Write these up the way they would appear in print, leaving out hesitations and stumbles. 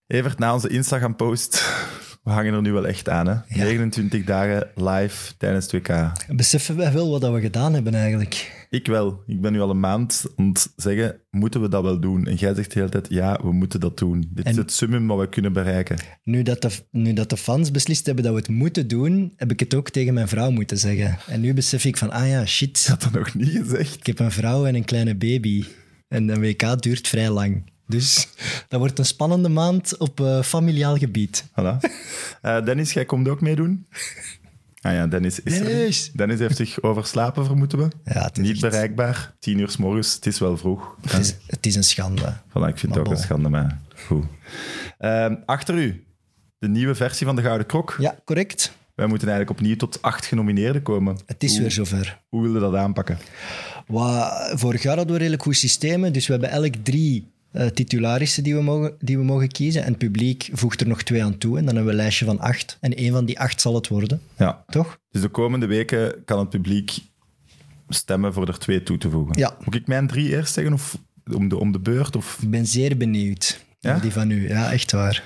Evert, na onze Instagram-post, we hangen er nu wel echt aan. Hè? Ja. 29 dagen live tijdens 2K. Beseffen wij wel wat we gedaan hebben eigenlijk? Ik wel. Ik ben nu al een maand aan het zeggen, moeten we dat wel doen? En jij zegt de hele tijd, ja, we moeten dat doen. Dit is het summum wat we kunnen bereiken. Nu dat de fans beslist hebben dat we het moeten doen, heb ik het ook tegen mijn vrouw moeten zeggen. En nu besef ik van, shit. Je had dat nog niet gezegd. Ik heb een vrouw en een kleine baby. En een WK duurt vrij lang. Dus dat wordt een spannende maand op familiaal gebied. Voilà. Dennis, jij komt ook meedoen? Dennis is er. Dennis heeft zich overslapen, vermoeden we. Ja, het is niet echt bereikbaar. 10 uur 's morgens. Het is wel vroeg. Het is een schande. Voilà, ik vind het ook een schande, maar goed. Achter u, de nieuwe versie van de Gouden Krok. Ja, correct. Wij moeten eigenlijk opnieuw tot 8 genomineerden komen. Het is weer zover. Hoe willen we dat aanpakken? Vorig jaar hadden we redelijk goed systemen, dus we hebben elk 3 titularissen die we mogen kiezen. En het publiek voegt er nog 2 aan toe. En dan hebben we een lijstje van 8. En 1 van die 8 zal het worden. Ja. Toch? Dus de komende weken kan het publiek stemmen voor er 2 toe te voegen. Ja. Moet ik mijn 3 eerst zeggen of om de beurt? Of? Ik ben zeer benieuwd. Ja? Die van u. Ja, echt waar.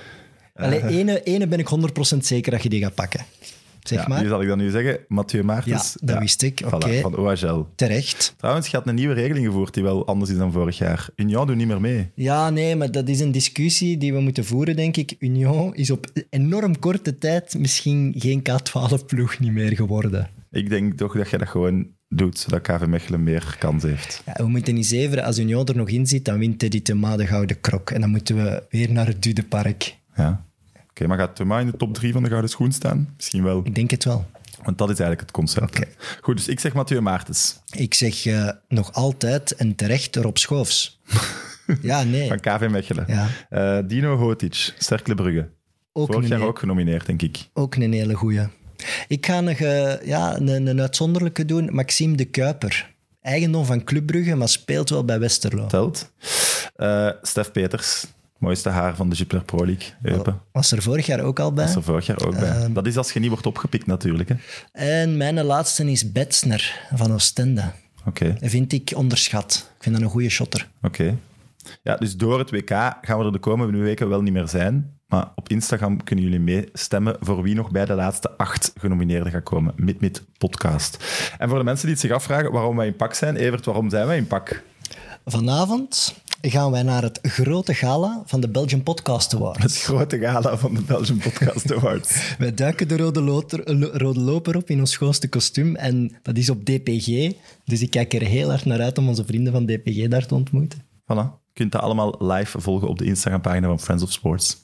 Ene ben ik 100% zeker dat je die gaat pakken. Zeg maar. Die zal ik dan nu zeggen. Mathieu Maartens. Ja, dat wist ik. Oké. Van OHL. Terecht. Trouwens, je had een nieuwe regeling gevoerd die wel anders is dan vorig jaar. Union doet niet meer mee. Ja, nee, maar dat is een discussie die we moeten voeren, denk ik. Union is op enorm korte tijd misschien geen K12-ploeg niet meer geworden. Ik denk toch dat je dat gewoon doet, zodat KV Mechelen meer kans heeft. Ja, we moeten niet zeveren. Als Union er nog in zit, dan wint Teddy Thema de Gouden Krok. En dan moeten we weer naar het Dudepark. Ja. Oké, maar gaat Thema in de top 3 van de Gouden Schoen staan? Misschien wel. Ik denk het wel. Want dat is eigenlijk het concept. Okay. Goed, dus ik zeg Mathieu Maartens. Ik zeg nog altijd en terecht Rob Schoofs. Ja, nee. Van KV Mechelen. Ja. Dino Hotic, Cercle Brugge. Vorig jaar ook genomineerd, denk ik. Ook een hele goeie. Ik ga nog een uitzonderlijke doen. Maxime de Kuiper. Eigendom van Club Brugge, maar speelt wel bij Westerlo. Telt. Stef Peters. Mooiste haar van de Jupiler Pro League. Was er vorig jaar ook al bij? Was er vorig jaar ook bij. Dat is als je niet wordt opgepikt natuurlijk. Hè. En mijn laatste is Betsner van Oostende. Oké. Vind ik onderschat. Ik vind dat een goede shotter. Oké. Ja, dus door het WK gaan we er de komende weken wel niet meer zijn. Maar op Instagram kunnen jullie meestemmen voor wie nog bij de laatste 8 genomineerden gaat komen. Mit podcast. En voor de mensen die het zich afvragen waarom wij in pak zijn. Evert, waarom zijn wij in pak? Vanavond gaan wij naar het grote gala van de Belgian Podcast Awards. Het grote gala van de Belgian Podcast Awards. Wij duiken de rode loper op in ons schoonste kostuum en dat is op DPG. Dus ik kijk er heel hard naar uit om onze vrienden van DPG daar te ontmoeten. Voilà. Je kunt dat allemaal live volgen op de Instagram-pagina van Friends of Sports.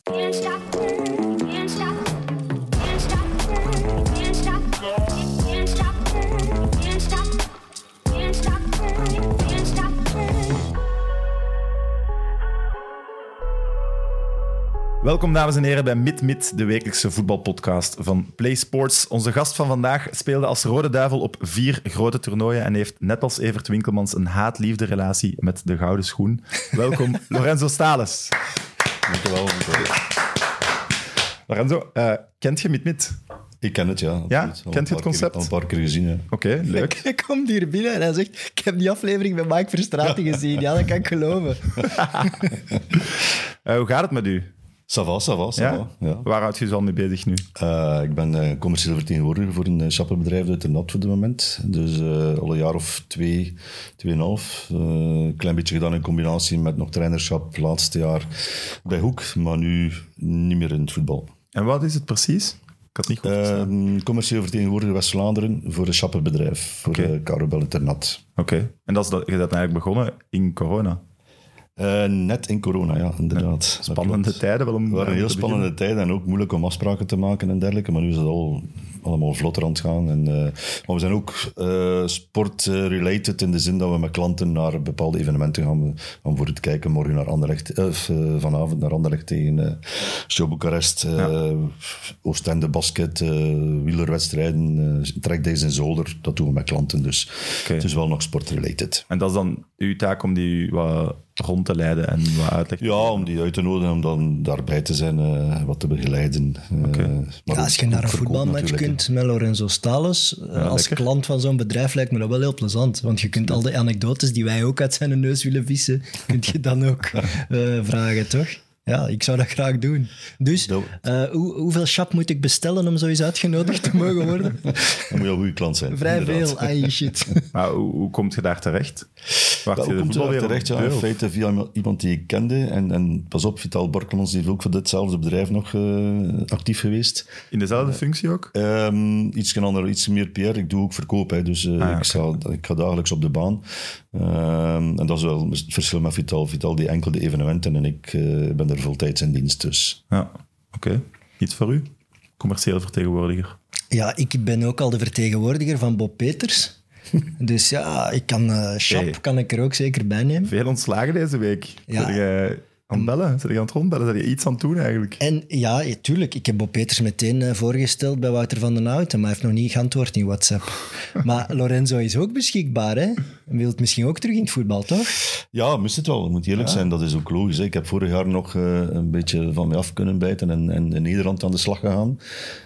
Welkom, dames en heren, bij Mit, de wekelijkse voetbalpodcast van Play Sports. Onze gast van vandaag speelde als Rode Duivel op 4 grote toernooien en heeft net als Evert Winkelmans een haat-liefde relatie met de Gouden Schoen. Welkom, Lorenzo Stales. Dankjewel. Lorenzo, kent je Mit? Ik ken het, ja. Ja? Kent je het concept? Al een paar keer gezien, ja. Oké, leuk. Hij komt hier binnen en hij zegt, ik heb die aflevering met Mike Verstraeten gezien. Ja, dat kan ik geloven. Hoe gaat het met u? Ça va. Ja? Waar houd je zo al mee bezig nu? Ik ben commercieel vertegenwoordiger voor een shopperbedrijf uit de NAT voor het moment. Dus al een jaar of 2,5. Een klein beetje gedaan in combinatie met nog trainerschap. Laatste jaar bij Hoek, maar nu niet meer in het voetbal. En wat is het precies? Ik had niet goed verstaan. Commercieel vertegenwoordiger West-Vlaanderen voor een shopperbedrijf. Voor de Karobel Internat. Oké. En je bent eigenlijk begonnen in corona? Net in corona, ja, inderdaad. Ja, spannende tijden wel om. Het waren heel spannende tijden en ook moeilijk om afspraken te maken en dergelijke. Maar nu is het allemaal vlotter aan het gaan. Maar we zijn ook sport-related in de zin dat we met klanten naar bepaalde evenementen gaan. Om voor te kijken morgen naar Anderlecht, vanavond naar Anderlecht tegen Show Boekarest, Oostende basket, wielerwedstrijden, trackdays in Zolder. Dat doen we met klanten, dus het is wel nog sport-related. En dat is dan uw taak om die wat rond te leiden en wat uitleg te geven? Ja, om die uit te nodigen, om dan daarbij te zijn, wat te begeleiden. Maar als je naar een voetbalmatch kunt met Lorenzo Stales, als lekker. Klant van zo'n bedrijf lijkt me dat wel heel plezant. Want je kunt al de anekdotes die wij ook uit zijn neus willen vissen, kun je dan ook vragen, toch? Ja, ik zou dat graag doen. Dus, hoeveel chap moet ik bestellen om zo eens uitgenodigd te mogen worden? Dan moet je al goede klant zijn. Vrij inderdaad. veel, ai shit. Maar hoe kom je daar terecht? Wacht, Hoe komt je daar terecht? Ja, in feite via iemand die ik kende. En pas op, Vital Borkelmans is ook voor ditzelfde bedrijf nog actief geweest. In dezelfde functie ook? Iets meer PR. Ik doe ook verkoop. Hè, dus ik ga dagelijks op de baan. En dat is wel het verschil met Vital. Vital die enkel de evenementen en ik ben er voltijds in dienst. Dus. Ja, oké. Iets voor u? Commerciële vertegenwoordiger. Ja, ik ben ook al de vertegenwoordiger van Bob Peters. Dus ja, ik kan kan ik er ook zeker bij nemen. Veel ontslagen deze week. Ja. Zit je aan het bellen? Zit je aan het rondbellen? Zit je iets aan het doen eigenlijk? En ja, tuurlijk. Ik heb Bob Peters meteen voorgesteld bij Wouter van den Houten, maar hij heeft nog niet geantwoord in WhatsApp. Maar Lorenzo is ook beschikbaar, hè? Wil het misschien ook terug in het voetbal, toch? Ja, moest het wel. Het moet eerlijk zijn, dat is ook logisch. Hè. Ik heb vorig jaar nog een beetje van mij af kunnen bijten en in Nederland aan de slag gegaan.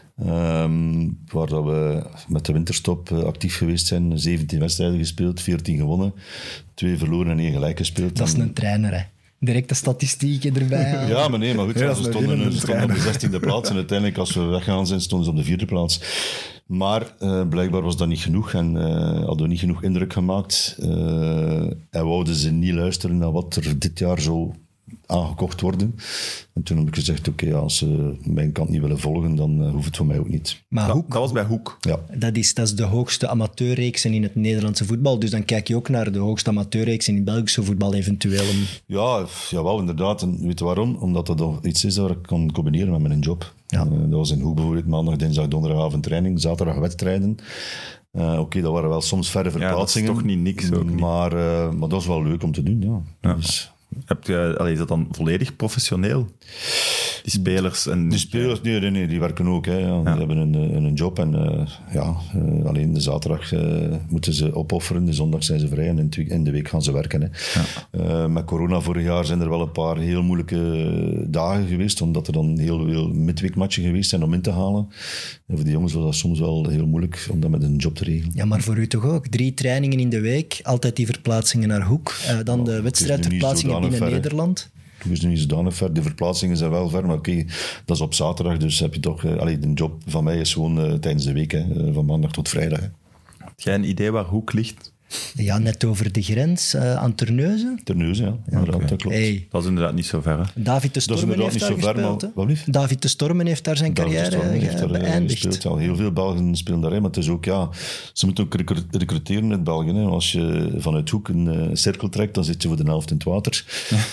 Waar dat we met de winterstop actief geweest zijn. 17 wedstrijden gespeeld, 14 gewonnen, 2 verloren en 1 gelijk gespeeld. Dat is een trainer, hè? Direct de statistieken erbij halen. Ja, maar goed. Ja, Ze stonden op de 16e plaats en uiteindelijk, als we weggegaan zijn, stonden ze op de 4e plaats. Maar blijkbaar was dat niet genoeg en hadden we niet genoeg indruk gemaakt. En wouden ze niet luisteren naar wat er dit jaar zou aangekocht worden. En toen heb ik gezegd, oké, als ze mijn kant niet willen volgen, dan hoeft het voor mij ook niet. Maar Dat Hoek, was bij Hoek. Ja. dat is de hoogste amateurreeksen in het Nederlandse voetbal. Dus dan kijk je ook naar de hoogste amateurreeksen in het Belgische voetbal eventueel. Ja, jawel, inderdaad. En weet je waarom? Omdat dat iets is dat ik kan combineren met mijn job. Ja. Dat was in Hoek bijvoorbeeld maandag, dinsdag, donderdagavond training, zaterdag wedstrijden. Oké, dat waren wel soms verre verplaatsingen. Ja, dat is toch niet niks ook niet. Maar dat was wel leuk om te doen, ja. Ja. Dus, Is dat dan volledig professioneel? Die spelers en... die spelers, nee, die werken ook. Hè, ja. Die hebben een job en alleen de zaterdag moeten ze opofferen, de zondag zijn ze vrij en in de week gaan ze werken. Hè. Ja. Met corona vorig jaar zijn er wel een paar heel moeilijke dagen geweest, omdat er dan heel veel midweekmatchen geweest zijn om in te halen. En voor die jongens was dat soms wel heel moeilijk om dat met een job te regelen. Ja, maar voor u toch ook? 3 trainingen in de week, altijd die verplaatsingen naar Hoek. Dan de wedstrijdverplaatsingen binnen Nederland. Het is nu niet zodanig ver. De verplaatsingen zijn wel ver, maar oké, dat is op zaterdag. Dus heb je toch... de job van mij is gewoon tijdens de week, hè, van maandag tot vrijdag. Hè. Heb jij een idee waar Hoek ligt? Ja, net over de grens, aan Terneuzen. Terneuzen, ja. Inderdaad, dat klopt. Hey, Dat is inderdaad niet zo ver, hè? David de Stormen heeft daar gespeeld. David de Stormen heeft daar zijn carrière beëindigd. Ja, heel veel Belgen spelen daarin, maar het is ook, ze moeten ook recruteren in België. Hè. Als je vanuit Hoek een cirkel trekt, dan zit je voor de helft in het water.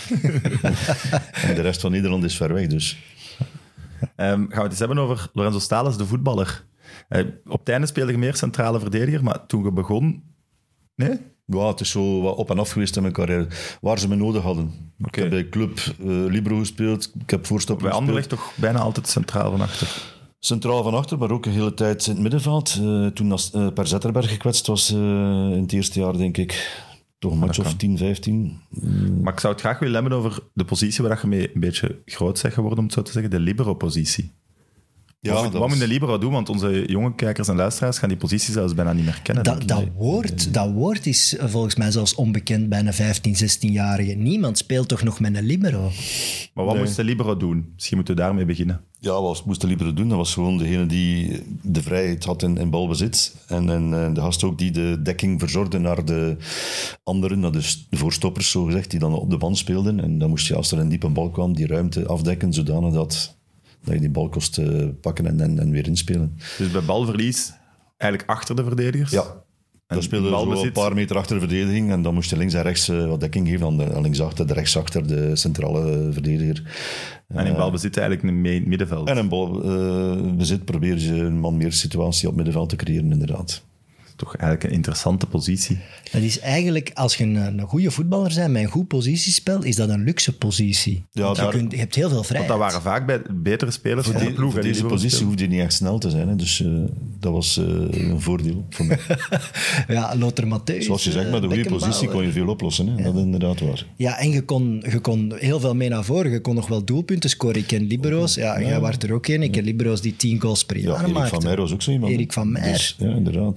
En de rest van Nederland is ver weg, dus... Gaan we het eens hebben over Lorenzo Stales, de voetballer. Op het einde speelde je meer centrale verdediger, maar toen je begon... Nee? Ja, het is zo wat op en af geweest in mijn carrière. Waar ze me nodig hadden. Ik heb bij club Libero gespeeld. Ik heb voorstopper bij gespeeld. Anderlecht toch bijna altijd centraal van achter? Centraal van achter, maar ook een hele tijd in het middenveld. Toen Per Zetterberg gekwetst was in het eerste jaar, denk ik. Toch een match of 10, 15. Maar ik zou het graag willen hebben over de positie waar je mee een beetje groot bent geworden, om het zo te zeggen. De libero-positie. Ja, wat moet de libero doen? Want onze jonge kijkers en luisteraars gaan die positie zelfs bijna niet meer kennen. Dat woord is volgens mij zelfs onbekend bij een 15, 16-jarige. Niemand speelt toch nog met een libero? Maar wat moest de libero doen? Misschien moeten we daarmee beginnen. Ja, wat moest de libero doen? Dat was gewoon degene die de vrijheid had in balbezit. En de gast ook die de dekking verzorgde naar de anderen, naar de voorstoppers, zogezegd, die dan op de band speelden. En dan moest je, als er een diepe bal kwam, die ruimte afdekken, zodanig dat je die bal kost pakken en weer inspelen. Dus bij balverlies eigenlijk achter de verdedigers? Ja. Dan speelde je zo een paar meter achter de verdediging en dan moest je links en rechts wat dekking geven aan linksachter, de rechtsachter, de centrale verdediger. En in balbezit eigenlijk een middenveld? En in balbezit probeer je een man meer situatie op middenveld te creëren, inderdaad. Toch eigenlijk een interessante positie. Dat is eigenlijk, als je een goede voetballer bent met een goed positiespel, is dat een luxe positie. Ja, je hebt heel veel vrijheid. Want dat waren vaak bij betere spelers van de ploeg. Voor deze positie hoefde je niet echt snel te zijn. Hè. Dus dat was een voordeel voor mij. Ja, Lothar Matthäus. Zoals je zegt, met een goede positie kon je veel oplossen. Hè. Ja. Dat is inderdaad waar. Ja, en je kon heel veel mee naar voren. Je kon nog wel doelpunten scoren. Ik ken libero's. Ja, jij was er ook een. Ik ken libero's die 10 goals per jaar maakten. Erik van Meijer was ook zo iemand. Erik van Meijer. Dus, ja, inderdaad. Lijkt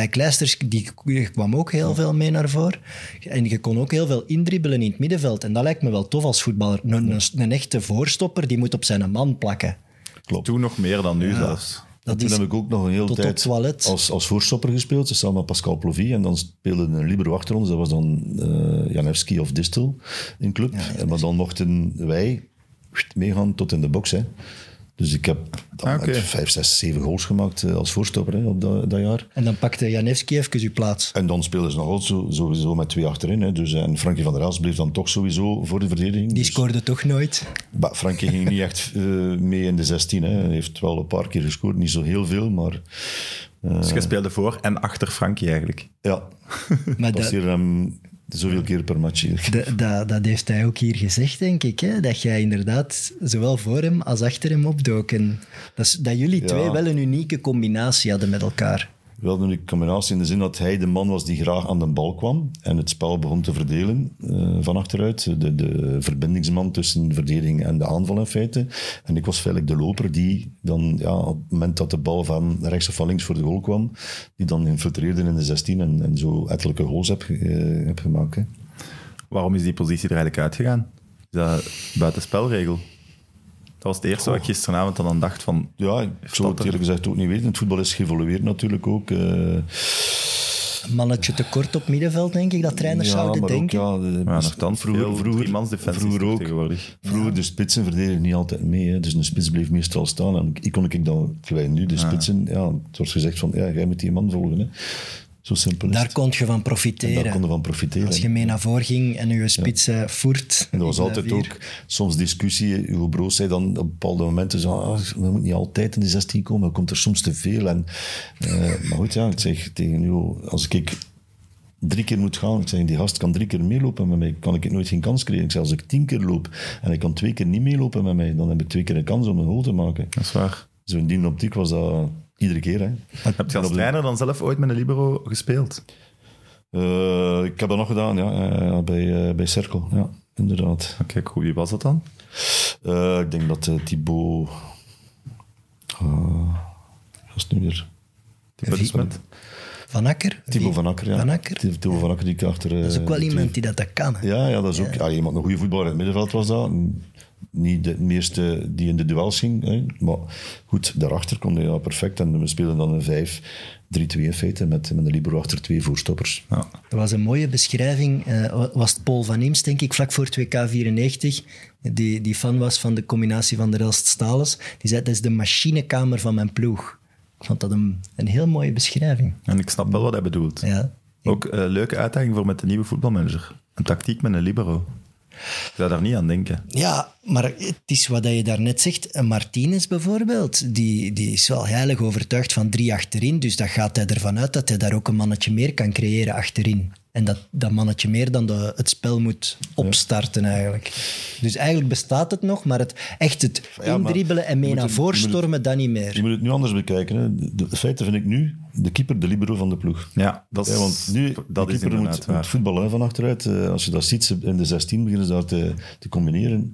Kleisters die kwam ook heel veel mee naar voren. En je kon ook heel veel indribbelen in het middenveld. En dat lijkt me wel tof als voetballer. Een echte voorstopper, die moet op zijn man plakken. Klopt. Toen nog meer dan nu zelfs. Toen heb ik ook nog een hele tijd toilet. als voorstopper gespeeld, samen met Pascal Plovy. En dan speelde een libero achter ons. Dat was dan Janewski of Distel in club. Maar dan mochten wij meegaan tot in de box. Hè. Dus ik heb dan 5, 6, 7 goals gemaakt als voorstopper op dat jaar. En dan pakte Janewski even uw plaats. En dan speelden ze nog altijd sowieso met 2 achterin. Hè. Dus, en Frankie van der Elst bleef dan toch sowieso voor de verdediging. Die scoorde toch nooit? Frankie ging niet echt mee in de 16. Hè. Hij heeft wel een paar keer gescoord, niet zo heel veel, maar... Dus je speelde voor en achter Frankie eigenlijk? Ja, maar passeerde hem zoveel keer per match hier. Dat heeft hij ook hier gezegd, denk ik. Hè? Dat jij inderdaad zowel voor hem als achter hem opdook. En dat jullie twee wel een unieke combinatie hadden met elkaar. Wel een unieke combinatie in de zin dat hij de man was die graag aan de bal kwam en het spel begon te verdelen van achteruit. De verbindingsman tussen de verdediging en de aanval in feite. En ik was feitelijk de loper die dan op het moment dat de bal van rechts of van links voor de goal kwam, die dan infiltreerde in de 16 en zo ettelijke goals heb gemaakt. Hè. Waarom is die positie er eigenlijk uitgegaan? Is dat buitenspelregel? Dat was het eerste wat ik gisteravond dan aan dacht van... Ja, ik zou het eerlijk gezegd ook niet weten. Het voetbal is geëvolueerd natuurlijk ook. Een mannetje tekort op middenveld, denk ik, dat trainers zouden denken. Vroeger ook. Vroeger de spitsen verdedigen niet altijd mee. Hè. Dus een spits bleef meestal staan. En kon ik dan, terwijl nu de spitsen... Ja, het wordt gezegd van, jij moet die man volgen. Hè. Zo simpel is daar kon je van profiteren. Als je mee naar voren ging en je spits voert. En er was altijd ook soms discussie, hoe broos zij dan op bepaalde momenten zo, we moeten niet altijd in de 16 komen, dan komt er soms te veel. En, maar goed, ik zeg tegen u, als ik 3 keer moet gaan, ik zeg, die gast kan 3 keer meelopen met mij, kan ik nooit geen kans krijgen. Ik zeg, als ik 10 keer loop en ik kan 2 keer niet meelopen met mij, dan heb ik 2 keer een kans om een goal te maken. Dat is waar. Zo in die optiek was dat... Iedere keer, hè. Heb je als trainer dan zelf ooit met een libero gespeeld? Ik heb dat nog gedaan, bij Cercle, ja, inderdaad. Oké, cool. Wie was dat dan? Ik denk dat Thibaut... wat is het nu weer? Van Akker? Thibaut Van Akker, ja. Thibaut Van Akker die ik achter... Dat is ook wel iemand die dat kan. Hè? Ja, dat is ook... Ja, iemand, een goede voetballer in het middenveld was dat. Niet de eerste die in de duels ging. Hè. Maar goed, daarachter kon hij perfect. En we speelden dan een 5-3-2 in feite met een libero achter 2 voorstoppers. Ja. Dat was een mooie beschrijving. Was het Paul van Imst, denk ik, vlak voor 2K94, die fan was van de combinatie van de Elst-Stales. Die zei, dat is de machinekamer van mijn ploeg. Ik vond dat een heel mooie beschrijving. En ik snap wel wat hij bedoelt. Ja. Ook een leuke uitdaging voor met de nieuwe voetbalmanager. Een tactiek met een libero. Ik zou daar niet aan denken. Ja, maar het is wat je daarnet zegt. Martinez bijvoorbeeld, die is wel heilig overtuigd van 3 achterin. Dus dat gaat hij ervan uit dat hij daar ook een mannetje meer kan creëren achterin. En dat mannetje meer dan het spel moet opstarten eigenlijk. Dus eigenlijk bestaat het nog, maar het indribbelen en mee naar voren stormen, dat niet meer. Je moet het nu anders bekijken. Hè. De feiten vind ik nu de keeper de libero van de ploeg. Ja, dat is, want nu dat de keeper moet voetballen van achteruit. Als je dat ziet, in de 16 beginnen ze daar te combineren.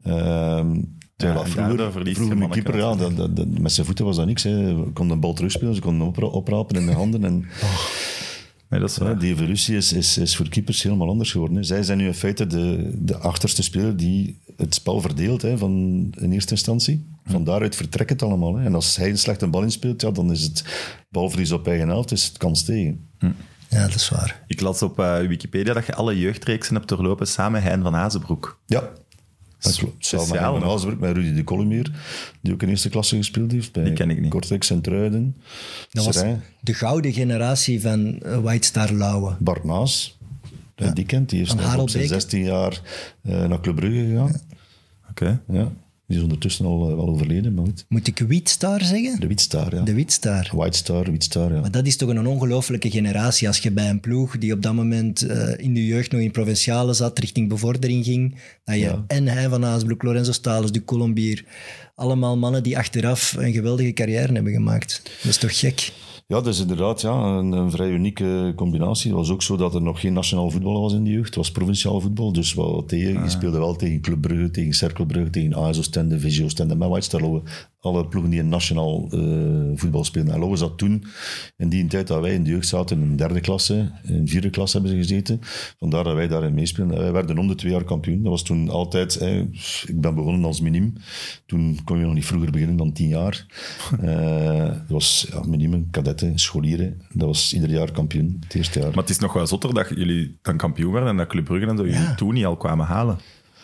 Vroeger een keeper, met zijn voeten was dat niks. Hè. Kon de bal terugspelen, ze konden hem oprapen in de handen. En, nee, dat is waar. Die evolutie is voor keepers helemaal anders geworden. Hè. Zij zijn nu in feite de achterste speler die het spel verdeelt in eerste instantie. Van daaruit vertrekt het allemaal. Hè. En als hij een slechte bal inspeelt, dan is het balverlies op eigen helft, is het kans tegen. Ja, dat is waar. Ik las op Wikipedia dat je alle jeugdreeksen hebt doorlopen samen met Hein van Hazenbroek. Ja. Samen met Hein van Hazenbroek, met Rudy de Colombier, die ook in eerste klasse gespeeld heeft. Bij die ken ik niet. Kortrijk, Sint-Truiden. Dat was de gouden generatie van White Star Lauwe. Bart Maas, die kent. Die is op zijn 16 jaar naar Club Brugge gegaan. Oké. Ja. Die is ondertussen al wel overleden. Maar goed. Moet ik Wheat Star zeggen? De Wheat Star, ja. De Wheat Star. White Star, Wheat Star, ja. Maar dat is toch een ongelofelijke generatie. Als je bij een ploeg die op dat moment in de jeugd nog in provinciale zat, richting bevordering ging, dat je en hij van Hazenbroek, Lorenzo Stales, de Colombier, allemaal mannen die achteraf een geweldige carrière hebben gemaakt. Dat is toch gek? Ja, dat is inderdaad een vrij unieke combinatie. Het was ook zo dat er nog geen nationaal voetbal was in de jeugd. Het was provinciaal voetbal, dus je speelde wel tegen Club Brugge, tegen Cercle Brugge, tegen AS Oostende, Visio Oostende, met White Star Lauwe alle ploegen die in nationaal voetbal spelen. En Lowe zat toen, in die tijd dat wij in de jeugd zaten, in derde klasse, in vierde klasse hebben ze gezeten. Vandaar dat wij daarin meespelen. Wij werden om de 2 jaar kampioen. Dat was toen altijd, ik ben begonnen als miniem. Toen kon je nog niet vroeger beginnen dan 10 jaar. Dat was miniem, kadetten, scholieren. Dat was ieder jaar kampioen, het eerste jaar. Maar het is nog wel zotter dat jullie dan kampioen werden en dat Club Brugge en zo jullie toen niet al kwamen halen.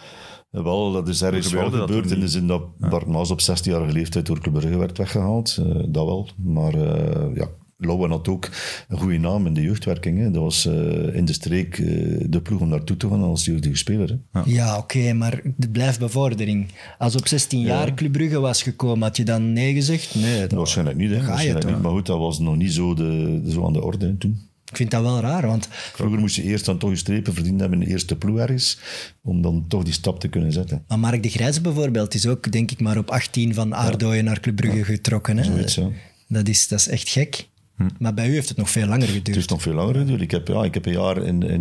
Wel, dat is ergens wel gebeurd in de zin dat Bart Maas op 16-jarige leeftijd door Club Brugge werd weggehaald. Dat wel. Maar Lauwen had ook een goede naam in de jeugdwerking. Hè. Dat was in de streek de ploeg om naartoe te gaan als jeugdige speler. Hè. Ja, oké, maar het blijft bevordering. Als op 16 jaar Club Brugge was gekomen, had je dan nee gezegd? Nee, dat waarschijnlijk niet. Hè. Waarschijnlijk niet. Maar goed, dat was nog niet zo, zo aan de orde hè, toen. Ik vind dat wel raar, want... Vroeger moest je eerst dan toch je strepen verdiend hebben in de eerste ploeg ergens, om dan toch die stap te kunnen zetten. Maar Mark de Grijze bijvoorbeeld is ook, denk ik, maar op 18 van Aardooien naar Club Brugge getrokken. Hè? Zoiets, ja. Dat is echt gek. Maar bij u heeft het nog veel langer geduurd. Het heeft nog veel langer geduurd. Ik heb een jaar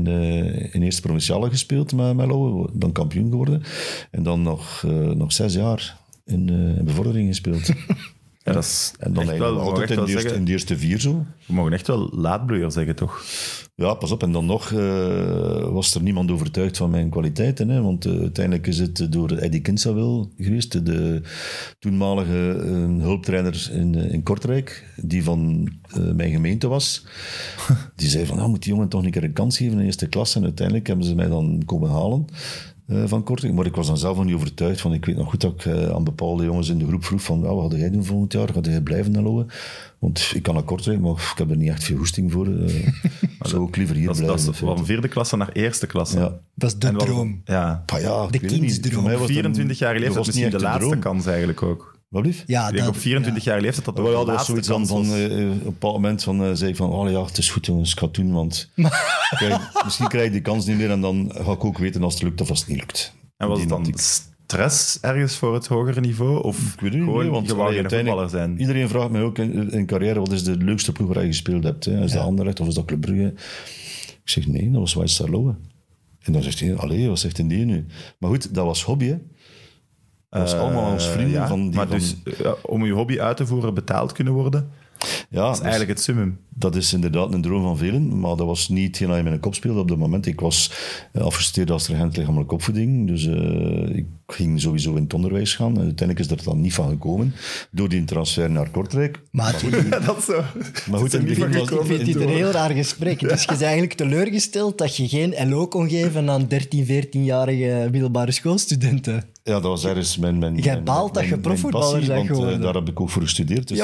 in eerste provinciale gespeeld met Lauwe, dan kampioen geworden. En dan nog 6 jaar in bevordering gespeeld. Ja, dat is en dan wel, altijd in de eerste 4 zo. We mogen echt wel laadbloeier zeggen, toch? Ja, pas op. En dan nog was er niemand overtuigd van mijn kwaliteiten. Hè, want uiteindelijk is het door Eddy Kinsawil geweest, de toenmalige hulptrainer in Kortrijk, die van mijn gemeente was. Die zei van, moet die jongen toch een keer een kans geven in de eerste klas. En uiteindelijk hebben ze mij dan komen halen. Van Kortrijk. Maar ik was dan zelf nog niet overtuigd. Ik weet nog goed dat ik aan bepaalde jongens in de groep vroeg van, wat ga jij doen volgend jaar? Ga jij blijven naar Lauwe? Want ik kan naar Kortrijk, maar ik heb er niet echt veel goesting voor. Zou ik liever hier blijven. Dat is van 4e klasse naar 1e klasse. Ja. Dat is de droom. Ja. De kindsdroom. 24 jaar leeftijd was misschien de laatste kans eigenlijk ook. Wat lief? Ja, ik denk op 24 jaar leeftijd dat dat was zoiets dan van op een bepaald moment zei ik van, het is goed jongens, ik ga het doen, want misschien krijg ik die kans niet meer en dan ga ik ook weten als het lukt of als het niet lukt. En was het dan stress ergens voor het hogere niveau? Of ik weet het niet, want je wou geen voetballer zijn? Iedereen vraagt mij ook in carrière, wat is de leukste ploeg waar je gespeeld hebt? Hè? Is dat Anderlecht of is dat Club Brugge? Ik zeg, nee, dat was White Lauwe. En dan zegt hij, wat zegt die nu? Maar goed, dat was hobby, hè. Dat was allemaal ons vrienden. Dus om je hobby uit te voeren betaald kunnen worden, ja, dat is eigenlijk het summum. Dat is inderdaad een droom van velen, maar dat was niet hetgeen dat je in mijn kop speelde op dat moment. Ik was afgestudeerd als regent lichamelijke opvoeding, dus ik ging sowieso in het onderwijs gaan. En uiteindelijk is er dan niet van gekomen, door die transfer naar Kortrijk. Maar dat zo. Maar goed, ik vind dit een heel raar gesprek. Dus je is eigenlijk teleurgesteld dat je geen LO kon geven aan 13, 14-jarige middelbare schoolstudenten. Ja, dat was ergens mijn jij baalt dat je profvoetballer bent geworden. Daar heb ik ook voor gestudeerd. Dus ja,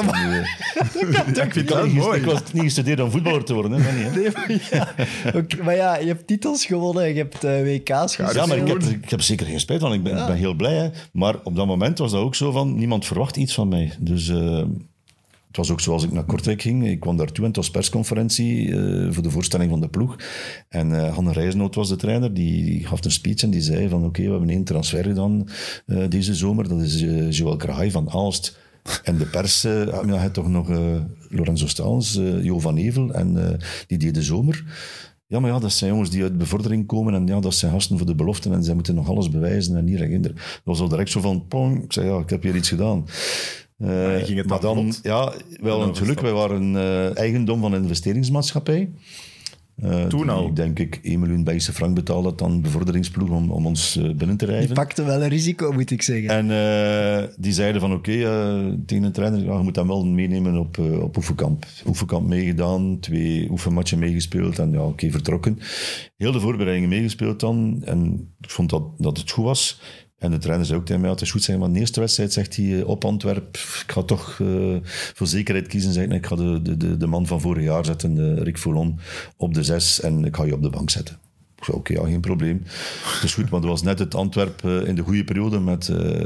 ik vind dat mooi. Ik was niet gestudeerd om voetballer te worden. Hè? Nee, maar je hebt titels gewonnen, je hebt WK's gespeeld. Ja, maar ik heb zeker geen spijt van. Ik ben heel blij. Hè. Maar op dat moment was dat ook zo van, niemand verwacht iets van mij. Dus het was ook zoals ik naar Kortrijk ging. Ik kwam daartoe en het was persconferentie voor de voorstelling van de ploeg. En Hanne Rijsnoot was de trainer. Die gaf een speech en die zei van oké, we hebben 1 transfer gedaan deze zomer. Dat is Joël Krahai van Aalst. En de pers had toch nog Lorenzo Stalens, Jo van Evel en die deed de zomer. Ja, maar dat zijn jongens die uit bevordering komen en dat zijn gasten voor de beloften en zij moeten nog alles bewijzen en hier en ginder. Dat was al direct zo van, pong, ik zei ik heb hier iets gedaan. Ging het maar dan, wel een geluk, wij waren eigendom van een investeringsmaatschappij. Toen al. Denk ik 1 miljoen Belgische frank betaalde dat dan bevorderingsploeg om ons binnen te rijden. Die pakte wel een risico, moet ik zeggen. En die zeiden van tegen de trainer, je moet hem wel meenemen op oefenkamp. Oefenkamp meegedaan, 2 oefenmatchen meegespeeld en vertrokken. Heel de voorbereidingen meegespeeld dan en ik vond dat het goed was. En de trainer zei ook tegen mij, het is goed zeggen, maar de eerste wedstrijd zegt hij op Antwerp, ik ga toch voor zekerheid kiezen, zeg ik ga de man van vorig jaar zetten, Rick Foulon, op de 6 en ik ga je op de bank zetten. Ik zei, oké, geen probleem. Het is goed, maar dat was net het Antwerp in de goede periode met,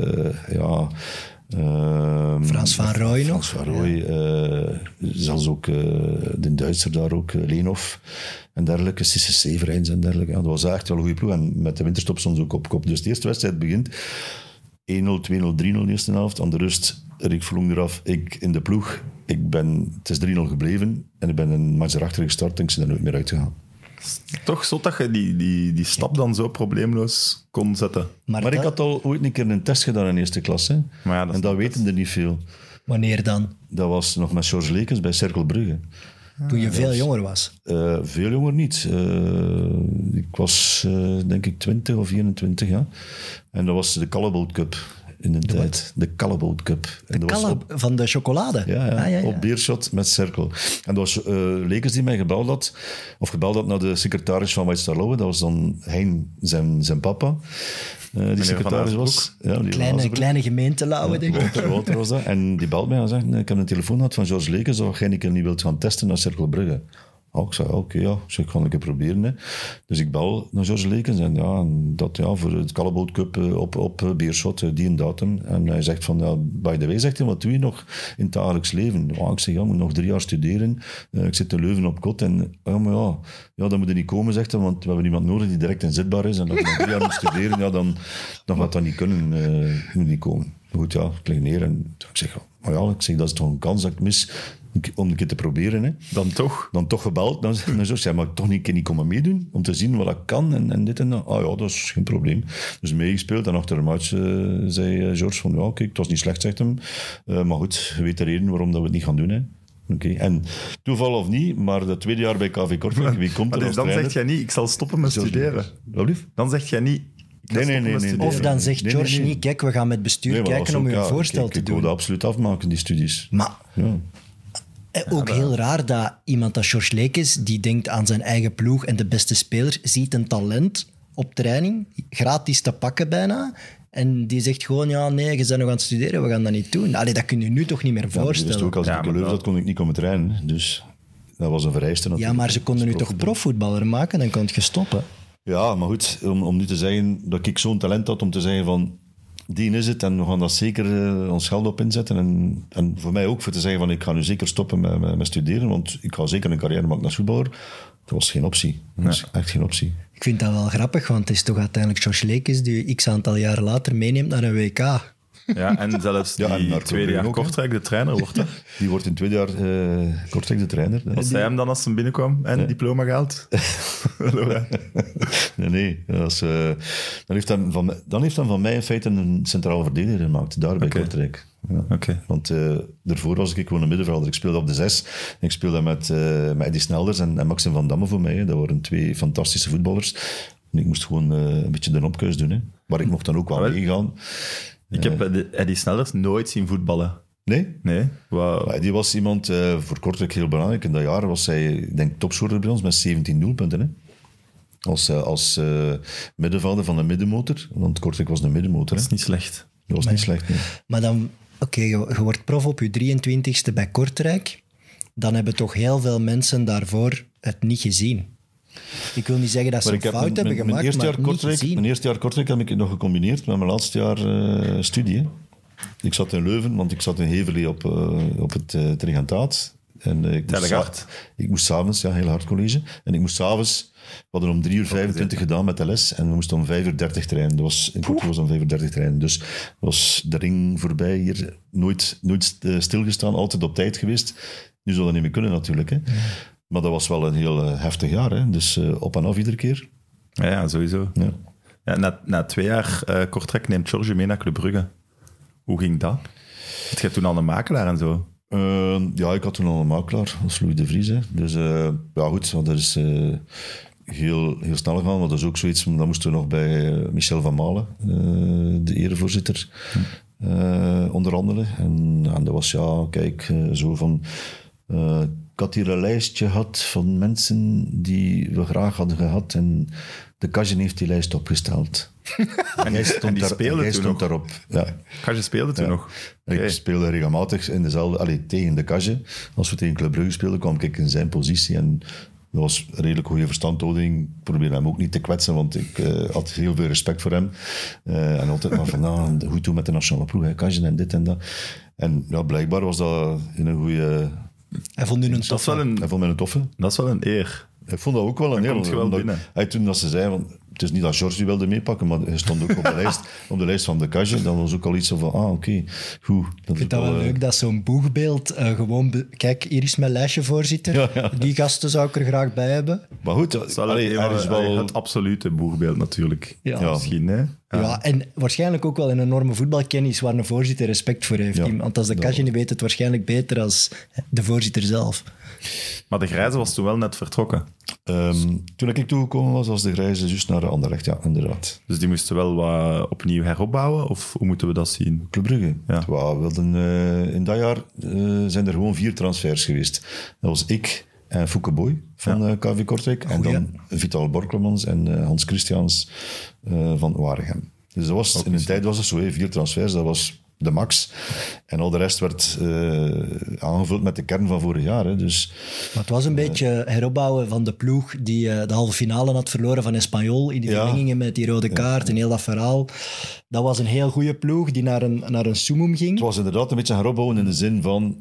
Frans van Rooij nog. Frans van Rooij, zelfs ook de Duitser daar ook, Leenhoff en dergelijke, Sisse Severijns en dergelijke. Ja, dat was echt wel een goede ploeg en met de winterstop stond ze ook op kop. Dus de eerste wedstrijd begint 1-0, 2-0, 3-0 de eerste helft. Aan de rust, Rick Vloeng eraf, ik in de ploeg. Het is 3-0 gebleven en ik ben een match erachter gestart en ik ben er nooit meer uitgegaan. Toch zot dat je die stap dan zo probleemloos kon zetten. Maar ik had al ooit een keer een test gedaan in eerste klas. Hè. Maar ja, en dat weten er niet veel. Wanneer dan? Dat was nog met George Lekens bij Cercle Brugge. Toen je veel jonger was? Veel jonger niet. Ik was denk ik 20 of 21, ja. En dat was de Calleboat Cup in de tijd. De Calleboat Cup. En dat was van de chocolade? Ja, op Beerschot met Cercle. En dat was Lekens die mij gebeld had naar de secretaris van White Star Louwen. Dat was dan Hein, zijn papa. Die secretaris was. Ja, kleine gemeente Lauwen, denk ik. Walter was dat. En die belt mij en zegt, ik heb een telefoon gehad van George Lekens of jij niet wilt gaan testen naar Cercle Brugge. Ik zei, oké, ja. Ik ga een keer proberen. Hè. Dus ik bel naar George Lekens en dat voor het Calleboat Cup op Beerschot, die een datum. En hij zegt van, by the way, zegt hij, wat doe je nog in het dagelijks leven? Ik zeg, ik moet nog 3 jaar studeren. Ik zit in Leuven op kot. En dat moet er niet komen, zegt hij, want we hebben iemand nodig die direct inzetbaar is. En dat ik nog 3 jaar moet studeren, dan gaat dat niet kunnen. Moet niet komen. Goed, ik lig neer en ik zeg, dat is toch een kans dat ik mis om een keer te proberen. Hè. Dan toch gebeld. Dan zei maar toch niet komen meedoen, om te zien wat ik kan en dit en dat. Dat is geen probleem. Dus meegespeeld en achter de match zei George van, oké, het was niet slecht, zegt hem. Maar goed, je weet de reden waarom dat we het niet gaan doen. Hè. Okay. En toeval of niet, maar dat tweede jaar bij KV Kortrijk, wie komt er dus als dan trainer? Zeg jij niet, ik zal stoppen met studeren. Dan zeg jij niet... Nee. Of dan zegt George niet, kijk, we gaan met bestuur kijken om u een voorstel te doen. Ik wil dat absoluut afmaken, die studies. Maar ook heel raar dat iemand als George Lekens, die denkt aan zijn eigen ploeg en de beste speler, ziet een talent op training, gratis te pakken bijna, en die zegt gewoon, je bent nog aan het studeren, we gaan dat niet doen. Dat kun je nu toch niet meer voorstellen. Dus ook als ik in Leuven zat, kon ik niet komen trainen. Dus dat was een vereiste natuurlijk. Ja, maar ze konden nu toch profvoetballer maken, dan kon je stoppen. Ja, maar goed, om nu te zeggen dat ik zo'n talent had om te zeggen van, die is het en we gaan dat zeker ons geld op inzetten. En voor mij ook, voor te zeggen van, ik ga nu zeker stoppen met studeren, want ik ga zeker een carrière maken als voetballer. Dat was geen optie. Dat was echt geen optie. Ik vind dat wel grappig, want het is toch uiteindelijk George Lekens die x aantal jaren later meeneemt naar een WK. Ja, en zelfs die tweede jaar Kortrijk de trainer wordt. Hè? Die wordt in tweede jaar Kortrijk de trainer. Was hij hem dan als hij binnenkwam en diploma gehaald? Nee. Dan heeft hij van mij in feite een centrale verdediger gemaakt, daar bij Kortrijk. Ja. Okay. Want daarvoor was ik gewoon een middenvelder. Ik speelde op de 6. En ik speelde met Eddie Snelders en Maxim van Damme voor mij. Dat waren 2 fantastische voetballers. En ik moest gewoon een beetje de opkeus doen. Hè. Maar ik mocht dan ook wel meegaan. Ik heb Eddie Snelders nooit zien voetballen. Nee? Wow. Die was iemand voor Kortrijk heel belangrijk. In dat jaar was hij, ik denk, topscorer bij ons met 17 doelpunten. Hè? Als middenvelder van de middenmotor. Want Kortrijk was een middenmotor. Dat is niet slecht. Dat was niet slecht, nee. Maar dan, je wordt prof op je 23e bij Kortrijk. Dan hebben toch heel veel mensen daarvoor het niet gezien. Ik wil niet zeggen dat ze een fout hebben gemaakt, maar niet gezien. Mijn eerste jaar Kortrijk heb ik nog gecombineerd met mijn laatste jaar studie. Hè. Ik zat in Leuven, want ik zat in Heverlee op het Trigentaat. En ik moest s'avonds, heel hard college. En ik moest s'avonds, we hadden om 3:25 gedaan met de les en we moesten om 5:30 trainen. In Kortrijk was om 5:30 trainen. Dus was de ring voorbij hier. Nooit stilgestaan, altijd op tijd geweest. Nu zou dat niet meer kunnen natuurlijk. Hè. Maar dat was wel een heel heftig jaar. Hè. Dus op en af iedere keer. Ja, sowieso. Ja. Ja, na 2 jaar Kortrijk neemt George mee naar Club Brugge. Hoe ging dat? Had jij toen al een makelaar en zo? Ik had toen al een makelaar, als Louis de Vries. Hè. Dus goed, dat is heel, heel snel gegaan. Maar dat is ook zoiets, dan moesten we nog bij Michel van Malen, de erevoorzitter, onderhandelen. En dat was, zo van... ik had hier een lijstje gehad van mensen die we graag hadden gehad en de Kajen heeft die lijst opgesteld. En jij stond daarop. Ja. Kajen speelde toen nog? Ik speelde regelmatig in tegen de Kajen. Als we tegen Club Brugge speelden, kwam ik in zijn positie en dat was een redelijk goede verstandhouding. Ik probeerde hem ook niet te kwetsen, want ik had heel veel respect voor hem. En altijd maar van, goed doen met de nationale ploeg, Kajen en dit en dat. En blijkbaar was dat in een goede... Hij vond u een toffe. Hij vond mij een toffe. Dat is wel een eer. Ik vond dat ook wel een eer. Toen dat ze zei, want Het is niet dat George die wilde meepakken, maar hij stond ook op de lijst van de Cage. Dat was ook al iets van, oké, goed. Ik vind dat wel leuk, dat zo'n boegbeeld gewoon... Kijk, hier is mijn lijstje, voorzitter. Ja. Die gasten zou ik er graag bij hebben. Maar goed, Het is wel het absolute boegbeeld natuurlijk. Ja. Misschien, hè? Ja, en waarschijnlijk ook wel een enorme voetbalkennis waar een voorzitter respect voor heeft. Ja. Want als de Cage niet weet het waarschijnlijk beter als de voorzitter zelf. Maar de Grijze was toen wel net vertrokken. Toen ik toegekomen was de Grijze juist naar Anderlecht, ja, inderdaad. Dus die moesten wel wat opnieuw heropbouwen? Of hoe moeten we dat zien? Club Brugge. Ja. In dat jaar zijn er gewoon 4 transfers geweest. Dat was ik en Fouke Boy van KV Kortrijk. En dan Vital Borkelmans en Hans Christiaans van Waregem. Dus dat was, in een tijd was het zo, 4 transfers. Dat was de max. En al de rest werd aangevuld met de kern van vorig jaar. Hè. Dus, maar het was een beetje heropbouwen van de ploeg die de halve finale had verloren van Espanyol in die verlengingen met die rode kaart en heel dat verhaal. Dat was een heel goede ploeg die naar een Sumum ging. Het was inderdaad een beetje heropbouwen in de zin van...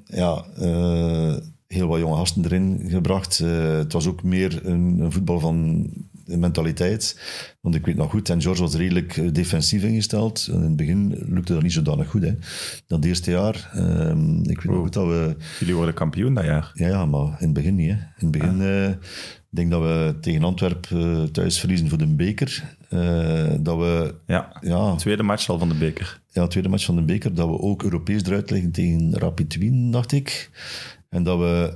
heel wat jonge gasten erin gebracht. Het was ook meer een voetbal van mentaliteit. Want ik weet nog goed, en George was redelijk defensief ingesteld. En in het begin lukte dat niet zodanig goed. Hè. Dat eerste jaar, ik weet nog goed dat we... Jullie worden kampioen dat jaar. Ja, maar in het begin niet. Hè. In het begin, ik denk dat we tegen Antwerpen thuis verliezen voor de beker. Dat we... Tweede match al van de beker. Ja, tweede match van de beker. Dat we ook Europees eruit liggen tegen Rapid Wien, dacht ik. En dat we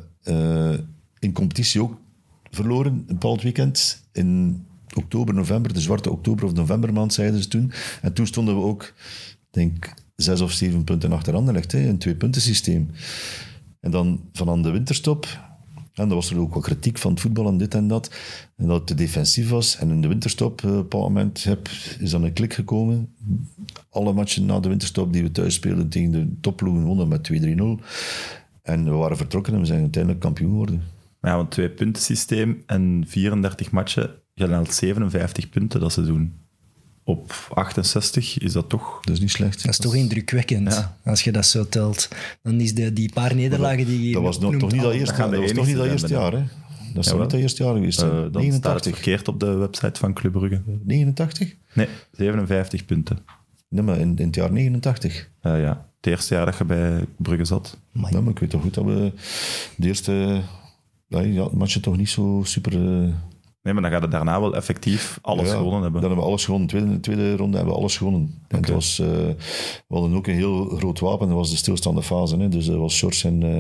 in competitie ook verloren, een bepaald weekend. In oktober, november, de zwarte oktober- of novembermaand, zeiden ze toen. En toen stonden we ook, denk 6 of 7 punten achter Anderlecht, een 2-puntensysteem. En dan van aan de winterstop, en dan was er ook wat kritiek van het voetbal en dit en dat, en dat het te defensief was. En in de winterstop, op een bepaald moment, is dan een klik gekomen. Alle matchen na de winterstop die we thuis speelden tegen de topploegen wonnen met 2-3-0. En we waren vertrokken en we zijn uiteindelijk kampioen geworden. Ja, want 2-puntensysteem en 34 matchen, je haalt 57 punten dat ze doen. Op 68 is dat toch... Dat is niet slecht. Dat is toch indrukwekkend, als je dat zo telt. Dan is die paar nederlagen die je dat was toch niet dat eerste jaar, hè? Dat is toch niet dat eerste jaar geweest, hè? Dan 89. staat het verkeerd op de website van Club Brugge. 89? Nee, 57 punten. Nee, maar in het jaar 89. Ja, het eerste jaar dat je bij Brugge zat. Ja, maar ik weet toch goed dat we de eerste matchen toch niet zo super... Nee, maar dan gaat het daarna wel effectief alles gewonnen hebben. Dan hebben we alles gewonnen. In de tweede ronde hebben we alles gewonnen. En het was, we hadden ook een heel groot wapen. Dat was de stilstaande fase. Hè. Dus dat was George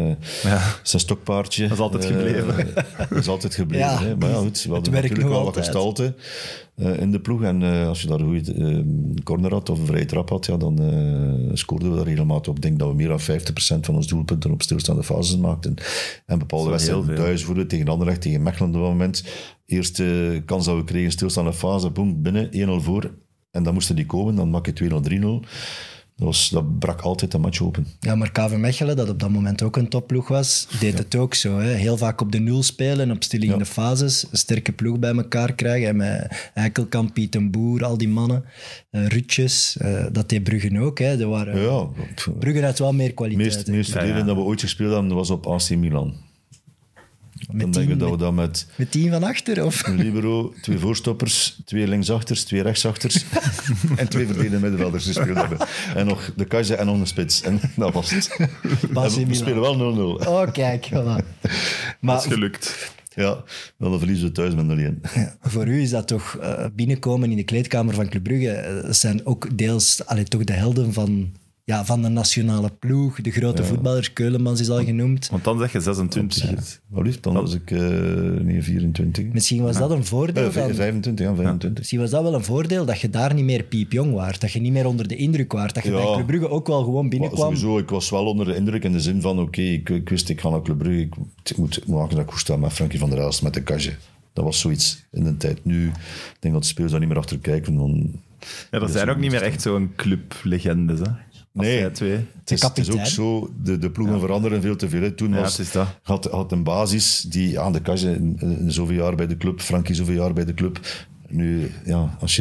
zijn stokpaardje. Dat is altijd gebleven. Dat is altijd gebleven. Ja, hè. Maar ja, goed, we hadden natuurlijk wel wat gestalte in de ploeg. En als je daar een goede corner had of een vrije trap had, dan scoorden we daar regelmatig op. Ik denk dat we meer dan 50% van ons doelpunten op stilstaande fases maakten. En bepaalde wedstrijden thuis voerden tegen Anderlecht, tegen Mechelen op dat moment. Eerste kans dat we kregen, stilstaande fase, boem, binnen, 1-0 voor. En dan moesten die komen, dan maak je 2-0, 3-0. Dat brak altijd de match open. Ja, maar KV Mechelen, dat op dat moment ook een topploeg was, deed het ook zo. Hè? Heel vaak op de 0 spelen, op stilliggende fases, een sterke ploeg bij elkaar krijgen. En met Eikelkamp, Piet den Boer, al die mannen, Rutjes, dat deed Brugge ook. Hè? Brugge had wel meer kwaliteit. Het meest verdedigend dat we ooit gespeeld hebben, dat was op AC Milan. Dan denk ik dat we dat met 10 van achter? Of? Een libero, 2 voorstoppers, 2 linksachters, 2 rechtsachters en 2 verdedigende middenvelders gespeeld hebben. En nog de Kajze en nog een spits. En dat was het. We spelen wel 0-0. Oh, kijk. Voilà. Maar, dat is gelukt. Ja, dan verliezen we thuis met 0-1. Ja, voor u is dat toch binnenkomen in de kleedkamer van Club Brugge. Dat zijn ook deels toch de helden van de nationale ploeg, de grote voetballers. Keulemans is al genoemd. Want dan zeg je 26. Wat lief, dan was ik 24. Misschien was dat een voordeel. 25, ja, 25. Misschien was dat wel een voordeel dat je daar niet meer piepjong waart. Dat je niet meer onder de indruk waart. Dat je bij Club Brugge ook wel gewoon binnenkwam. Sowieso, ik was wel onder de indruk in de zin van ik wist, ik ga naar Club Brugge. Ik moet maken dat ik goed sta met Frankie van der Elst, met de Kage. Dat was zoiets in de tijd. Nu, ik denk dat de spelers daar niet meer achter kijken. Er zijn ook niet meer echt zo'n clublegendes, hè? Nee, het is ook zo, de ploegen veranderen veel te veel. Hè. Toen had een basis die, de Kage zoveel jaar bij de club, Frankie zoveel jaar bij de club. Nu, als je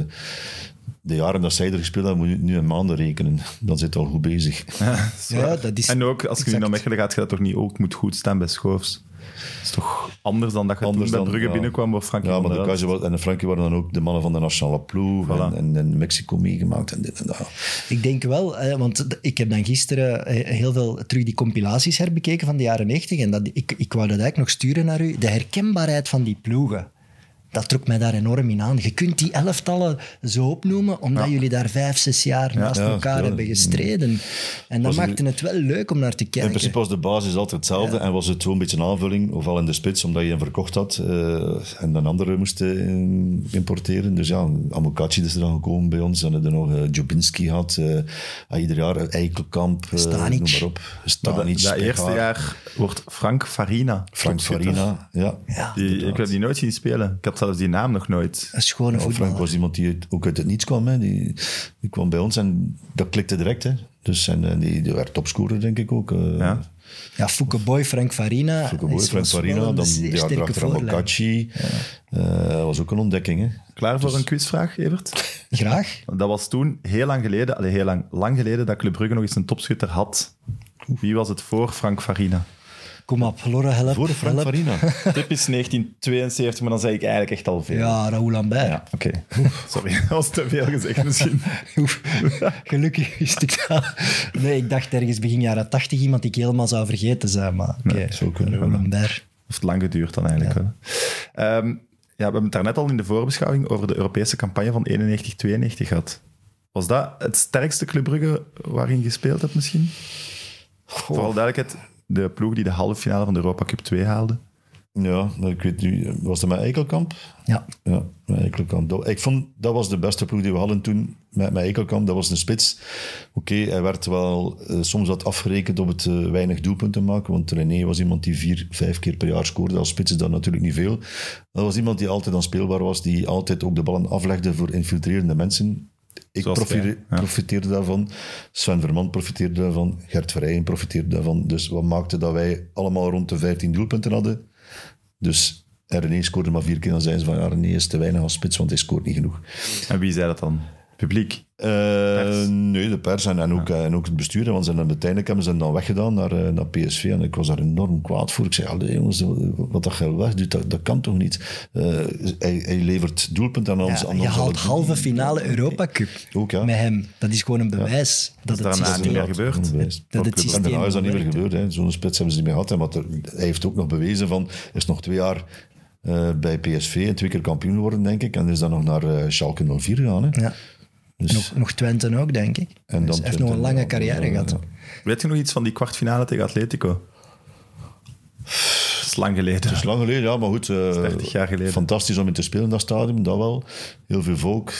de jaren dat zij er gespeeld hebben, moet je nu in maanden rekenen. Dan zit je al goed bezig. Ja, dat is en ook, als je nu naar Mechelen gaat, je dat toch niet ook moet goed staan bij Schoofs? is toch anders dan dat je Anders toen bij dan, Brugge ja. binnenkwam of Frankie Ja, van maar der de Elst. Kaiser en de Frankie waren dan ook de mannen van de nationale ploeg Voilà. en Mexico meegemaakt en dit en dat. Ik denk wel, want ik heb dan gisteren heel veel terug die compilaties herbekeken van de jaren 90 en ik wou dat eigenlijk nog sturen naar u. De herkenbaarheid van die ploegen, dat trok mij daar enorm in aan. Je kunt die elftallen zo opnoemen, omdat jullie daar 5-6 jaar naast elkaar ja. hebben gestreden. En dat maakte het wel leuk om naar te kijken. In principe was de basis altijd hetzelfde en was het zo'n beetje een aanvulling, ofwel in de spits, omdat je hem verkocht had en een andere moest importeren. Dus ja, Amokachi is er dan gekomen bij ons. Dan hadden we nog Jobinski gehad. Ieder jaar Eikelkamp, Stanic. noem maar op. Stanic, Dat eerste jaar wordt Frank Farina. Frank topschutter. Farina, ja. Ja, Ik heb die nooit zien spelen. Ik had zelfs die naam nog nooit. een schone Frank voetballer. was iemand die ook uit het niets kwam. Hè. Die kwam bij ons en dat klikte direct. Hè. Dus, en die werd topscorer, denk ik ook. Ja, Fouke-Boy, Frank Farina. Frank was Farina, wel een dan zeer de jaar sterke erachter voorlijn. Amokachi. Was ook een ontdekking. Hè. Klaar voor een quizvraag, Evert? Graag. Dat was toen heel lang geleden, lang geleden dat Club Brugge nog eens een topschutter had. Wie was het voor Frank Farina? Kom op, Lorre, help. Voor Frank help. Farina. Tip is 1972, maar dan zei ik eigenlijk echt al veel. Ja, Raoul Lambert. Ja, oké. Sorry, dat was te veel gezegd misschien. Oef, gelukkig wist ik dat. Nee, ik dacht ergens begin jaren 80 iemand die ik helemaal zou vergeten zijn. Maar oké, zo kunnen we Raoul wel. Lambert. Heeft lang geduurd dan eigenlijk wel. We hebben het daarnet al in de voorbeschouwing over de Europese campagne van 91-92 gehad. Was dat het sterkste Club Brugge waarin je gespeeld hebt misschien? Vooral duidelijkheid, de ploeg die de halve finale van de Europa Cup 2 haalde. Ja, ik weet nu. Was dat met Eikelkamp? Ja. Ja, met Eikelkamp. Ik vond dat was de beste ploeg die we hadden toen met Eikelkamp. Dat was een spits. Oké, hij werd wel soms wat afgerekend op het weinig doelpunten maken. Want René was iemand die 4-5 keer per jaar scoorde. Als spits is dat natuurlijk niet veel. Dat was iemand die altijd aanspeelbaar was. Die altijd ook de ballen aflegde voor infiltrerende mensen. Ik profiteerde daarvan. Sven Vermand profiteerde daarvan. Gert Verheyen profiteerde daarvan. Dus wat maakte dat wij allemaal rond de 15 doelpunten hadden. Dus René scoorde maar 4 keer. Dan zeiden ze van, ja, René is te weinig als spits, want hij scoort niet genoeg. En wie zei dat dan? Publiek? Nee, de pers en ook het bestuur. Want uiteindelijk hebben ze hem dan weggedaan naar PSV. En ik was daar enorm kwaad voor. Ik zei, allee jongens, wat dat je weg doet, dat kan toch niet? Hij levert doelpunten aan ons. Ja, je haalt halve finale Europa Cup Ook, ja. met hem. Dat is gewoon een bewijs dat het daarna systeem... niet meer gebeurd. Dat het En systeem daarna is dat niet meer werkt. gebeurd. Hè. Zo'n spits hebben ze niet meer gehad. Hè. Maar hij heeft ook nog bewezen van... Hij is nog 2 jaar bij PSV en 2 keer kampioen geworden, denk ik. En is dan nog naar Schalke 04 gegaan. Hè. Ja. Dus, Nog Twente ook, denk ik. en Dus hij heeft nog een lange carrière gehad. Weet je nog iets van die kwartfinale tegen Atletico? Dat is lang geleden. Het is lang geleden, ja, maar goed. 30 jaar geleden. Fantastisch om in te spelen in dat stadion, dat wel. Heel veel volk.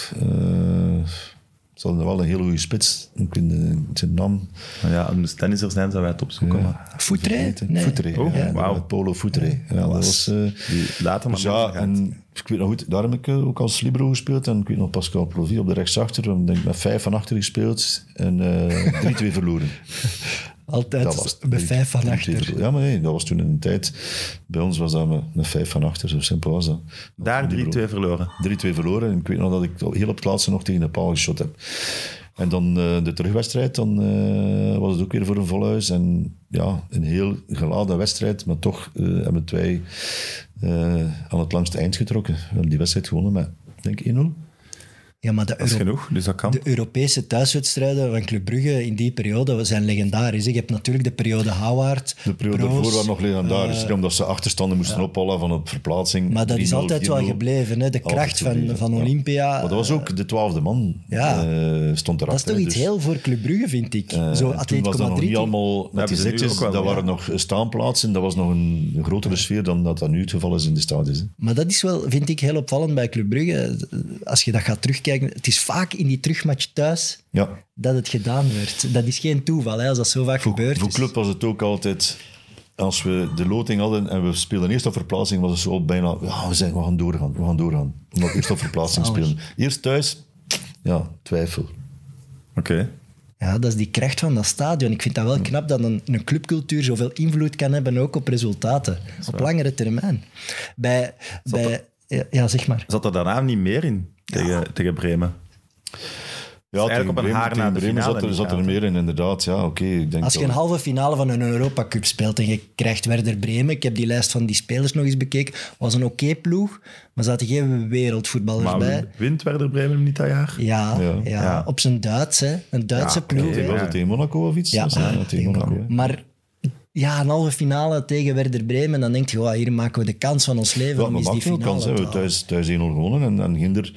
Ze hadden wel een hele goede spits. Ik weet zijn naam. Ja, om de tennisser zijn, zouden wij het opzoeken. Maar Foutré? Nee. Foutré. Oh, ja, wauw. Polo Foutré. Ja, dat was... die later maar Dus ja, en ik weet nog goed, daar heb ik ook als libero gespeeld. En ik weet nog Pascal Plovy op de rechtsachter. We hebben denk ik met 5 van achter gespeeld. En 3-2 verloren. Altijd Dat was met 5 van 3-2 achter. verloren. Ja, maar nee, dat was toen in een tijd. Bij ons was dat met 5 van achter. Zo simpel was dat. daar 3-2 verloren. 3-2 verloren. En ik weet nog dat ik heel op het laatste nog tegen de paal geschot heb. En dan de terugwedstrijd, dan was het ook weer voor een vol huis. En ja, een heel geladen wedstrijd, maar toch hebben wij aan het langste eind getrokken. We hebben die wedstrijd gewonnen met, denk ik, 1-0. Ja, maar Dat is genoeg, dus dat kan. de Europese thuiswedstrijden van Club Brugge in die periode zijn legendarisch. Je hebt natuurlijk de periode Howard. De periode Broos, daarvoor was nog legendarisch, omdat ze achterstanden moesten ophalen van op verplaatsing. Maar dat is 3-0, altijd wel 4-0. gebleven. Hè? De kracht gebleven, van ja. Olympia. Maar dat was ook de 12e man. Ja. Stond erachter. Dat is toch iets dus, heel voor Club Brugge, vind ik. Zo en toen Atletico was dat nog Madrid. niet allemaal met die hebben ze nu zitjes. ook wel, Dat ja. waren nog staanplaatsen. Dat was nog een grotere sfeer dan dat nu het geval is in de stadions. Hè. Maar dat is wel, vind ik, heel opvallend bij Club Brugge. Als je dat gaat terugkijken, het is vaak in die terugmatch thuis Ja. dat het gedaan werd. Dat is geen toeval, hè, als dat zo vaak gebeurt. Voor is. club was het ook altijd... Als we de loting hadden en we speelden eerst op verplaatsing, was het zo bijna... Ja, we gaan doorgaan. Omdat we eerst op verplaatsing spelen. Eerst thuis, ja, twijfel. Oké. Ja, dat is die kracht van dat stadion. Ik vind dat wel knap dat een clubcultuur zoveel invloed kan hebben ook op resultaten. Op langere termijn. Ja, zeg maar. Zat er daarna niet meer in tegen Bremen? Ja, eigenlijk op een haar na de finale zat er meer in, inderdaad. Ja, oké. Ik denk als je een halve finale van een Europa Cup speelt en je krijgt Werder Bremen, ik heb die lijst van die spelers nog eens bekeken, was een oké ploeg, maar zaten geen wereldvoetballers bij. Maar wint Werder Bremen niet dat jaar? Ja, op zijn Duits, hè. Een Duitse ploeg. Was het tegen Monaco of iets? Ja, tegen Monaco. Ja. Maar ja, een halve finale tegen Werder Bremen, dan denk je, hier maken we de kans van ons leven om eens die finale kans, te halen. We thuis 1-0 gewonnen en Ginder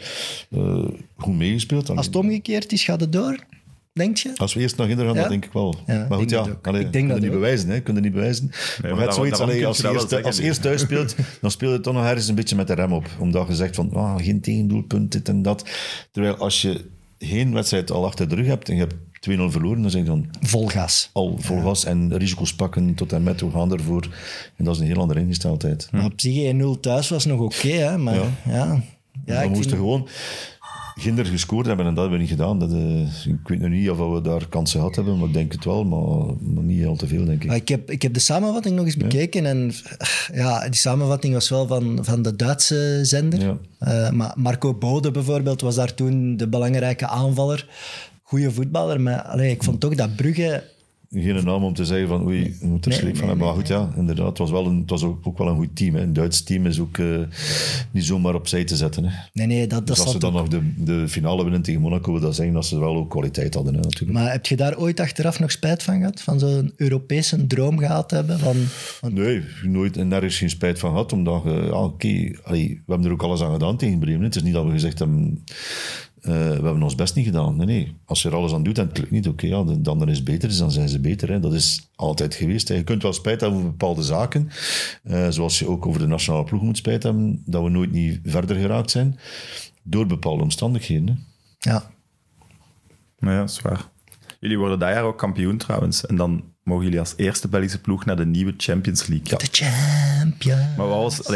goed meegespeeld. Als het omgekeerd is, gaat het door, denk je? Als we eerst naar Ginder gaan, dat denk ik wel. Ja, maar goed, ik denk dat niet bewijzen. Hè. Kun je niet bewijzen. Nee, maar zoiets, als je eerst thuis dus. speelt, dan speel je toch nog ergens een beetje met de rem op. Omdat je zegt van, geen tegendoelpunt, dit en dat. Terwijl als je geen wedstrijd al achter de rug hebt en je hebt 2-0 verloren, dan zeg je dan... Vol gas. Al vol gas en risico's pakken tot en met, we gaan ervoor. En dat is een heel andere ingesteldheid. Maar op zich 1-0 thuis was nog oké, hè. Maar ja we moesten gewoon Ginder gescoord hebben en dat hebben we niet gedaan. Ik weet nog niet of we daar kansen gehad hebben, maar ik denk het wel, maar niet al te veel, denk ik. Ik heb de samenvatting nog eens bekeken en die samenvatting was wel van de Duitse zender. Ja. Maar Marco Bode bijvoorbeeld was daar toen de belangrijke aanvaller. Goeie voetballer, maar ik vond toch dat Brugge... Geen naam om te zeggen van oei, je moet er schrik van hebben. Maar goed, ja, inderdaad, het was ook wel een goed team. Hè. Een Duits team is ook niet zomaar opzij te zetten. Hè. Nee, dat dus als ze dan ook nog de finale winnen tegen Monaco, wil dat zeggen dat ze wel ook kwaliteit hadden. Hè, natuurlijk. Maar heb je daar ooit achteraf nog spijt van gehad? Van zo'n Europese droom gehad te hebben? Nee, nooit en nergens geen spijt van gehad. Omdat we hebben er ook alles aan gedaan tegen Bremen. Het is niet dat we gezegd hebben... we hebben ons best niet gedaan. Nee. Als je er alles aan doet en het lukt niet, dan is het beter, dus dan zijn ze beter. Hè. Dat is altijd geweest. Hè. Je kunt wel spijt hebben over bepaalde zaken, zoals je ook over de nationale ploeg moet spijt hebben, dat we nooit niet verder geraakt zijn, door bepaalde omstandigheden. Hè. Ja. Nou ja, dat is waar. Jullie worden dat jaar ook kampioen trouwens. En dan mogen jullie als eerste Belgische ploeg naar de nieuwe Champions League. Ja. De Champions. Maar wat was...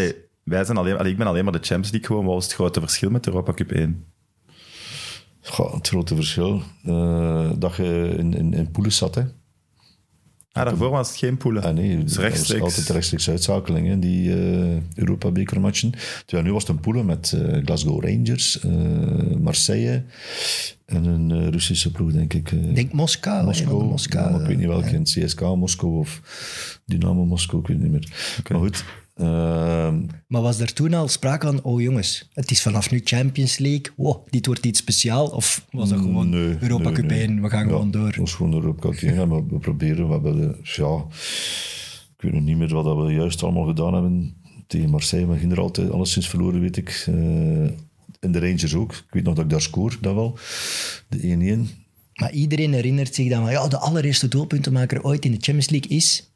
ik ben alleen maar de Champions League gewoon. Wat was het grote verschil met de Europa Cup 1? Het grote verschil dat je in poelen zat. Hè. Daarvoor was het geen poelen. Nee, dus rechtstreeks. Was altijd rechtstreeks uitzakeling, hè, die Europa-bekermatchen. Terwijl nu was het een poelen met Glasgow Rangers, Marseille en een Russische ploeg, denk ik. Ik denk Moskou. Moskou. Maar ik weet niet welke, in CSK Moskou of Dynamo Moskou, ik weet niet meer. Okay. Maar goed... maar was er toen al sprake van, oh jongens, het is vanaf nu Champions League, wow, dit wordt iets speciaal? Of was dat gewoon Europa Cup 1, we gaan gewoon door? Het was gewoon Europa Cup 1, maar we proberen. We hebben, ik weet nog niet meer wat we juist allemaal gedaan hebben tegen Marseille. We gingen er altijd alleszins verloren, weet ik. En de Rangers ook. Ik weet nog dat ik daar scoor, dat wel. De 1-1. Maar iedereen herinnert zich dan van, de allereerste doelpuntenmaker ooit in de Champions League is...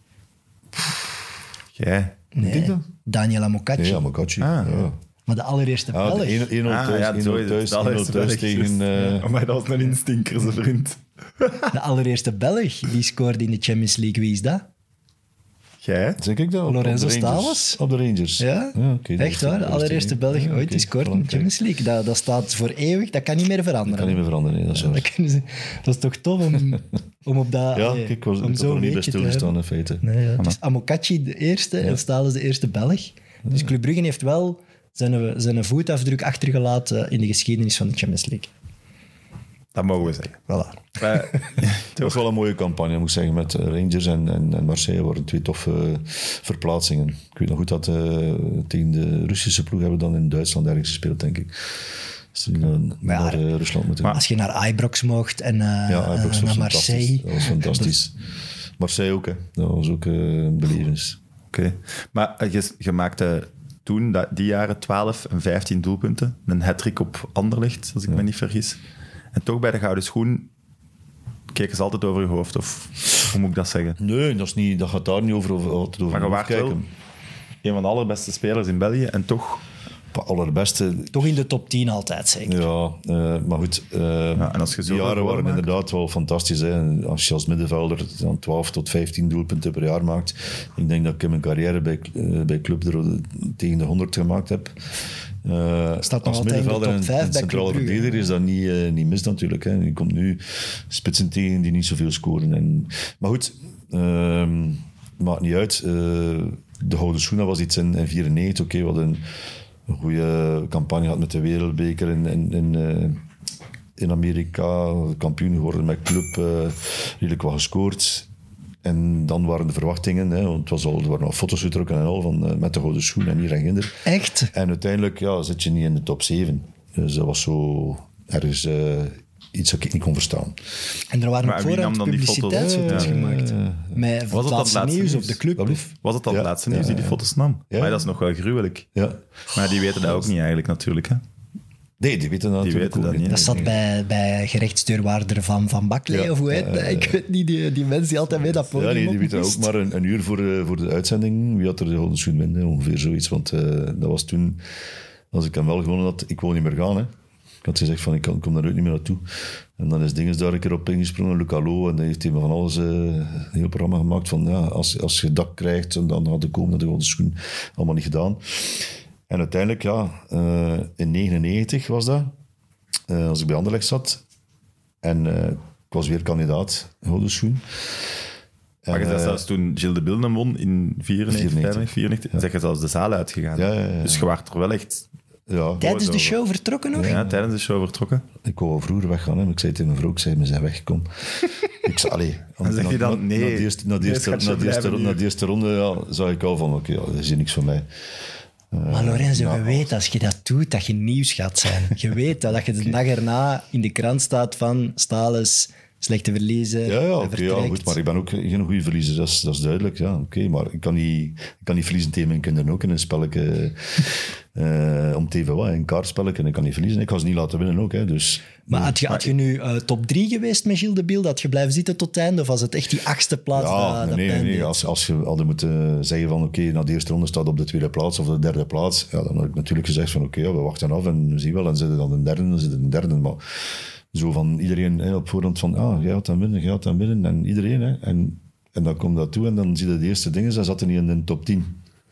Jij? Nee, Daniel Amokachi. Ja, Amokachi. Ja. Maar de allereerste Belg. 1-0 thuis tegen... Maar dat was een instinker, zijn vriend. De allereerste Belg die scoorde in de Champions League, wie is dat? Jij? Zeg ik dat? Lorenzo Stalas? Op de Rangers. Ja, echt waar. De allereerste Belg ooit die scoort in de Champions League. Dat staat voor eeuwig, dat kan niet meer veranderen. Dat kan niet meer veranderen, nee, dat is waar. Dat is toch tof om op dat... Ja, ik was er niet bij stilgestaan in feite. Nee, ja. Dus Amokachi de eerste en Stalas de eerste Belg. Dus Club Brugge heeft wel zijn voetafdruk achtergelaten in de geschiedenis van de Champions League. Dat mogen we zeggen. Voilà. Het was wel een mooie campagne, moet ik zeggen. Met Rangers en Marseille waren twee toffe verplaatsingen. Ik weet nog goed dat tegen de Russische ploeg hebben we dan in Duitsland ergens gespeeld, denk ik. Dus naar Rusland moeten. Maar als je naar Ibrox mocht en naar Marseille... Dat was fantastisch. Marseille ook, hè. Dat was ook een belevenis. Oké. Maar je maakte toen, die jaren, 12 en 15 doelpunten. Een hat-trick op Anderlecht, als ik me niet vergis. En toch bij de Gouden Schoen keken ze altijd over je hoofd, of hoe moet ik dat zeggen? Nee, dat gaat daar niet over maar je waart wel een van de allerbeste spelers in België en toch... Allerbeste... Toch in de top 10 altijd, zeker? Ja, maar goed. En als je die jaren waren inderdaad wel fantastisch. Hè. Als je als middenvelder dan 12 tot 15 doelpunten per jaar maakt. Ik denk dat ik in mijn carrière bij Club tegen de 100 gemaakt heb. Staat nog als middenvelder en centrale verdediger is dat niet mis natuurlijk. Hè. Je komt nu spitsen tegen die niet zoveel scoren. Maar goed, maakt niet uit. De Gouden Schoen, dat was iets in 1994. Oké, wat een goede campagne had met de Wereldbeker in Amerika kampioen geworden met club, redelijk wat gescoord. En dan waren de verwachtingen, hè, want er waren al foto's getrokken en al, van, met de gouden schoen en hier en ginder. Echt? En uiteindelijk zit je niet in de top 7. Dus dat was zo ergens iets dat ik niet kon verstaan. En er waren Maar ook wie nam voorhand dan die publiciteitsfoto's foto's? gemaakt. Met het het laatste laatste nieuws nieuws? of de club. Was het dan Ja. het laatste nieuws die foto's nam? Ja. Maar dat is nog wel gruwelijk. Ja. Maar die weten dat ook niet eigenlijk natuurlijk. Hè? Nee, die weten dat Die natuurlijk weten ook dat niet. Dat zat bij gerechtsdeurwaarder van Baklee, Ja. of hoe heet dat? Ik weet niet, die mensen die altijd mee dat podium Ja, nee, die weten opmoest. ook maar een uur voor de uitzending. Wie had er de gouden schoen winnen? Ongeveer zoiets. Want dat was toen, als ik hem wel gewonnen had, ik wou niet meer gaan. Hè. Ik had gezegd van, ik kom daar nooit niet meer naartoe. En dan is Dinges daar een keer op ingesprongen, Luc Allo, en dan heeft hij me van alles, een heel programma gemaakt van, ja, als je dat krijgt, dan had ik komen naar de gouden schoen. Allemaal niet gedaan. En uiteindelijk, in 1999 was dat, als ik bij Anderlecht zat. En ik was weer kandidaat, gouden schoen. Maar je bent zelfs toen Gilles de Bilden won in 94, zeg je zelfs de zaal uitgegaan. Ja. Dus je waart er wel echt... Ja, Tijdens de show vertrokken nog? Ja, tijdens de show vertrokken. ik wou vroeger weggaan. Hè. Maar ik zei tegen mijn vrouw, we zijn weg, kom. Ik zei, allee. Dan zeg je dan, nee. Na de eerste ronde zag ik al van, oké, dat is hier niks voor mij. Maar Lorenzo, je weet als je dat doet, dat je nieuws gaat zijn. Je weet dat je de dag erna in de krant staat van Stales, slechte verliezen, Ja, vertrekt. goed, maar ik ben ook geen goede verliezer, dat is duidelijk. Ja, oké, maar ik kan niet verliezen tegen mijn kinderen ook in een spelletje om TV wat, een kaartspelletje, en ik kan niet verliezen. Ik ga ze niet laten winnen ook. Hè, dus, Maar had je nu top 3 geweest met Gilles de Bilde? Had je blijven zitten tot het einde? Of was het echt die 8e plaats? dat pijn nee. deed? Als je hadden moeten zeggen van oké, na de eerste ronde staat op de tweede plaats of de 3e plaats, dan had ik natuurlijk gezegd van oké, we wachten af en we zien wel. En zitten dan de derde, dan zitten de derde. Maar zo van iedereen op voorhand van jij gaat dan winnen. En iedereen. Hè, en dan komt dat toe en dan zie je de eerste dingen. Ze zaten niet in de top 10.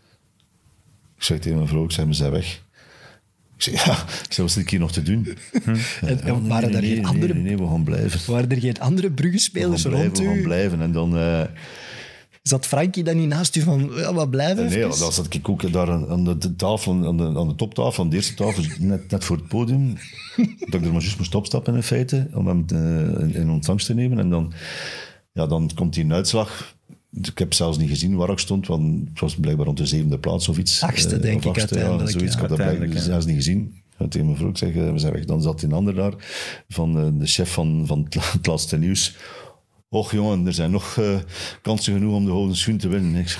Ik zei tegen mijn vrouw, we zijn weg. Ik zei, wat zit ik hier nog te doen? En waren er geen andere... Nee, we gaan blijven. Waren er geen andere bruggenspelers rond We gaan u? blijven. En dan... Zat Frankie dan niet naast u van, wat blijven? Nee, dan zat ik ook daar aan de tafel, aan de toptafel, aan de eerste tafel, net voor het podium. Dat ik er maar juist moest opstappen in feite, om hem in ontvangst te nemen. En dan komt die uitslag. Ik heb zelfs niet gezien waar ik stond, want het was blijkbaar rond de 7e plaats of iets. 8e, denk ik, uiteindelijk. Ja, zoiets. Ik heb dat blijkbaar zelfs niet gezien. Ik had tegen mijn vrouw gezegd, we zijn weg. Dan zat een ander daar, van de chef van het laatste nieuws. Och jongen, er zijn nog kansen genoeg om de gouden schoen te winnen. Ik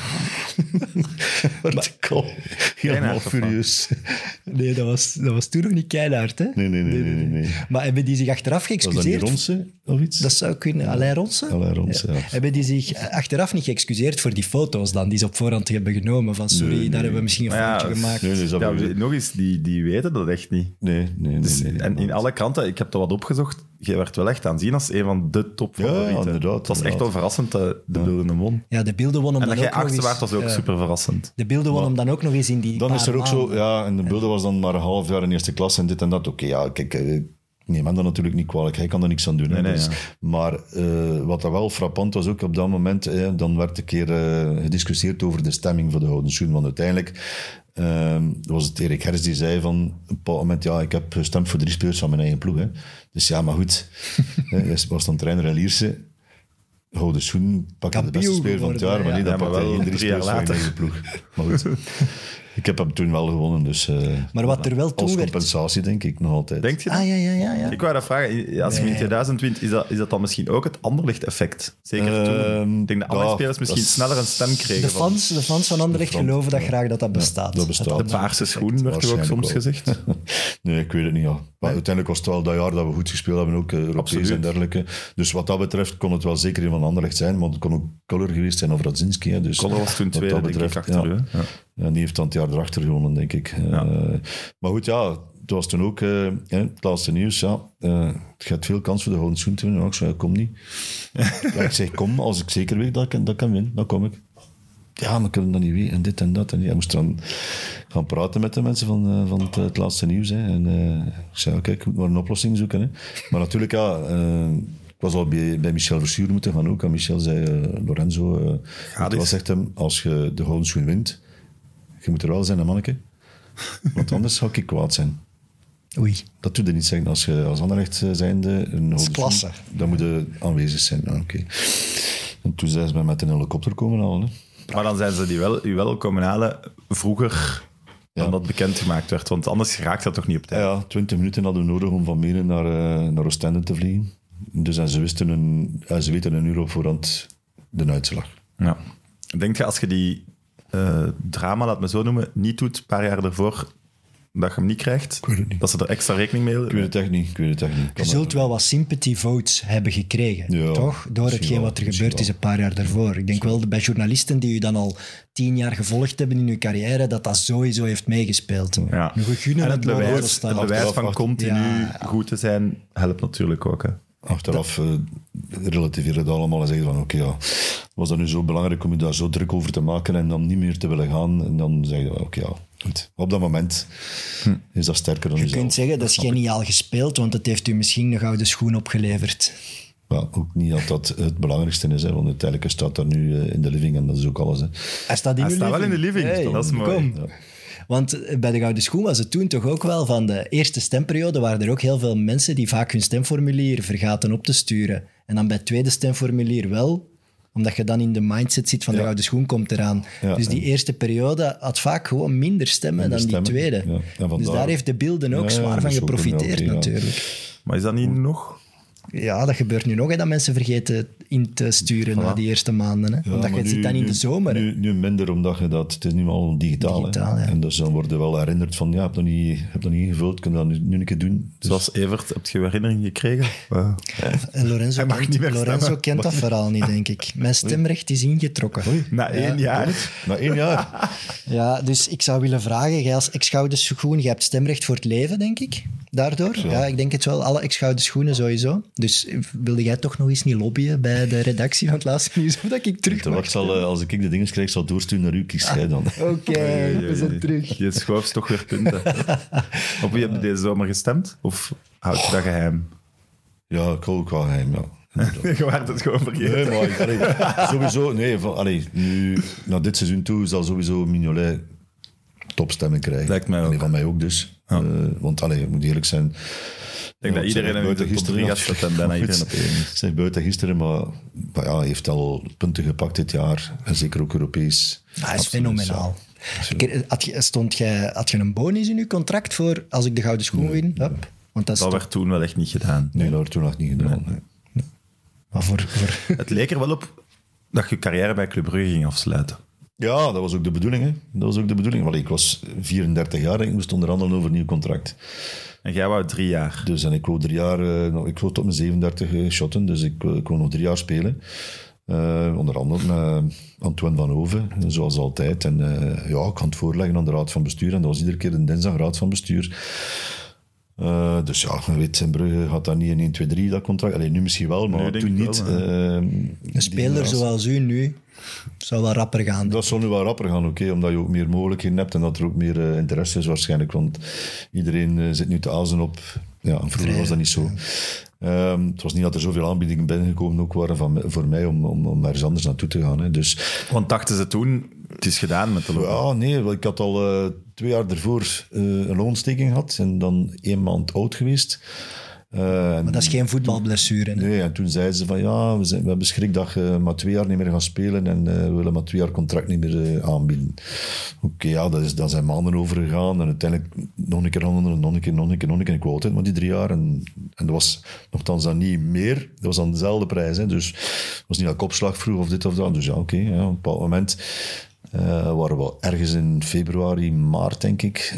word ik al helemaal furieus. Nee, dat was toen nog niet keihard, hè? Nee. Maar hebben die zich achteraf Was dat niet geëxcuseerd? Ronse of iets? Dat zou kunnen. Alain Ronse? Alain Ronse, ja. Hebben die zich achteraf niet geëxcuseerd voor die foto's dan, die ze op voorhand hebben genomen? Van sorry, daar hebben we misschien een Maar foutje gemaakt. Nee, Nog eens, die weten dat echt niet. Nee. En in alle kranten, ik heb dat wat opgezocht, je werd wel echt aanzien als een van de topfavorieten. Ja, inderdaad, Het was echt wel verrassend dat de Bilden won. Ja, de beelden won hem En dan dat ook jij nog eens... achtste waard was ook super verrassend. De beelden won hem dan ook nog eens in die Dan paar is er ook maanden. zo, en de beelden was dan maar een half jaar in eerste klas en dit en dat. Oké, kijk, neem hem dat natuurlijk niet kwalijk. Hij kan er niks aan doen. Nee, Dus, maar wat dat wel frappant was ook op dat moment, dan werd een keer gediscussieerd over de stemming voor de gouden schoen. Want uiteindelijk was het Erik Hers die zei van, op een bepaald moment, ik heb gestemd voor 3 spelers van mijn eigen ploeg. Hè. Dus ja, maar goed. Hij was dan trainer in Lierse. Gouden schoen, pakte de beste speler van het jaar, maar niet dat pakte hij 3 spelers van zijn eigen ploeg. Maar goed. Ik heb hem toen wel gewonnen, dus... Maar wat er wel toen als werd... compensatie, denk ik, nog altijd. Denk je dat? Ja. Ik wou dat vragen. Als je in 2000 wint, is dat dan misschien ook het Anderlecht-effect? Zeker toen. Ik denk dat alle spelers misschien sneller een stem kregen. De fans van Anderlecht geloven dat graag dat bestaat. Dat bestaat. De paarse schoen werd er ook soms gezegd. Nee, ik weet het niet. Ja. Maar uiteindelijk was het wel dat jaar dat we goed gespeeld hebben, ook Europees en dergelijke. Dus wat dat betreft kon het wel zeker een van Anderlecht zijn, maar het kon ook Koller geweest zijn of Radzinski. Hè. Dus Koller was toen tweede, denk ik, achter u. Ja, die heeft dan het jaar erachter gewonnen, denk ik. Maar goed, het was toen ook het laatste nieuws. Je hebt veel kans voor de gouden schoen te winnen. Ik zei, kom niet. Ik zeg, kom, als ik zeker weet dat ik kan winnen, dan kom ik. Ja, maar kunnen dat niet weten, en dit en dat. En hij moest dan gaan praten met de mensen van het laatste nieuws. Hè. En ik zei, kijk, ik moet maar een oplossing zoeken. Hè. Maar natuurlijk, ik was al bij Michel Verschuur moeten gaan ook. En Michel zei, Lorenzo, wat zegt hem, als je de gouden schoen wint, je moet er wel zijn, hè, manneke. Want anders zou ik kwaad zijn. Oei. Dat doe je niet zeggen. Als je als Anderlecht zijnde... Een is klasse. Dan moet je aanwezig zijn. Oké. En toen zijn ze met een helikopter komen halen. Hè. Maar dan zijn ze u wel komen halen vroeger dan dat bekendgemaakt werd. Want anders raakt dat toch niet op tijd? Ja, 20 minuten hadden we nodig om van Meren naar Oostende te vliegen. Dus en ze weten een uur op voorhand de uitslag. Ja. Denk je, als je die drama, laat me zo noemen, niet doet een paar jaar ervoor, dat je hem niet krijgt? Ik weet het niet. Dat ze er extra rekening mee... Ik weet het echt niet. Je zult wel wat sympathy votes hebben gekregen, Ja, toch? Door hetgeen wat er gebeurd is een paar jaar daarvoor. Ik denk wel dat bij journalisten die u dan al 10 jaar gevolgd hebben in uw carrière, dat sowieso heeft meegespeeld. Ja. Nu, we gunnen En het bewijs, staan. het bewijs van continu Ja. goed te zijn, helpt natuurlijk ook. Hè. Achteraf relativeren dat allemaal en zeggen van oké, ja, was dat nu zo belangrijk om je daar zo druk over te maken en dan niet meer te willen gaan? En dan zeg je oké, ja, goed. Op dat moment is dat sterker dan Je jezelf. kunt zeggen, dat is geniaal gespeeld, want het heeft u misschien een gouden schoen opgeleverd. Ja, ook niet dat dat het belangrijkste is, hè, want uiteindelijk staat daar nu in de living en dat is ook alles. Hè. Hij staat in Hij uw staat wel in de living, Hey, dat is mooi. kom. Ja. Want bij de Gouden Schoen was het toen toch ook wel van de eerste stemperiode waren er ook heel veel mensen die vaak hun stemformulier vergaten op te sturen. En dan bij het tweede stemformulier wel, omdat je dan in de mindset zit van de Gouden Schoen komt eraan. Ja, dus die eerste periode had vaak gewoon minder stemmen dan die tweede. Ja, en vandaar- Dus daar heeft de beelden ook zwaar van dat is ook geprofiteerd een- ja. natuurlijk. Maar is dat niet nog? Ja, dat gebeurt nu nog, hè, dat mensen vergeten in te sturen na die eerste maanden. Hè. Ja, Omdat maar je zit dan in de zomer. Hè. Nu minder, omdat je dat... Het is nu al digitaal. Digitaal, hè. ja. En dus dan word je wel herinnerd van... Ja, heb dat niet ingevuld, kun je dat nu een keer doen. Dus, Zoals Evert, heb je herinnering gekregen? En Lorenzo, Hij mag niet meer Lorenzo stemmen. kent dat verhaal niet, denk ik. Mijn stemrecht is ingetrokken. Na 1 jaar? na 1 jaar. Ja, dus ik zou willen vragen, jij als ex-gouden schoen, jij hebt stemrecht voor het leven, denk ik, daardoor. Ja, ik denk het wel, alle ex-gouden schoenen sowieso. Dus wilde jij toch nog eens niet lobbyen bij de redactie van het laatste nieuws, of dat ik terug Terwijl mag? ik zal, als ik de dingen krijg, zal doorsturen naar u, kies jij dan. Oké, we zijn terug. Je schooft toch weer punten. Op wie heb je deze zomer gestemd? Of houd je dat geheim? Ja, ik hou ook wel geheim, ja. Je waart het gewoon vergeten. Nee, maar sowieso... Nee, nu, naar dit seizoen toe zal sowieso Mignolet topstemmen krijgen. Lijkt mij ook. En van mij ook dus. Ja. Want, ik moet eerlijk zijn... Ik denk dat iedereen hem in de top 3 gaat zetten en bijna iedereen op 1. Ik zeg buiten gisteren, maar ja, hij heeft al punten gepakt dit jaar. En zeker ook Europees. Hij is Absoluut, fenomenaal. ja. Had je een bonus in je contract voor als ik de gouden schoen win? Hup. Want dat is Dat toch- werd toen wel echt niet gedaan. Nee, dat werd toen nog niet gedaan. Nee. maar voor Het leek er wel op dat je carrière bij Club Brugge ging afsluiten. Ja, dat was ook de bedoeling. Hè. Dat was ook de bedoeling. Want ik was 34 jaar en ik moest onderhandelen over een nieuw contract. En jij wou 3 jaar. Dus en ik wou 3 jaar... ik wou tot mijn 37 shotten, dus ik wou nog 3 jaar spelen. Onder andere met Antoine van Hoven, zoals altijd. En ja, ik kan het voorleggen aan de raad van bestuur. En dat was iedere keer een dinsdag raad van bestuur. Dus ja, je weet, in Brugge gaat dat niet in 1, 2, 3, dat contract. Alleen nu misschien wel, maar Nu denk toen ik niet. wel, een speler zoals u nu zou wel rapper gaan. Dat zal nu wel rapper gaan, oké, omdat je ook meer mogelijkheden hebt en dat er ook meer interesse is waarschijnlijk. Want iedereen zit nu te azen op... Ja, vroeger was dat niet zo. Het was niet dat er zoveel aanbiedingen binnengekomen ook waren voor mij om ergens anders naartoe te gaan. Hè. Dus, Want dachten ze toen, het is gedaan met de loopbaan. ja, nee, want ik had al 2 jaar ervoor een longontsteking gehad en dan 1 maand oud geweest. Maar dat is geen voetbalblessure. Hè? Nee, en toen zeiden ze van ja, we hebben schrik dat je maar 2 jaar niet meer gaat spelen en we willen maar 2 jaar contract niet meer aanbieden. Oké, ja, daar zijn maanden over gegaan en uiteindelijk nog een keer handelen, nog een keer. Ik wou altijd maar die 3 jaar en dat was nogthans dan niet meer, dat was dan dezelfde prijs. Hè. Dus het was niet dat ik opslag vroeg of dit of dat. Dus ja, oké, ja, op een bepaald moment waren we ergens in februari, maart denk ik...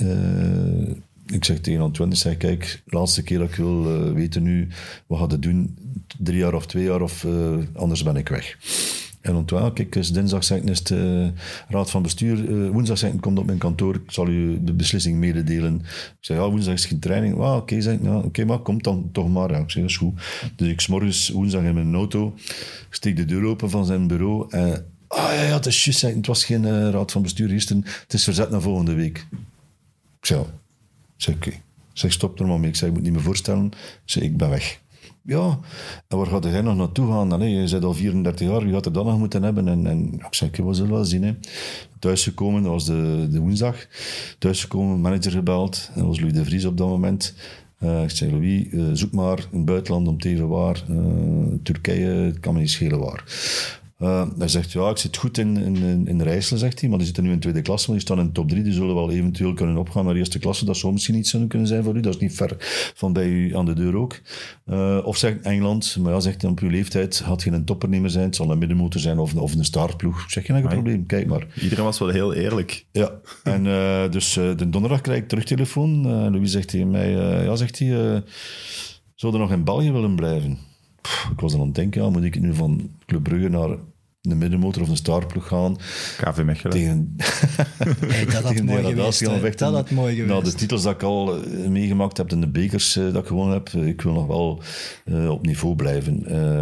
ik zeg tegen Antoine, zeg, kijk, de laatste keer dat ik wil weten nu, wat gaat het doen? 3 jaar of 2 jaar of anders ben ik weg. En Antoine, kijk, is dinsdag zeg ik, is de raad van bestuur. Woensdag zeg ik, kom op mijn kantoor, ik zal u de beslissing mededelen. Ik zeg, ja, woensdag is geen training. Oké, zeg ik, ja, oké, maar kom dan toch maar. Ja, ik zeg, dat is goed. Dus ik 's morgens woensdag in mijn auto, steek de deur open van zijn bureau en... ja, het is juist, zeg ik, het was geen raad van bestuur gisteren, het is verzet naar volgende week. Ik zeg, ja. Ik zeg, oké. Ik zeg, stop er maar mee. Ik zeg, ik moet niet meer voorstellen. Ik zeg, ik ben weg. ja, en waar gaat jij nog naartoe gaan? Allee, je bent al 34 jaar, wie gaat er dan nog moeten hebben? En ik zeg, we zullen wel zien. Hè. Thuisgekomen, dat was de woensdag. Thuisgekomen, manager gebeld. Dat was Louis de Vries op dat moment. Ik zei, Louis, zoek maar in het buitenland om te even waar. Turkije, het kan me niet schelen waar. Hij zegt, ja, ik zit goed in Rijssel, zegt hij, maar die zitten nu in tweede klasse, maar die staan in de top 3, die zullen wel eventueel kunnen opgaan naar eerste klasse. Dat zou misschien iets kunnen zijn voor u, dat is niet ver van bij u aan de deur ook. Of zegt Engeland, maar ja, zegt hij, op uw leeftijd had je een topper niet meer zijn, het zal een middenmotor zijn of een startploeg. Ik zeg, geen enkel probleem, kijk maar. Iedereen was wel heel eerlijk. Ja, en dus de donderdag krijg ik terugtelefoon. Louis zegt tegen mij, ja, zegt hij, zou er nog in België willen blijven? Ik was dan aan het denken, ja, moet ik nu van Club Brugge naar een middenmotor of een startploeg gaan? KV Mechelen. Tegen, Hey, dat had mooi geweest. Dat had mooi geweest. Nou, de titels dat ik al meegemaakt heb en de bekers dat ik gewonnen heb, ik wil nog wel op niveau blijven.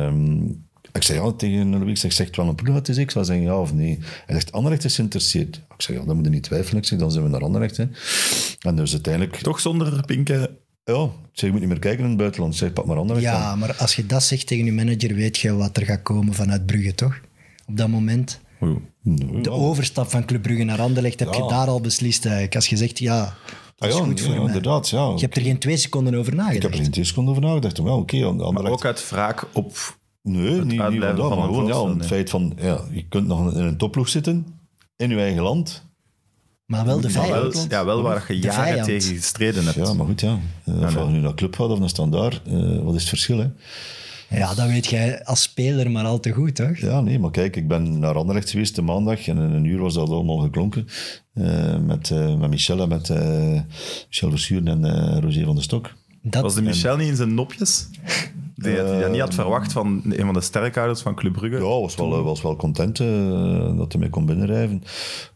Ik zei ja tegen Louis, ik zeg het wel een ploeg, het is ik zou zeggen ja of nee. Hij zegt, Anderlecht is geïnteresseerd. Ik zeg ja, dat moet je niet twijfelen. Ik zeg, dan zijn we naar Anderlecht. Hè. En dus uiteindelijk... Toch zonder pinken... Ja, ik zeg, je moet niet meer kijken in het buitenland. Ik zeg, pak maar Anderlecht ja, dan. maar als je dat zegt tegen je manager, weet je wat er gaat komen vanuit Brugge, toch? Op dat moment. De overstap van Club Brugge naar Anderlecht heb je daar al beslist eigenlijk. Als je zegt, ja, dat is goed voor mij. Inderdaad, ja. Je hebt er geen 2 seconden over nagedacht. Ik heb er geen 2 seconden over nagedacht. Wel, oké, maar ook uit wraak op... Nee, niet van dat, maar gewoon het feit van... Ja, je kunt nog in een topploeg zitten, in je eigen land... Maar wel de vijand. Wel waar je jaren tegen gestreden hebt. Ja, maar goed, ja. Of je nu naar Club gaat of naar Standaard, wat is het verschil, hè? Ja, dat weet jij als speler maar al te goed, toch? Ja, nee, maar kijk, ik ben naar Anderlecht geweest de maandag en in een uur was dat allemaal geklonken. Met Michel en met Michel Versuren en Roger van der Stok. Was de Michel niet in zijn nopjes? Die dat niet had verwacht van een van de sterkhouders van Club Brugge? Ja, was wel content dat hij mij kon binnenrijven.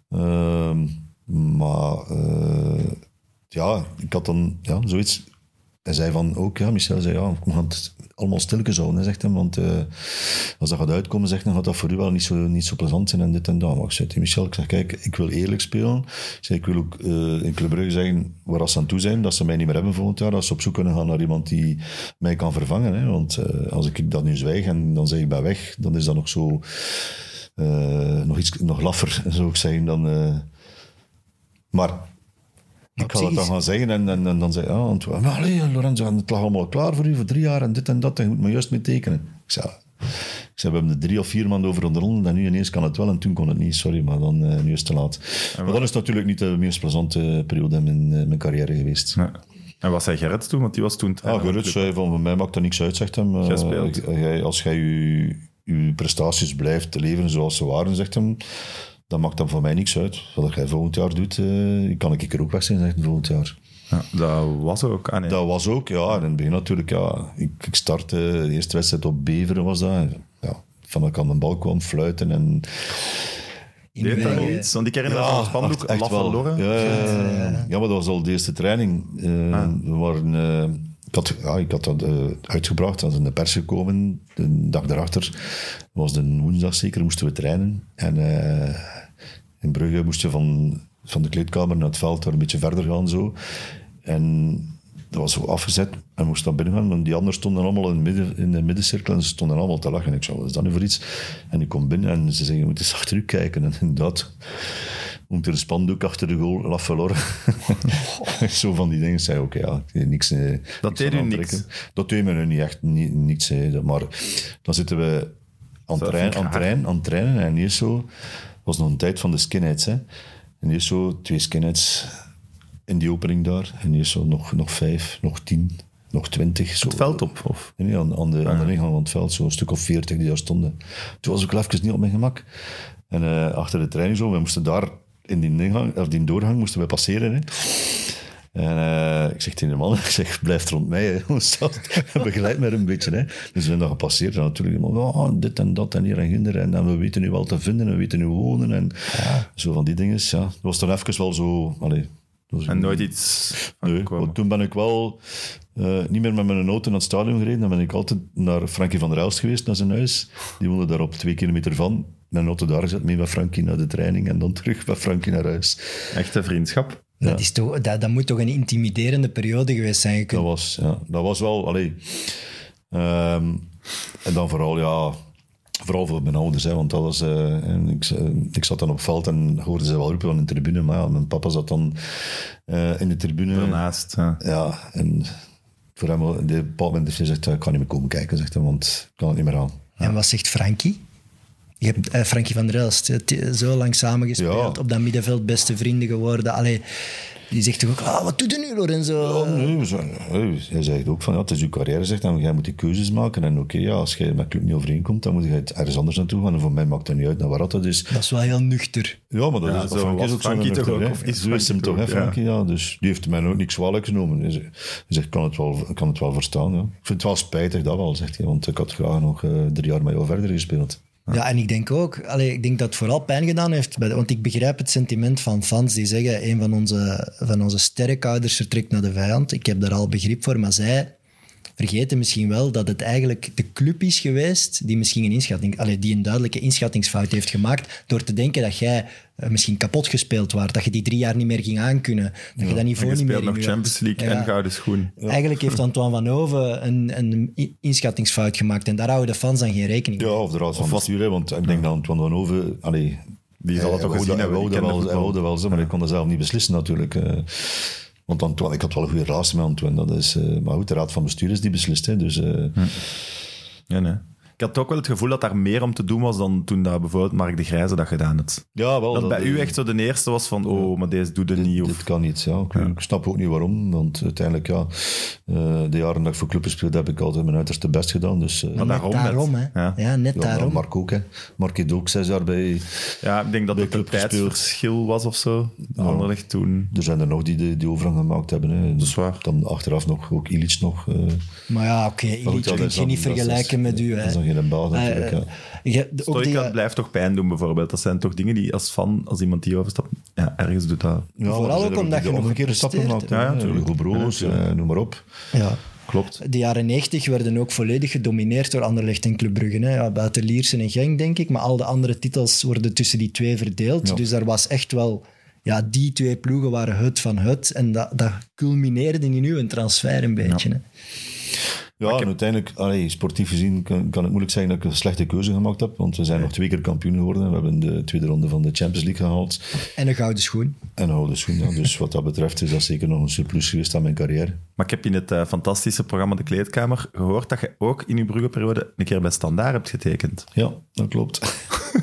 Maar ja, ik had dan zoiets... Hij zei van ook, ja, Michel zei, ja, we gaan het allemaal stilletjes houden, zegt hij, want als dat gaat uitkomen, zegt hij, gaat dat voor u wel niet zo plezant zijn en dit en dat. Maar ik zei tegen Michel, ik zeg, kijk, ik wil eerlijk spelen. Ik zei, ik wil ook in Club Brugge zeggen waar ze aan toe zijn, dat ze mij niet meer hebben volgend jaar, dat ze op zoek kunnen gaan naar iemand die mij kan vervangen. Hè. Want als ik dat nu zwijg en dan zeg ik ben weg, dan is dat nog zo... nog laffer, zou ik zeggen, dan... maar... Ik ga dat dan gaan zeggen en dan zei hij, maar allee, Lorenzo, het lag allemaal klaar voor u voor 3 jaar en dit en dat, en je moet me juist mee tekenen. Ik zei, we hebben er 3 of 4 maanden over onderhandeld en nu ineens kan het wel en toen kon het niet, sorry, maar dan nu is het te laat. Maar dat is natuurlijk niet de meest plezante periode in mijn carrière geweest. Ja. En wat zei Gerrit toen? Want die was toen... Gerrit zei van mij maakt dat niks uit, zegt hem. Als jij je prestaties blijft leveren zoals ze waren, zegt hem... Dat maakt dan voor mij niks uit. Wat jij volgend jaar doet, kan ik er ook weg zijn, zegt volgend jaar. Ja, dat was ook. Nee. Dat was ook, ja. En in het begin natuurlijk, ja. Ik startte, de eerste wedstrijd op Beveren was dat. Ja, van dat ik aan de bal kwam, fluiten en... Deed dat nog iets? Want ik herinner me van het spandoek, echt wel. Verloren. Ja, maar dat was al de eerste training. We waren... Ik had dat uitgebracht, dat is in de pers gekomen. De dag daarachter was de woensdag zeker, moesten we trainen. En in Brugge moesten we van de kleedkamer naar het veld daar een beetje verder gaan. Zo. En dat was zo afgezet en moest dan binnen gaan. En die anderen stonden allemaal in de middencirkel en ze stonden allemaal te lachen. En ik zei, wat is dat nu voor iets? En ik kom binnen en ze zeggen, je moet eens achter u kijken. En inderdaad... Moet er een spandoek achter de goal, La Valor. Zo van die dingen. Zei oké, ja, niks. Dat deed u niks? Dat deed me nu niet echt niks. Maar dan zitten we aan het trainen. En eerst zo... Het was nog een tijd van de skinheads. Hè. En eerst zo 2 skinheads in die opening daar. En eerst zo nog 5, nog 10, nog 20. Zo. Het veld op? Of? Nee, aan de ingang van het veld. Zo een stuk of 40 die daar stonden. Toen was ik wel even niet op mijn gemak. En achter de training zo, we moesten daar... In die doorgang moesten we passeren. Hè. En ik zeg tegen de man, ik zeg, blijf rond mij. Hè. Begeleid mij een beetje. Hè. Dus we zijn dan gepasseerd. En natuurlijk, dit en dat en hier en ginder. En we weten nu wel te vinden, we weten nu wonen. En zo van die dingen. Ja. Dat was dan even wel zo... En nooit iets... Nee, want toen ben ik wel niet meer met mijn auto naar het stadion gereden. Dan ben ik altijd naar Frankie van der Elst geweest, naar zijn huis. Die woonde daar op 2 kilometer van. Mijn auto daar gezet, mee met Frankie naar de training en dan terug met Frankie naar huis. Echte vriendschap. Ja. Dat moet toch een intimiderende periode geweest zijn? Dat was wel... En dan vooral voor mijn ouders, hè, want dat was, ik zat dan op veld en hoorde ze wel roepen van de tribune, maar ja, mijn papa zat dan in de tribune. Daarnaast, ja. En voor hem, op een bepaald moment heeft hij gezegd, ik kan niet meer komen kijken, zegt hij, want ik kan het niet meer aan. En wat zegt Frankie? Je hebt Frankie van der Elst zo lang samengespeeld, op dat middenveld beste vrienden geworden. Allee, die zegt toch ook, wat doet u nu, Lorenzo? Ja, nee, hij zegt ook van, het is uw carrière, zegt hij, jij moet die keuzes maken. En oké, als je met club niet overeenkomt, dan moet je ergens anders naartoe gaan. En voor mij maakt het niet uit naar waar dat is. Dat is wel heel nuchter. Ja, maar dat is ook Frankie toch ook? Of zo is hem toch, hè, Frankie? Ja. Dus die heeft mij ook niks kwalijk genomen. Hij zegt, ik kan het wel verstaan. Ja. Ik vind het wel spijtig, dat wel, zegt hij. Want ik had graag nog 3 jaar met jou verder gespeeld. Ja, en ik denk ook, ik denk dat het vooral pijn gedaan heeft. Want ik begrijp het sentiment van fans die zeggen, een van onze sterrenkouders vertrekt naar de vijand. Ik heb daar al begrip voor, maar zij vergeten misschien wel dat het eigenlijk de club is geweest die misschien die een duidelijke inschattingsfout heeft gemaakt door te denken dat jij misschien kapot gespeeld was, dat je die 3 jaar niet meer ging aankunnen, dat je dat niveau niet meer in nog Champions League en gouden schoen. Ja. Eigenlijk heeft Antoine van Hoven een inschattingsfout gemaakt en daar houden de fans dan geen rekening mee. Ja, of de raad van bestuur, want ik denk dat Antoine van Hoven... die zal het toch gezien hebben. Hij wilde wel zo, maar hij kon dat zelf niet beslissen natuurlijk. Want Antoine, ik had wel een goede relatie met Antoine. Dat is, maar goed, de raad van bestuur is die beslist. Hè, dus, Ja, nee. Ik had ook wel het gevoel dat daar meer om te doen was dan toen dat bijvoorbeeld Mark de Grijze dat gedaan had. Ja, wel. Dat bij u echt zo de eerste was van, maar deze doet het niet. Of... Dit kan niet, ja. Ik snap ook niet waarom. Want uiteindelijk, de jaren dat ik voor club gespeeld heb ik altijd mijn uiterste best gedaan. Dus, maar daarom, hè. Ja, net daarom. Mark ook, hè. Mark heeft ook 6 jaar bij... Ja, ik denk dat het een tijdsverschil was of zo. Anderlecht toen... Er zijn er nog die overgang gemaakt hebben. Hè. Dat is waar. Dan achteraf nog, ook Ilic nog. Maar ja, Ilic kun je niet vergelijken met u, hè. Dat is dan geen baas natuurlijk, Stoica blijft toch pijn doen, bijvoorbeeld. Dat zijn toch dingen die als fan, als iemand die overstapt, ergens doet dat. Ja, vooral ook omdat je nog een keer een stap gemaakt hebt. Hugo Broos, noem maar op. Ja. Klopt. De jaren 90 werden ook volledig gedomineerd door Anderlecht en Club Brugge. Hè. Ja, buiten Liersen en Genk, denk ik. Maar al de andere titels worden tussen die 2 verdeeld. Ja. Dus daar was echt wel... Ja, die 2 ploegen waren het van het. En dat culmineerde in nu een transfer een beetje. Ja. Hè. Ja, en uiteindelijk, sportief gezien kan het moeilijk zeggen dat ik een slechte keuze gemaakt heb, want we zijn nog 2 keer kampioen geworden. We hebben de tweede ronde van de Champions League gehaald. En een gouden schoen. Ja. Dus wat dat betreft is dat zeker nog een surplus geweest aan mijn carrière. Maar ik heb in het fantastische programma De Kleedkamer gehoord dat je ook in je Brugge-periode een keer bij Standaard hebt getekend. Ja, dat klopt.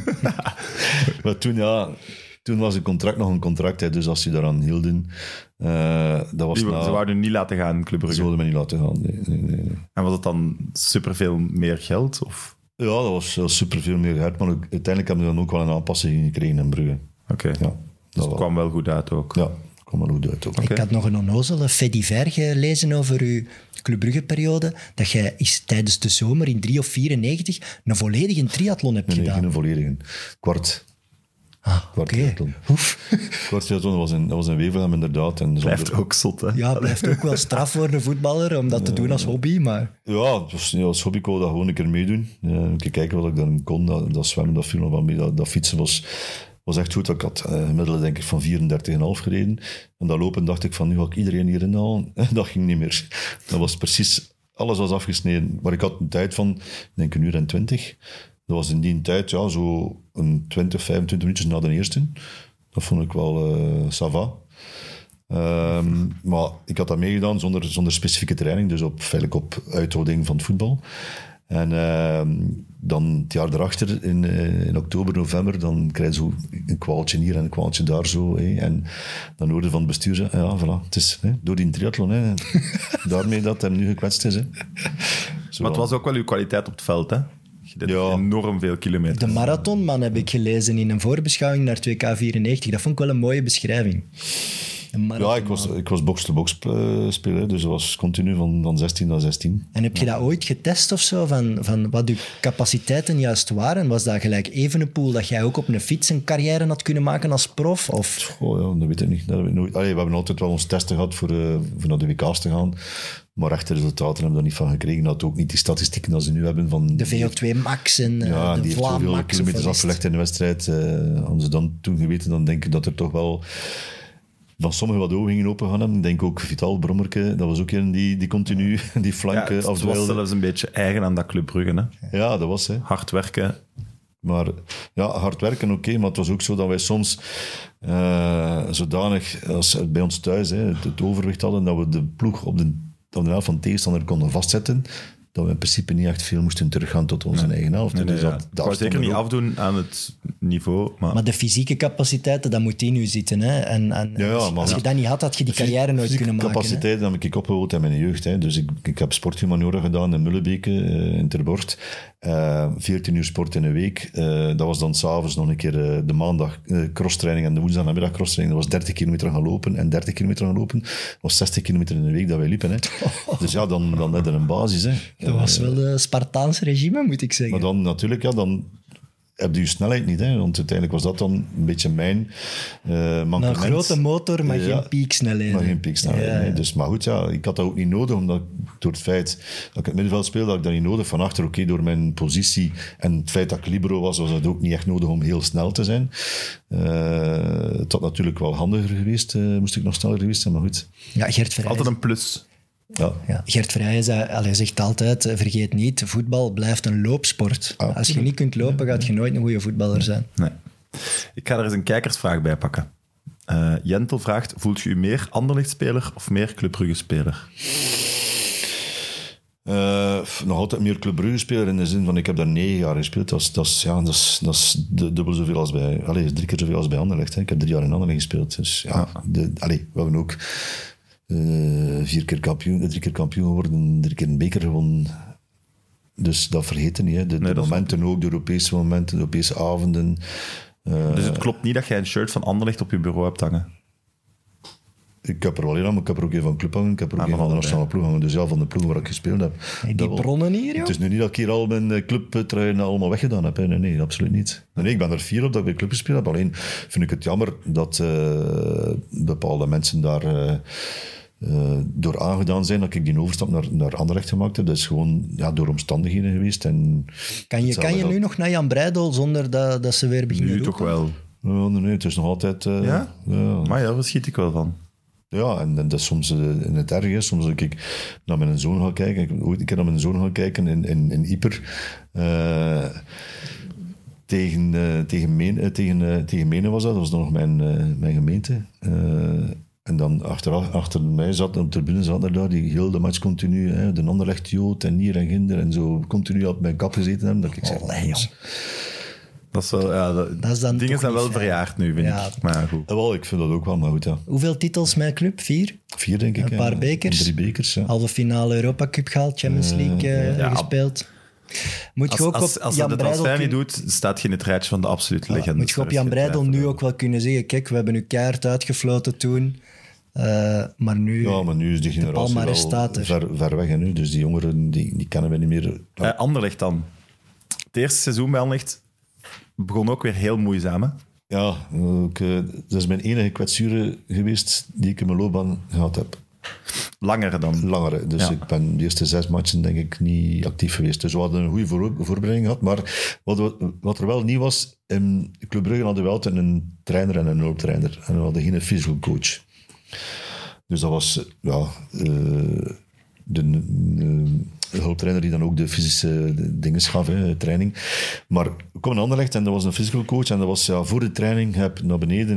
Maar toen was het contract nog een contract, hè, dus als ze daaraan hielden... dat was ze wouden niet laten gaan, Club Brugge? Ze wilden mij niet laten gaan, nee. En was het dan superveel meer geld? Of? Ja, dat was superveel meer geld, maar uiteindelijk hebben we dan ook wel een aanpassing gekregen in Brugge. Oké. Ja, dus het kwam wel goed uit ook? Ja, het kwam wel goed uit ook. Ik had nog een onnozele fait divers gelezen over uw Club Brugge-periode, dat jij tijdens de zomer in 3 of 94 een volledige triathlon hebt gedaan. Nee, geen volledige. Kwart. Oké. Kwarttriathlon, dat was een Wevelgem inderdaad. En blijft ook zot, hè? Ja, blijft ook wel straf voor een voetballer om dat te doen als hobby, maar... Ja, als hobby kon ik dat gewoon een keer meedoen. Een keer kijken wat ik dan kon. Dat zwemmen, dat viel nog wel mee. Dat fietsen was echt goed. Ik had gemiddeld denk ik van 34,5 gereden. En dat lopen dacht ik van, nu ga ik iedereen hierin halen. Dat ging niet meer. Dat was precies... Alles was afgesneden. Maar ik had een tijd van, denk 1 uur en 20... Dat was in die tijd zo een 20, 25 minuutjes na de eerste. Dat vond ik wel ça va. Maar ik had dat meegedaan zonder specifieke training, dus feitelijk op uithouding van het voetbal. En dan het jaar erachter, in oktober, november, dan krijg je zo een kwaaltje hier en een kwaaltje daar zo. En dan hoorde van het bestuur zeggen, ja, voilà, het is door die triathlon, daarmee dat hem nu gekwetst is. Maar het was ook wel uw kwaliteit op het veld, hè? Je deed enorm veel kilometers. De marathonman heb ik gelezen in een voorbeschouwing naar 2K94. Dat vond ik wel een mooie beschrijving. Ja, ik was box-to-box speler, dus dat was continu van 16 naar 16. En heb je dat ooit getest of zo, van wat je capaciteiten juist waren? Was dat gelijk Evenepoel, dat jij ook op een fiets een carrière had kunnen maken als prof? Of? Oh ja, dat weet ik niet. Dat heb ik nooit. We hebben altijd wel ons testen gehad voor naar de WK's te gaan. Maar echte resultaten hebben we daar niet van gekregen. Dat ook niet die statistieken dat ze nu hebben. Van de VO2 max en de VLA max. Die heeft zoveel kilometers afgelegd in de wedstrijd. Hadden ze dan toen geweten, dan denk ik dat er toch wel van sommigen wat ogen gingen open gaan hebben. Ik denk ook Vital Brommerke, dat was ook een die continu die flank Het was afdwaalde. zelfs een beetje eigen aan dat Club Brugge. Hè? Ja, dat was, hè. Hard werken. Maar ja, hard werken, oké, maar het was ook zo dat wij soms zodanig, als bij ons thuis, het overwicht hadden, dat we de ploeg op de helft van de tegenstander konden vastzetten, dat we in principe niet echt veel moesten teruggaan tot onze eigen helft. Nee, Dus ja. dat Ik wou zeker niet afdoen aan het niveau. Maar de fysieke capaciteiten, dat moet in nu zitten. Hè? En als je dat niet had, had je die carrière nooit kunnen maken. Capaciteiten heb ik opgebouwd in mijn jeugd. Hè. Dus ik heb sporthumaniora gedaan in Mullebeke, in Terborcht. 14 uur sport in een week. Dat was dan s'avonds nog een keer de maandag crosstraining en de woensdag namiddag crosstraining. Dat was 30 kilometer gaan lopen en 30 kilometer gaan lopen. Dat was 60 kilometer in een week dat wij liepen. Hè. Dus ja, dan had je een basis. Hè. Dat was wel een Spartaans regime, moet ik zeggen. Maar dan natuurlijk, ja, dan heb je je snelheid niet. Hè, want uiteindelijk was dat dan een beetje mijn mankement. Een grote motor, maar geen pieksnelheid. Maar geen pieksnelheid, ja. nee. Dus, maar goed, ja, ik had dat ook niet nodig, omdat door het feit dat ik in het middenveld speelde, had ik dat niet nodig. Van achter, oké, door mijn positie en het feit dat ik libero was het ook niet echt nodig om heel snel te zijn. Het had natuurlijk wel handiger geweest, moest ik nog sneller geweest zijn, maar goed. Ja, Gert Verheij. Altijd een plus. Ja, Gert Verheij zegt altijd, vergeet niet, voetbal blijft een loopsport. Als je niet kunt lopen, gaat je nooit een goede voetballer zijn. Nee. Ik ga er eens een kijkersvraag bij pakken. Jentel vraagt, voelt je meer Anderlecht-speler of meer Club Brugge-speler? Nog altijd meer Club Brugge-speler in de zin van, ik heb daar 9 jaar gespeeld. Dat is dubbel zoveel als bij... Allee, is 3 keer zoveel als bij Anderlecht. Hè. Ik heb 3 jaar in Anderlecht gespeeld. Dus ja, we hebben ook 3 keer kampioen geworden, 3 keer een beker gewonnen. Dus dat vergeten niet. Hè. De momenten ook, de Europese momenten, de Europese avonden. Dus het klopt niet dat jij een shirt van Anderlecht op je bureau hebt hangen? Ik heb er wel een aan, maar ik heb er ook een van club hangen. Ik heb er ook een van de nationale ploeg hangen. Dus ja, van de ploeg waar ik gespeeld heb. Die bronnen hier, joh? Het is nu niet dat ik hier al mijn clubtruien allemaal weggedaan heb. Hè. Nee, absoluut niet. Nee, ik ben er fier op dat ik bij club gespeeld heb. Alleen vind ik het jammer dat bepaalde mensen daar door aangedaan zijn dat ik die overstap naar Anderlecht gemaakt heb. Dat is gewoon door omstandigheden geweest. En kan je nu nog naar Jan Breidel zonder dat ze weer beginnen Nu roepen? toch wel. Nee, het is nog altijd... Ja? Maar ja, daar schiet ik wel van. Ja, en dat is soms in het erg. Soms als ik naar mijn zoon ga kijken. Ik heb ooit een keer naar mijn zoon gaan kijken in Ieper. Tegen Menen was dat. Dat was nog mijn gemeente. En dan achter mij zat, op de tribune zat er daar, die heel de match continu, de Anderlecht Jood en hier en ginder. En zo continu op mijn kap gezeten hebben. Dat ik zei, dat is wel, dat is dan dingen zijn wel fair. verjaard nu, vind ik. Maar goed. Wel, ik vind dat ook wel, maar goed, ja. Hoeveel titels met club? 4? 4, denk ik. Een paar bekers. 3 bekers, ja. Halve finale Europa Cup gehaald, Champions League gespeeld. Moet je ook Als op je Jan de Breidel transfer niet doet, staat je in het rijtje van de absolute legendes. moet je op Jan Breidel nu ook wel kunnen zeggen, kijk, we hebben u keihard uitgefloten toen, maar nu... Ja, maar nu is die generatie wel ver weg. En nu, dus die jongeren, die kennen we niet meer. Anderlecht dan. Het eerste seizoen bij Anderlecht begon ook weer heel moeizaam, hè? Ja, dat is mijn enige kwetsure geweest die ik in mijn loopbaan gehad heb. Langere dan? Langere. Dus ik ben de eerste 6 matchen denk ik niet actief geweest. Dus we hadden een goede voorbereiding gehad. Maar wat er wel niet was, in Club Brugge hadden we altijd een trainer en een hulptrainer. En we hadden geen physical coach. Dus dat was de hulptrainer die dan ook de fysische dingen gaf, training. Maar ik kwam in Anderlecht en dat was een physical coach. En dat was voor de training, heb naar beneden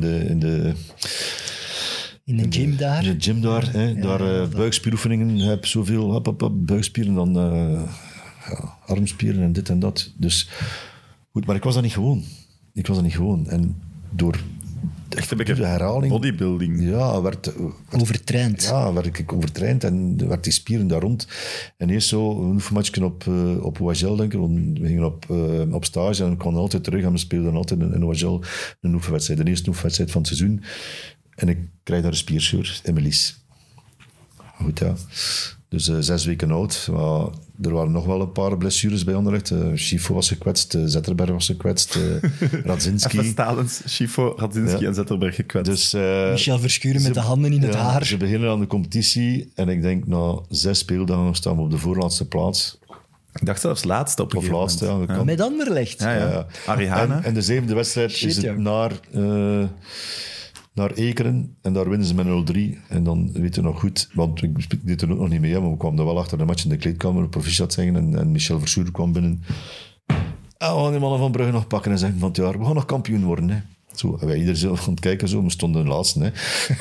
in de gym daar. In de gym daar. Daar buikspieroefeningen. Heb zoveel buikspieren dan armspieren en dit en dat. Dus goed, maar ik was dat niet gewoon. En door echt een beetje de herhaling... Bodybuilding. Ja, overtraind. Ja, werd ik overtraind en werd die spieren daar rond. En eerst zo een oefenmatchje op OHL, denk ik. Want we gingen op stage en ik kwam altijd terug en we speelden altijd in OHL een oefenwedstrijd. De eerste oefenwedstrijd van het seizoen. En ik krijg daar een spierscheur in mijn lies. Goed, ja. Dus 6 weken oud. Maar er waren nog wel een paar blessures bij Anderlecht. Schifo was gekwetst, Zetterberg was gekwetst, Radzinski. Even Stalens, Schifo, Radzinski en Zetterberg gekwetst. Dus, Michel Verschuren met de handen in het haar. Ze beginnen aan de competitie en ik denk na 6 speeldagen staan we op de voorlaatste plaats. Ik dacht zelfs laatste op een gegeven moment. Laatste, ja. Met Anderlecht. Ja. Arihana. En de 7e wedstrijd is het naar... naar Ekeren en daar winnen ze met 0-3. En dan weten we nog goed, want ik deed er ook nog niet mee, maar we kwamen er wel achter de match in de kleedkamer, proficiat zeggen, en Michel Versoer kwam binnen. We gaan die mannen van Brugge nog pakken en zeggen van het jaar, we gaan nog kampioen worden. Hè. Zo, wij iedereen zo aan het kijken, zo, we stonden de laatste.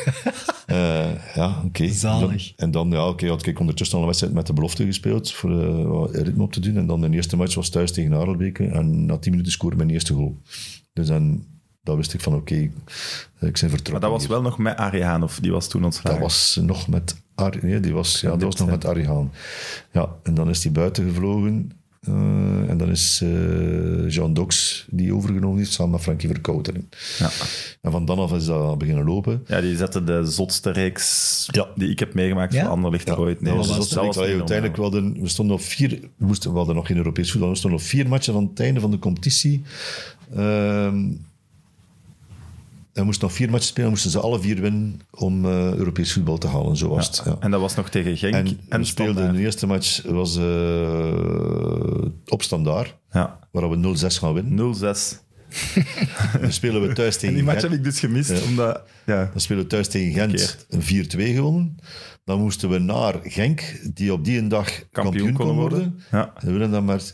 Ja, oké. Zalig. En dan had ik ondertussen al een wedstrijd met de belofte gespeeld, voor wat ritme op te doen. En dan de eerste match was thuis tegen Harelbeke, en na 10 minuten scoorde mijn eerste goal. Dus dan... Dat wist ik van oké, ik ben vertrokken. Maar dat was wel nog met Arie Haan, of die was toen ontslagen? Dat was nog met Arie... Nee, dat was nog met Arie Haan. Ja, en dan is hij buiten gevlogen. En dan is Jean Dox die overgenomen heeft, samen met Frankie Verkouteren. Ja. En van dan af is dat beginnen lopen. Ja, die zette de zotste reeks die ik heb meegemaakt van Anderlecht ooit. Nee, dat was de zotste reeks. Uiteindelijk, we stonden op 4... We hadden nog geen Europees voetbal. We stonden op 4 matchen van het einde van de competitie. En moesten nog 4 matchen spelen, moesten ze alle 4 winnen om Europees voetbal te halen. Zo was het. Ja. En dat was nog tegen Genk. En we speelden de eerste match was op Standaard, waar we 0-6 gaan winnen. 0-6. Dan spelen we thuis tegen en die match heb ik dus gemist. Omdat, Dan spelen we thuis tegen Gent 4-2 gewonnen. Dan moesten we naar Genk, die op die dag kampioen kon worden. Ja. En we winnen dan met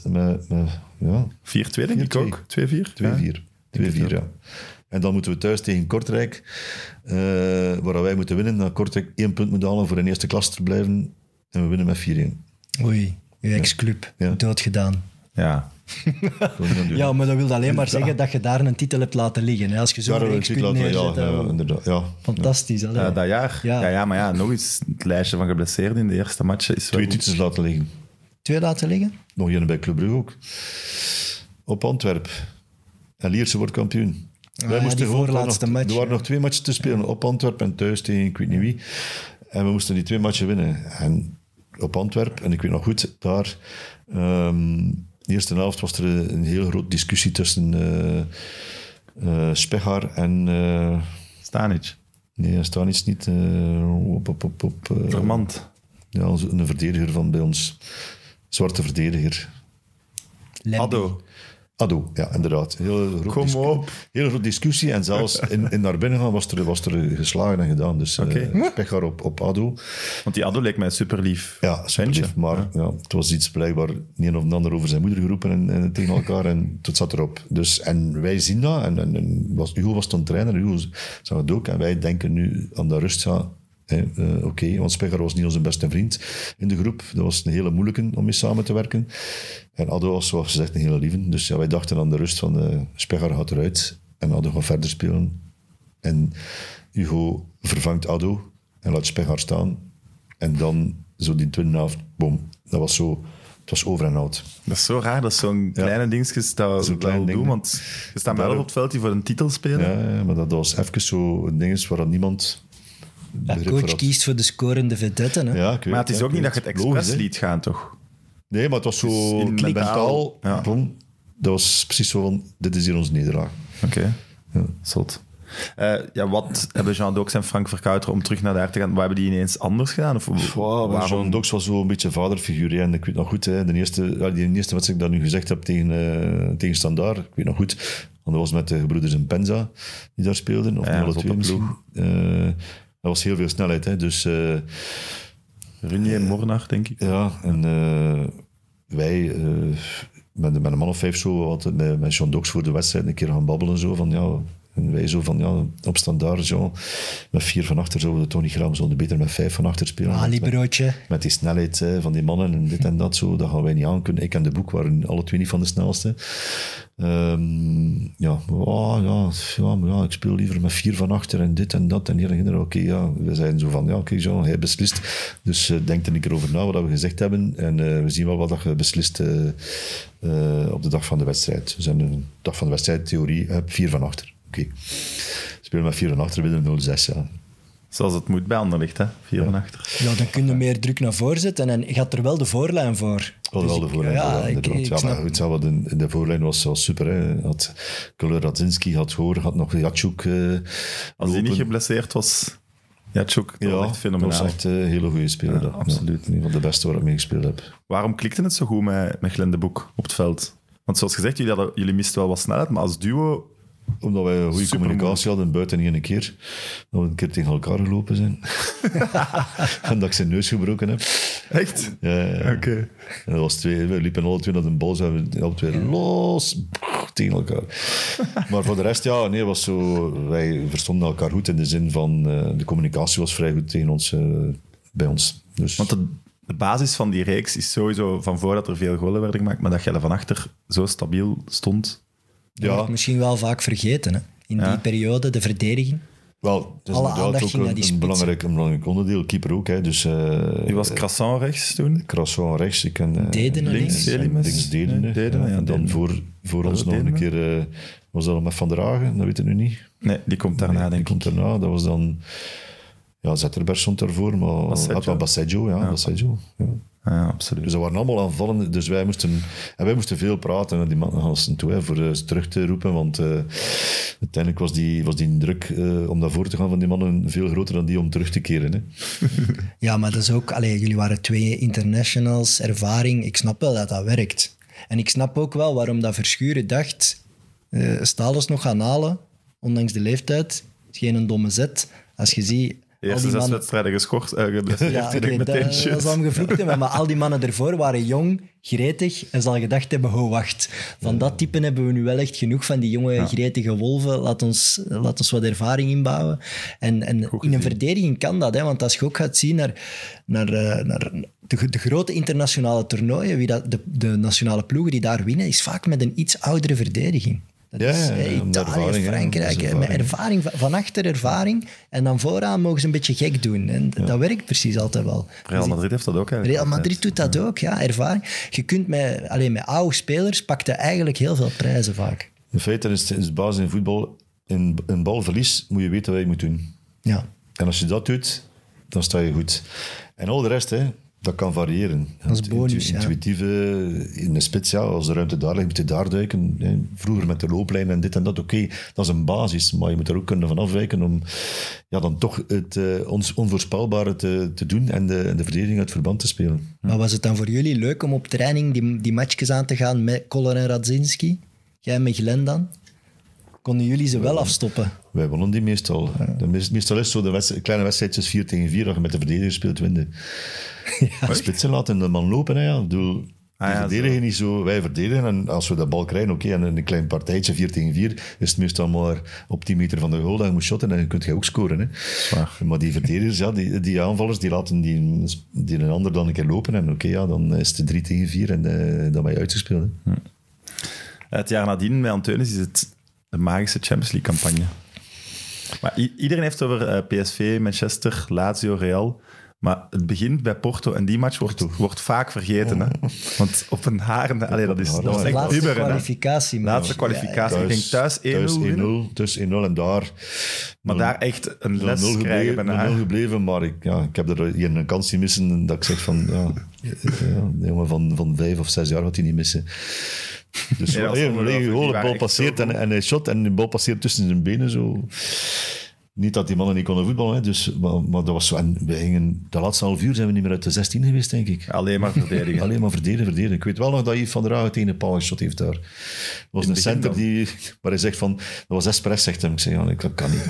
4-2 denk ik ook. 2-4? 2-4, ja. En dan moeten we thuis tegen Kortrijk, waar wij moeten winnen. Naar Kortrijk 1 punt moeten halen voor in eerste klas te blijven. En we winnen met 4-1. Oei, uw ex-club. Doodgedaan. Ja. Ja, maar dat wil alleen maar zeggen dat je daar een titel hebt laten liggen. Hè? Als je zo'n reeks kunt neerzetten. Inderdaad. Ja. Fantastisch. Ja, dat jaar. Ja, maar nog eens, het lijstje van geblesseerden in de eerste matchen is wel 2 titels laten liggen. 2 laten liggen? Nog één bij Club Brugge ook. Op Antwerp. En Lierse wordt kampioen. Wij moesten die voorlaatste match. Er waren nog 2 matchen te spelen. Op Antwerp en thuis tegen ik weet niet wie. En we moesten die 2 matchen winnen. En op Antwerp, en ik weet nog goed, daar... de eerste helft was er een heel grote discussie tussen Spechaar en... Stanic. Nee, Stanic niet. Vermand. Ja, een verdediger van bij ons. Zwarte verdediger. Ado, ja, inderdaad. Hele grote discussie. En zelfs in naar binnen gaan was er geslagen en gedaan. Dus Spechaar op Ado. Want die Ado leek mij super lief. Ja, super lief. Maar het was iets blijkbaar niet een of ander over zijn moeder geroepen en tegen elkaar. En het zat erop. Dus, en wij zien dat. En Hugo was toen trainer. Hugo zag het ook. En wij denken nu aan de rust. Oké, want Spechaar was niet onze beste vriend in de groep. Dat was een hele moeilijke om mee samen te werken. En Ado was, zoals gezegd, een hele lieve. Dus wij dachten aan de rust van Spechaar gaat eruit. En Ado gaat verder spelen. En Hugo vervangt Ado en laat Spechaar staan. En dan zo die tweede helft, boom. Dat was zo... Het was over en out. Dat is zo raar, dat is zo'n kleine dingetje dat we wel doen. Want je staat wel op het veld die voor een titel spelen. Ja, maar dat was even zo een ding waar niemand... coach kiest voor de scorende vedette. Hè? Ja, maar het is ook niet dat je het expres liet gaan, toch? Nee, maar het was zo mentaal. Ja. Dat was precies zo van, dit is hier onze nederlaag. Oké, zot. Wat hebben Jean Dox en Frank Verkouteren om terug naar daar te gaan? Wat hebben die ineens anders gedaan? Jean Dox was zo een beetje vaderfiguur. En ik weet nog goed, die eerste wedstrijd ik dat nu gezegd heb tegen Standaard, ik weet nog goed, want dat was met de gebroeders in Penza die daar speelden. Of alle twee misschien. Dat was heel veel snelheid. Hè. Dus... Runier en Mornar, denk ik. Ja, en wij... met een man of 5 zo, altijd met Jean Dox voor de wedstrijd een keer gaan babbelen. Zo, van, en wij zo van, op Standaard, zo, met 4 van achter zouden we toch niet graag, we zouden beter met 5 van achter spelen. Ali-broodje. Met die snelheid van die mannen en dit en dat, zo, dat gaan wij niet aan kunnen. Ik en de Boek waren alle 2 niet van de snelste. Ik speel liever met 4 van achter en dit en dat en hier en hier. Oké, we zeiden zo van, Jean, hij beslist. Dus denk er een keer over na wat we gezegd hebben. En we zien wel wat je beslist op de dag van de wedstrijd. Dus aan de dag van de wedstrijd, theorie, 4 van achter. Oké. Spelen met 4 van achter, winnen 0-6, ja. Zoals het moet bij Anderlecht, hè? 4 van achter. Ja, dan kun je meer druk naar voren zetten en je had er wel de voorlijn voor. Wel de voorlijn voor, maar de voorlijn was super. Hè. Had Radzinski had nog Jatschuk als hij niet geblesseerd was, Jatschuk, dat was echt fenomenaal. Dat was echt een hele goede speler. Ja, absoluut. Een van de beste waar ik mee gespeeld heb. Waarom klikte het zo goed met Glenn de Boek op het veld? Want zoals gezegd, jullie misten wel wat snelheid, maar als duo Omdat wij een goede communicatie hadden, buiten niet een keer. Dat we een keer tegen elkaar gelopen zijn. En dat ik zijn neus gebroken heb. Echt? Ja. Oké. En dat was 2. We liepen alle twee naar de bal, zijn we alle twee los tegen elkaar. Maar voor de rest, was zo... Wij verstonden elkaar goed in de zin van... de communicatie was vrij goed tegen ons, bij ons. Dus... Want de basis van die reeks is sowieso van voordat er veel golen werden gemaakt, maar dat jij er van achter zo stabiel stond. Dat wordt misschien wel vaak vergeten, hè? In die periode, de verdediging. Wel, het is Alle inderdaad aandacht ook ging naar die een belangrijk onderdeel. Keeper ook, hè. Dus, Die was Crassan rechts toen? Crassan rechts. Ik ken, Dedenen links. links Dedenen. Dedenen, ja, En dan voor ons nog een keer... was dat nog met Van der Hagen? Dat weet ik nu niet. Nee, die komt daarna, denk ik. Die komt daarna. Dat was dan... Ja, Zetterberg stond daarvoor, maar... Basseggio, ja. Basseggio, ja. Ja, absoluut. Dus dat waren allemaal aanvallen. Dus wij moesten veel praten met die mannen toe, voor ze terug te roepen. Want uiteindelijk was die druk om naar voren te gaan van die mannen veel groter dan die om terug te keren. Hè. Ja, maar dat is ook... jullie waren 2 internationals, ervaring. Ik snap wel dat dat werkt. En ik snap ook wel waarom dat Verschuren dacht... Stalens nog gaan halen, ondanks de leeftijd. Is geen domme zet. Als je ziet... De eerste 6 wedstrijden geschorst. Ja, dat zal hem gevloekt hebben. Maar al die mannen ervoor waren jong, gretig en zal gedacht hebben, wacht. Van dat type hebben we nu wel echt genoeg van die jonge, gretige wolven. Laat ons wat ervaring inbouwen. En in een verdediging kan dat, hè, want als je ook gaat zien naar de grote internationale toernooien, de nationale ploegen die daar winnen, is vaak met een iets oudere verdediging. Dat is Italië, Frankrijk, met ervaring, van achter ervaring. En dan vooraan mogen ze een beetje gek doen. En dat werkt precies altijd wel. Real Madrid heeft dat ook eigenlijk. Real Madrid doet dat ook, ja, ervaring. Je kunt met oude spelers pakte eigenlijk heel veel prijzen vaak. In feite is de basis in voetbal, in balverlies moet je weten wat je moet doen. Ja. En als je dat doet, dan sta je goed. En al de rest, dat kan variëren. Dat is bonus, Intuïtieve, in de spits, als de ruimte daar ligt, moet je daar duiken. Vroeger met de looplijn en dit en dat, oké, dat is een basis. Maar je moet er ook kunnen van afwijken om dan toch het onvoorspelbare te doen en de verdediging uit verband te spelen. Maar was het dan voor jullie leuk om op training die matchjes aan te gaan met Koller en Radzinski? Jij met Glenn dan? Konden jullie ze wel afstoppen? Wij wonnen die meestal. Ja. Meestal is zo de kleine wedstrijdjes 4-4, dat je met de verdediger speelt, winnen. Ja. Spitsen laten de man lopen, hè. Ik bedoel, verdedigen niet zo. Wij verdedigen en als we de bal krijgen, oké, en een klein partijtje 4-4, is het meestal maar op 10 meter van de goal dat je moet shotten en dan kun je ook scoren. Hè. Maar die verdedigers, die aanvallers, die laten die een ander dan een keer lopen en dan is het 3-4 en dan ben je uitgespeeld. Hè. Het jaar nadien met Anteunis is het de magische Champions League-campagne. Maar iedereen heeft het over PSV, Manchester, Lazio, Real. Maar het begint bij Porto en die match wordt vaak vergeten. Hè? Want op een haren... dat was echt laatste kwalificatie. Laatste kwalificatie. Ik denk thuis 1-0 winnen. Thuis 1-0 en daar... Maar daar echt een les krijgen bijna. 0 gebleven, maar ik heb er hier een kans niet missen dat ik zeg van... de jongen van 5 of 6 jaar gaat hij niet missen. Dus de bal passeert en hij shot en de bal passeert tussen zijn benen zo... Niet dat die mannen niet konden voetballen, hè, dus, maar dat was zo. En wij gingen, de laatste half uur zijn we niet meer uit de 16 geweest, denk ik. Alleen maar verdedigen. Alleen maar verdedigen. Ik weet wel nog dat Yves van der Hagen tegen een paal geschot heeft daar. Er was een center waar hij zegt van, dat was Espres, zegt hem. Ik zeg, dat kan niet.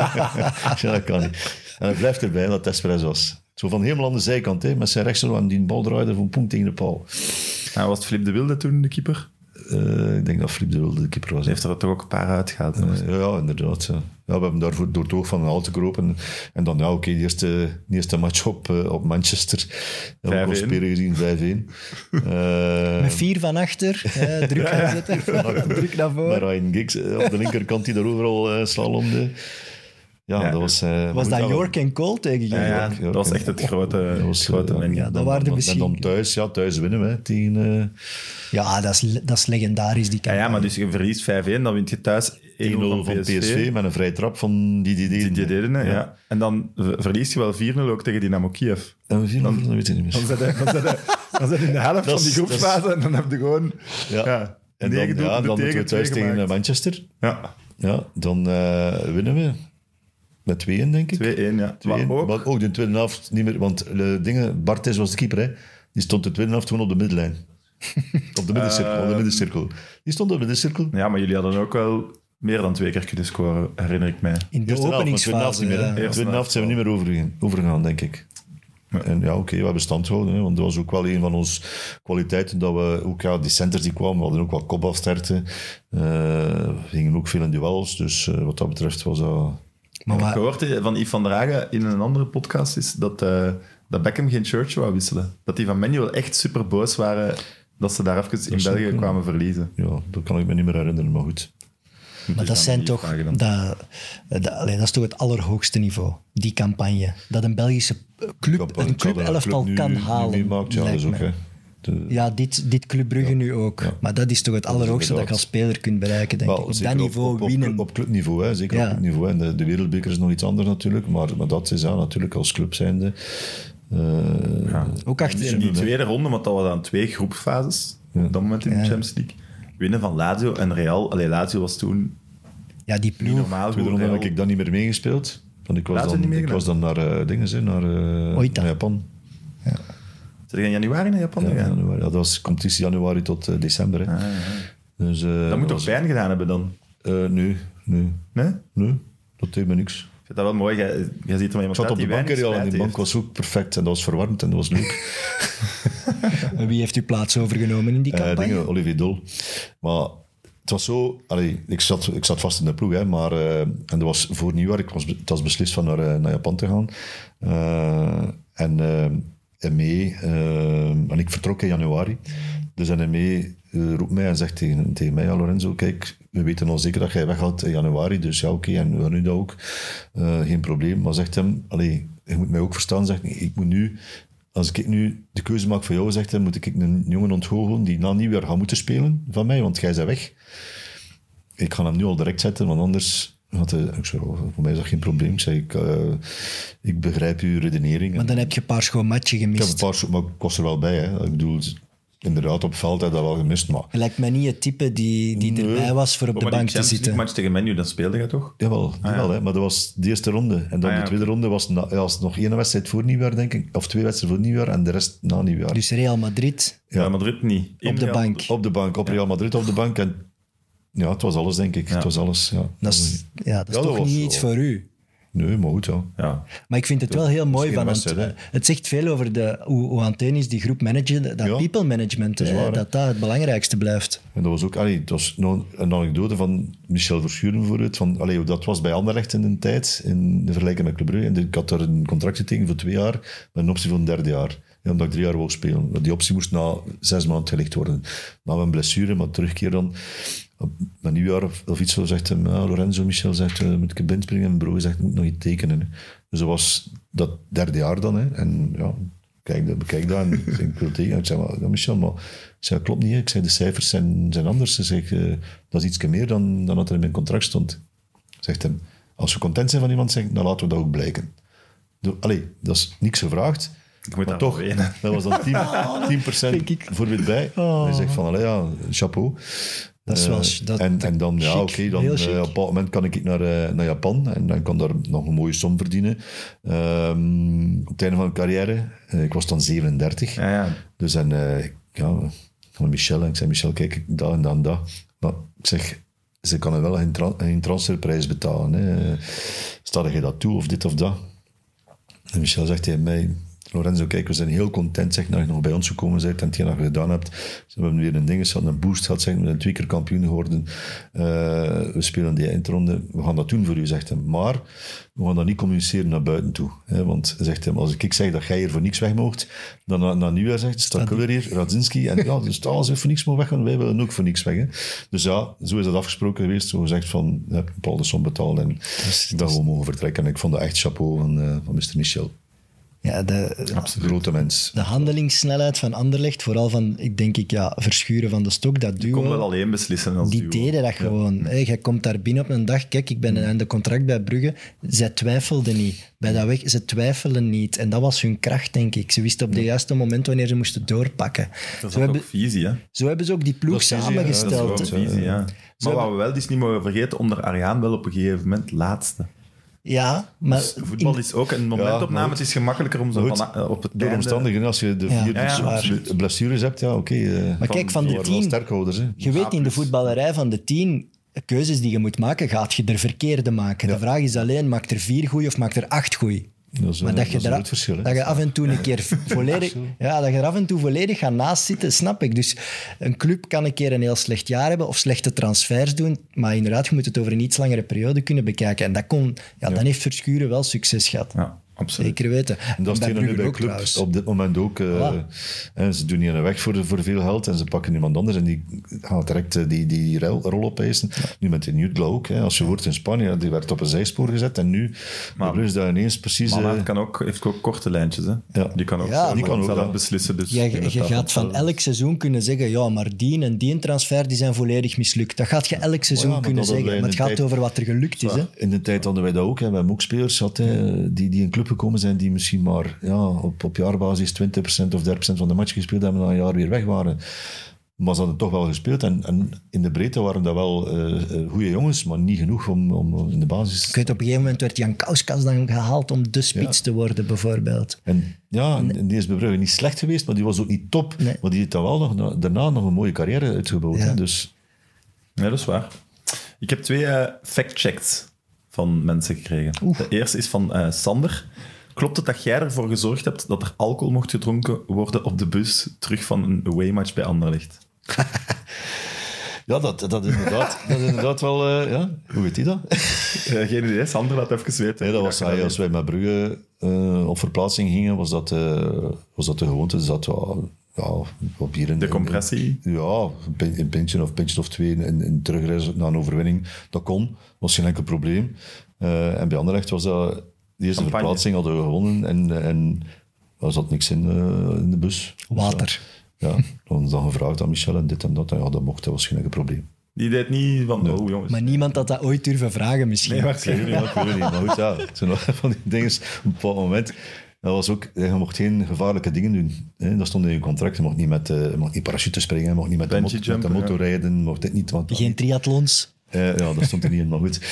Dat kan niet. En hij blijft erbij dat het Espres was. Zo van helemaal aan de zijkant, hè, met zijn rechter aan die bal draaide van poem tegen de paal. En was het Philippe de Wilde toen, de keeper? Ik denk dat Philippe de Wilde de keeper was. Hij heeft er toch ook een paar uitgehaald. Ja, inderdaad. Ja. Ja, we hebben daarvoor door het oog van een hal te kropen. En dan, die eerste match op Manchester. Dat hebben we spelen gezien, 5-1. Met 4 van achter, druk gaan zetten, druk naar voren. Maar Ryan Giggs op de linkerkant die daar overal slalomde. Ja, dat was... was dat York en Cole tegen jullie? Ja, dat was echt het grote ding. Ja, dat waren de misschien... En dan thuis winnen we tegen... Ja, dat is legendarisch, die campagne. Ja, maar dus je verliest 5-1, dan wint je thuis 1-0 van PSV met een vrije trap van die deden. Ja. En dan verlies je wel 4-0 ook tegen Dynamo Kiev. En 4-0, dan weet je niet meer. Dan zit in de helft van die groepsfase en dan heb je gewoon... Ja. En dan moeten we thuis tegen Manchester. Ja, dan winnen we. Met 2-1, denk ik. 2-1, ja. 2-1. Maar ook de tweede helft niet meer, want Barthez was de keeper, hè. Die stond de tweede helft gewoon op de middenlijn. Op de middencirkel. Die stond op de middencirkel. Ja, maar jullie hadden ook wel meer dan 2 keer kunnen scoren, herinner ik mij. In de Eerste helft, maar openingsfase. tweede helft niet meer, hè. ja. Tweede helft zijn we niet meer overgegaan, denk ik. Ja. En ja, oké, we hebben stand gehouden. Hè, want dat was ook wel een van onze kwaliteiten. Dat we ook, ja, die centers die kwamen, we hadden ook wat kopbalsterkte. We gingen ook veel in duels. Dus wat dat betreft was dat... Maar Ik hoorde van Yves van der Hagen in een andere podcast is dat Beckham geen shirt wou wisselen. Dat die van Man U wel echt super boos waren dat ze daar even in zou België kunnen. kwamen verliezen. Ja, dat kan ik me niet meer herinneren, maar goed. Maar dat zijn toch... Dat is toch het allerhoogste niveau, die campagne. Dat een Belgische club een clubelftal kan halen. Meemaakt, ja, dat is ook, lijkt me. hè. Ja, dit Club Brugge nu ook. Ja. Maar dat is toch het allerhoogste dat je als speler kunt bereiken, denk ik. Op dat niveau winnen. Op clubniveau, hè. Zeker Ja. op clubniveau. En de wereldbeker is nog iets anders natuurlijk, maar dat is ja, natuurlijk als club zijnde... Ook achter... In die tweede ronde, want dat was dan 2 groepsfases op dat moment in de Champions League. Winnen van Lazio en Real. Allee, Lazio was toen Ja, die niet ploeg. normaal Tweede goed. ronde Real. heb ik dan niet meer meegespeeld. Want ik Laat ze niet meegedaan? was dan naar Oita. naar Japan. Zijn je in januari naar Japan Ja, gegaan? januari. Ja, dat was competitie januari tot december. Hè. Dus, Dat moet toch was- pijn gedaan hebben dan? Nee, Nee? dat deed me niks. Ik vind dat wel mooi. Jij ziet er maar Ik iemand zat uit op de die bank weinig al en spijt die bank heeft. was ook perfect en dat was verwarmd en dat was leuk. Wie heeft uw plaats overgenomen in die campagne? Olivier Dol. Maar het was zo... Allee, ik zat vast in de ploeg, hè, maar... en dat was voor nieuwjaar. Het was beslist van naar Japan te gaan. En ik vertrok in januari. Dus ME roept mij en zegt tegen mij... Ja, Lorenzo, kijk, we weten al zeker dat jij weggaat in januari. Dus ja, oké, en we gaan nu dat ook. Geen probleem. Maar zegt hem... Allee, je moet mij ook verstaan. Zegt, ik moet nu... Als ik nu de keuze maak voor jou, zegt hij, moet ik een jongen ontgoochelen die na nieuwjaar gaat moeten spelen van mij, want jij bent weg. Ik ga hem nu al direct zetten, want anders... Ik zei, voor mij is dat geen probleem. Ik zei, ik begrijp uw redenering. Maar dan heb je een paar schoon matchen Ik heb gemist. een paar, maar ik was er wel bij. Hè. Ik bedoel, inderdaad, op het veld heb ik dat wel gemist, maar... Je lijkt mij niet het type die Nee. erbij was voor op de Maar die bank te Champions zitten. League match tegen Man U, dan speelde je toch? Jawel, wel, hè, maar dat was de eerste ronde. En dan Ah, ja, de tweede ronde was nog 1 wedstrijd voor nieuwjaar, denk ik. Of 2 wedstrijden voor nieuwjaar en de rest na nieuwjaar. Dus Real Madrid, Ja, Madrid niet. Op de Real bank. Madrid. Op de bank, op Real Madrid op de bank. En ja, het was alles, denk ik. Ja. Het was alles, ja. dat is Ja, dat toch was niet zo. iets voor u. Nee, maar goed, ja. Ja. Maar ik vind het wel heel mooi geen van wedstrijd, hè. het zegt veel over hoe Anthony is die groep managen, dat Ja, people management, is waar, hè. dat het belangrijkste blijft. En dat was ook, het was nog een anekdote van Michel Verschuren bijvoorbeeld, van, hoe dat was bij Anderlecht in de tijd, in de vergelijking met Club Brugge. En ik had daar een contract getekend voor 2 jaar, met een optie voor een 3e jaar. Ja, omdat ik 3 jaar wou spelen. Die optie moest na 6 maanden gelegd worden. Na mijn blessure, maar terugkeer dan, met nieuwjaar of iets zo, zegt hem, Lorenzo, Michel zegt, moet ik binnen springen? En mijn broer zegt, moet nog iets tekenen. Dus dat was dat 3e jaar dan. Hè. En ja, bekijk dat en ik wil tekenen. Ik zei, ja, Michel, maar ik zei, klopt niet. Hè. Ik zei, de cijfers zijn anders. Ze zeg, dat is iets meer dan dat er in mijn contract stond. Zegt hem, als we content zijn van iemand, dan laten we dat ook blijken. Dat is niks gevraagd. Ik moet Maar daar toch, wel wenen. dat was dan 10% voorbeeld bij. Oh. Hij zegt van, ja, chapeau. Dat is wel En dan, ja, chic, oké, dan heel chic. op een bepaald moment kan ik naar Japan en dan kan daar nog een mooie som verdienen. Op het einde van mijn carrière, ik was dan 37. Ja. Dus dan, van Michel, en ik zei, Michel, kijk, dat en dat en dat. Maar ik zeg, ze kan wel een transferprijs betalen. Hè. Sta je dat toe, of dit of dat? En Michel zegt tegen mij, Lorenzo, kijk, we zijn heel content, zeg, dat je nog bij ons gekomen bent en hetgeen dat je gedaan hebt. Dus we hebben weer een ding gehad, een boost gehad, zeg, we zijn 2 keer kampioen geworden. We spelen die eindronde. We gaan dat doen voor u, zegt hij. Maar we gaan dat niet communiceren naar buiten toe. Hè, want, zegt hij, als ik zeg dat jij hier voor niks weg moogt, dan na nieuwjaar zegt, staat Kuller hier, Radzinski, en ja, dus als hij voor niks mag weggaan, wij willen ook voor niks weg. Hè. Dus ja, zo is dat afgesproken geweest. Zo gezegd van, ja, een bepaalde som betaald en dat gewoon mogen vertrekken. En ik vond dat echt chapeau van Mr. Michel. Ja, Grote mens. de handelingssnelheid van Anderlecht, vooral van, Verschuren van de Stok, dat Je kon wel duo, alleen beslissen als die duo. deden dat gewoon. Hè. Jij komt daar binnen op een dag, kijk, ik ben aan de contract bij Brugge. Zij twijfelden niet. Bij dat weg, ze twijfelden niet. En dat was hun kracht, denk ik. Ze wisten op het juiste moment wanneer ze moesten doorpakken. Dat is Zo ook visie, hè? Zo hebben ze ook die ploeg Dat is visie, samengesteld. Dat is ook visie, ja. Maar wat we wel dus niet mogen vergeten, onder Ariaan wel op een gegeven moment laatste. Ja, maar Dus voetbal is ook een momentopname. maar goed. Het is gemakkelijker om zo Maar goed, op het door einde... omstandigheden, als je de Ja, 4 ja, blessures hebt, ja, oké. Maar kijk, van de die waren wel 10, sterkhouders. Hè. je weet in de voetballerij van de 10, keuzes die je moet maken, gaat je er verkeerde maken. De vraag is alleen, maak er 4 goeie of maak er 8 goeie? Dat is een groot verschil. Dat je af en toe een keer volledig... Ja, dat je er af en toe volledig gaat naast zitten, snap ik. Dus een club kan een keer een heel slecht jaar hebben of slechte transfers doen, maar inderdaad, je moet het over een iets langere periode kunnen bekijken. En dan heeft Verschuren wel succes gehad. Ja, absoluut. Zeker weten. En dat is het nu bij ook, club trouwens. op dit moment ook. Ze doen niet aan de weg voor veel geld en ze pakken iemand anders en die gaan direct die rol opeisen. Ja. Nu met de Newtgla ook. Als je hoort in Spanje, die werd op een zijspoor gezet en nu is dat ineens precies... Maar heeft ook korte lijntjes. Hè? Ja. Die kan ook, zelf beslissen. Dus je gaat van elk seizoen kunnen zeggen, ja, maar die en die transfer die zijn volledig mislukt. Dat gaat je elk seizoen kunnen zeggen. Maar het gaat over wat er gelukt is. Hè? In de tijd hadden wij dat ook. We hebben ook spelers gehad die in club gekomen zijn die misschien maar op jaarbasis 20% of 30% van de match gespeeld hebben en na een jaar weer weg waren. Maar ze hadden toch wel gespeeld en in de breedte waren dat wel goede jongens, maar niet genoeg om in de basis... Ik weet, op een gegeven moment werd Jan Kauskas dan gehaald om de spits te worden, bijvoorbeeld. En die is bij Brugge niet slecht geweest, maar die was ook niet top. Nee. Maar die heeft dan wel daarna nog een mooie carrière uitgebouwd. Ja. Hè? Dus... Ja, dat is waar. Ik heb 2 fact-checks van mensen gekregen. De eerste is van Sander. Klopt het dat jij ervoor gezorgd hebt dat er alcohol mocht gedronken worden op de bus terug van een away-match bij Anderlecht? Ja, dat inderdaad wel... Hoe weet hij dat? Geen idee, Sander laat even weten. Nee, dat was als wij met Brugge op verplaatsing gingen, was dat de gewoonte. Dus dat op hier de compressie? Een pintje of 2 in terugreis naar een overwinning. Dat kon, was geen enkel probleem. En bij Anderlecht was dat... De eerste verplaatsing hadden we gewonnen en er zat niks in de bus. Water. Dus, dan gevraagd aan Michel en dit en dat. En dat mocht, dat was geen enkel probleem. Die deed niet van, jongens. Maar niemand had dat ooit durven vragen misschien. Nee, waarschijnlijk niet. Maar goed, het zijn nog van die dingen op een bepaald moment. Dat was ook, je mocht geen gevaarlijke dingen doen. Hè? Dat stond in je contract. Je mocht niet met parachute springen, je mocht niet met de motor rijden, mocht dit niet. Geen triathlons? Dat stond er niet in, maar goed.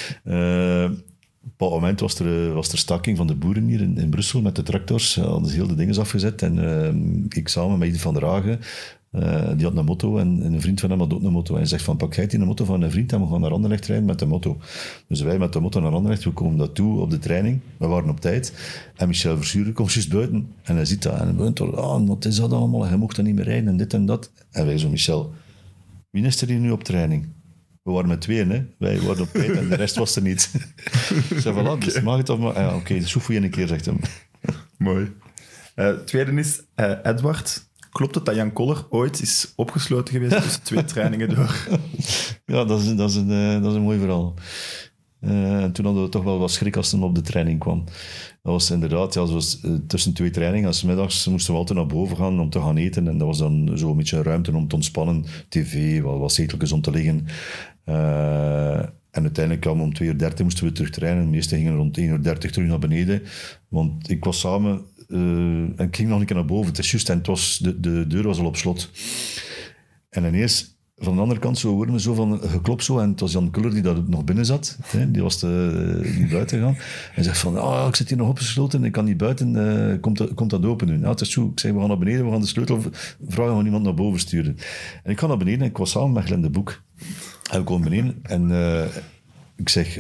Op een bepaald moment was er staking van de boeren hier in Brussel met de tractors. Hadden ze heel de dingen afgezet. En ik samen met Edith van der Hagen, die had een motto en een vriend van hem had ook een motto. En hij zegt van, pak jij die motto van een vriend en we gaan naar Anderlecht rijden met de motto. Dus wij met de motto naar Anderlecht, we komen dat toe op de training. We waren op tijd. En Michel Verschuren komt juist buiten en hij ziet dat. En hij begint wat is dat allemaal? Hij mocht dat niet meer rijden en dit en dat. En wij zo, Michel, wie is er hier nu op training? We waren met 2, hè. Wij waren op tijd en de rest was er niet. Ik zei, voilà, dus mag het toch maar... Oké, dus hoef je een keer, zegt hem. Mooi. Tweede is, Edward, klopt het dat Jan Koller ooit is opgesloten geweest tussen 2 trainingen door? Ja, dat is een mooi verhaal. En toen hadden we toch wel wat schrik als hij op de training kwam. Dat was inderdaad, tussen 2 trainingen. Als middags moesten we altijd naar boven gaan om te gaan eten. En dat was dan zo een beetje ruimte om te ontspannen. TV, wat zeteltjes om te liggen. En uiteindelijk kwam om 2:30 moesten we terug trainen. De meesten gingen rond 1:30 terug naar beneden. Want ik was samen en ik ging nog een keer naar boven. Het is juist, en de deur was al op slot. En ineens... Van de andere kant zo hoorden we zo van geklopt zo. En het was Jan Kuller die daar nog binnen zat. Hè, die was niet buiten gegaan. En zegt van, ik zit hier nog opgesloten. Ik kan niet buiten. Komt dat open nu? Het is goed. Ik zei, we gaan naar beneden. We gaan de sleutel vragen of iemand naar boven sturen. En ik ga naar beneden. En ik was samen met Glenn de Boek. En we komen beneden. En ik zeg...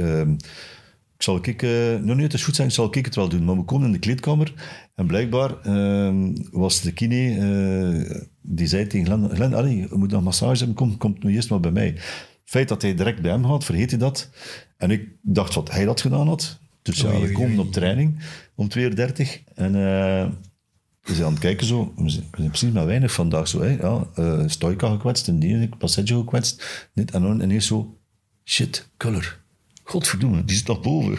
het is goed zijn, zal ik het wel doen. Maar we komen in de kleedkamer en blijkbaar was de kine, die zei tegen Glenn, je moet nog massage hebben, kom nu eerst maar bij mij. Het feit dat hij direct bij hem gaat, vergeet hij dat. En ik dacht wat hij dat gedaan had. Dus we komen op training om 2:30 en we zijn aan het kijken zo. We zijn precies maar weinig vandaag zo. Stoika gekwetst, en die Passaggio gekwetst. En ineens zo, shit, Kuller. Godverdomme, die zit nog boven.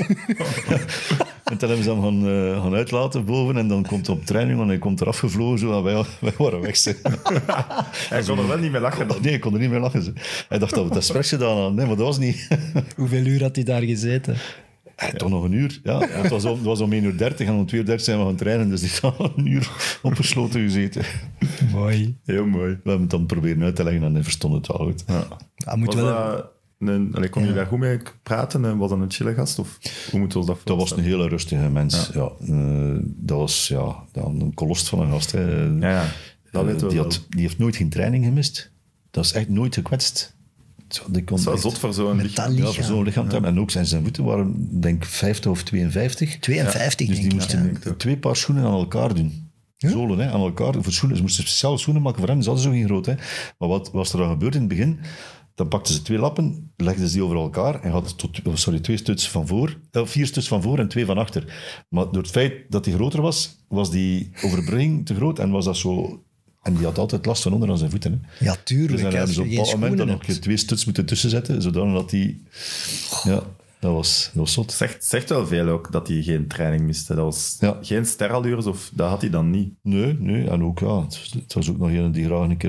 En toen hebben ze hem gaan uitlaten boven en dan komt hij op training en hij komt eraf gevlogen zo en wij waren weg. Hij kon er wel niet meer lachen dan. Nee, hij kon er niet meer lachen. Hij dacht dat we het expres gedaan hadden. Nee, maar dat was niet. Hoeveel uur had hij daar gezeten? Toch nog een uur. Ja, het was om 1:30 en om 2:30 zijn we gaan trainen, dus die had een uur opgesloten gezeten. Mooi. Heel mooi. We hebben het dan proberen uit te leggen en hij verstond het wel goed. Ja. Kon je daar goed mee praten? Was dat een chille gast? Of hoe moeten we ons dat voorstellen? Dat was een hele rustige mens. Ja. Dat was een kolost van een gast. Dat weten we wel. Die heeft nooit geen training gemist. Dat is echt nooit gekwetst. die kon Dat is wel echt- zot voor zo'n Met lichaam. dat lichaam. Ja, voor zo'n lichaam te hebben. En ook zijn voeten waren, denk ik, 50 of 52. 52, Dus die denk ik. moesten 2 paar schoenen aan elkaar doen. Zolen, hè, aan elkaar. Voor schoenen. Ze moesten speciale schoenen maken voor hem. Ze hadden zo geen groot. Hè. Maar wat was er dan gebeurd in het begin? Dan pakten ze 2 lappen, legden ze die over elkaar en hadden 2 studs van voor, 4 studs van voor en 2 van achter. Maar door het feit dat die groter was, was die overbrenging te groot en was dat zo... En die had altijd last van onder aan zijn voeten. Hè. Ja, tuurlijk. Dus dan hebben als ze je op een geen bepaald moment dan schoenen nog hebt. 2 studs moeten tussenzetten, zodat die... Ja, dat was zot. Zegt wel veel ook dat hij geen training miste. Dat was Ja. geen sterallures, of dat had hij dan niet. Nee. En ook, ja, het was ook nog een die graag een keer...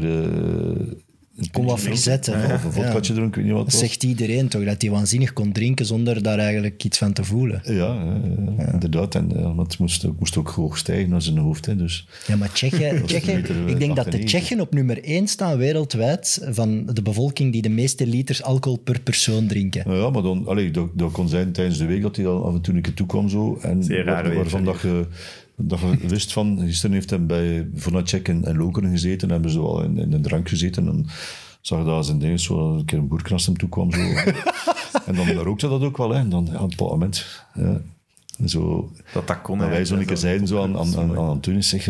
Kon wat verzetten. Of een vodkaatje dronken, ik weet niet wat het Dat was. zegt iedereen toch, dat hij waanzinnig kon drinken zonder daar eigenlijk iets van te voelen. Ja, inderdaad. En maar het moest ook hoog stijgen naar zijn hoofd. Hè, dus. Ja, maar Tsjechen, ik denk dat de 98. Tsjechen op nummer 1 staan wereldwijd van de bevolking die de meeste liters alcohol per persoon drinken. Ja, maar dan, dat kon zijn tijdens de week dat hij dan af en toe een keer toekwam. Zo, en Zeer raar waarvan weten, dat je wist van... Gisteren heeft hij bij Vonacek en Lokeren gezeten. Hebben ze wel in een drank gezeten. En zag dat zijn ding zo een keer een boer naast hem toe kwam. Zo. En dan rookte dat ook wel. Hè. En dan aan het bepaald moment... Ja, zo, Dat kon. dat wij zo een keer zeiden zo aan Antonis, zeg...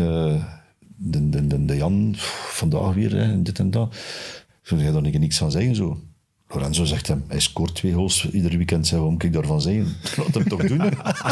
de Jan, vandaag weer, hè, dit en dat. Zou jij daar niks van zeggen, zo? Lorenzo zegt hem, hij scoort 2 goals ieder weekend. Zeg, waarom kan ik daarvan zeggen? Laat hem toch doen, hè?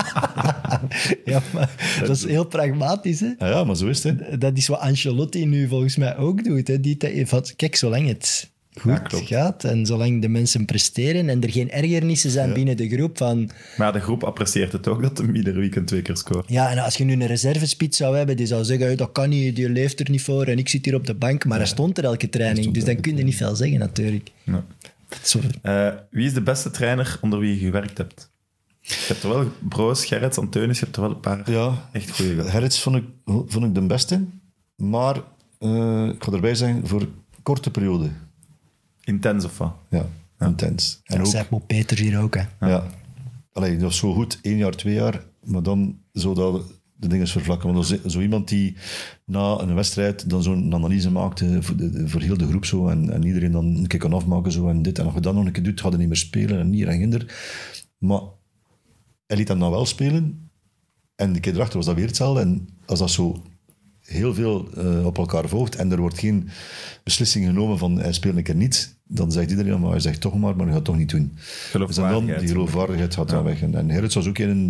Ja, maar dat is heel pragmatisch, hè. Ja, maar zo is het, hè. Dat is wat Ancelotti nu volgens mij ook doet. Hè. Kijk, zolang het goed klopt. gaat en zolang de mensen presteren en er geen ergernissen zijn binnen de groep van... Maar de groep apprecieert het ook dat hij ieder weekend 2 keer scoort. Ja, en als je nu een reservespits zou hebben, die zou zeggen, "Hey, dat kan niet, die leeft er niet voor en ik zit hier op de bank." Maar hij stond er elke training, dus dan kun je niet veel zeggen natuurlijk. Ja. Zo, Wie is de beste trainer onder wie je gewerkt hebt? Je hebt er wel Broos, Gerrits, Antonis, je hebt er wel een paar Ja, echt goede gehad. Gerrits vond ik de beste. Maar ik ga erbij zeggen, voor korte periode. Intens of wat? Ja, intens. En dat ook... zei Mo Peters hier ook, hè. Ja. Allee, dat was zo goed, 1 jaar, 2 jaar, maar dan zodat de dingen vervlakken. Want dat was zo iemand die na een wedstrijd dan zo'n analyse maakte voor heel de groep zo, en iedereen dan een keer kan afmaken zo, en dit. En als je dat nog een keer doet, gaat hij niet meer spelen en hier en ginder. Maar hij liet hem dan wel spelen en de keer erachter was dat weer hetzelfde. En als dat zo heel veel op elkaar volgt en er wordt geen beslissing genomen van hij speelt een keer niet, dan zegt iedereen, maar hij zegt toch maar hij gaat het toch niet doen. Dus en dan, die geloofwaardigheid gaat dan weg. En Gerrits was ook een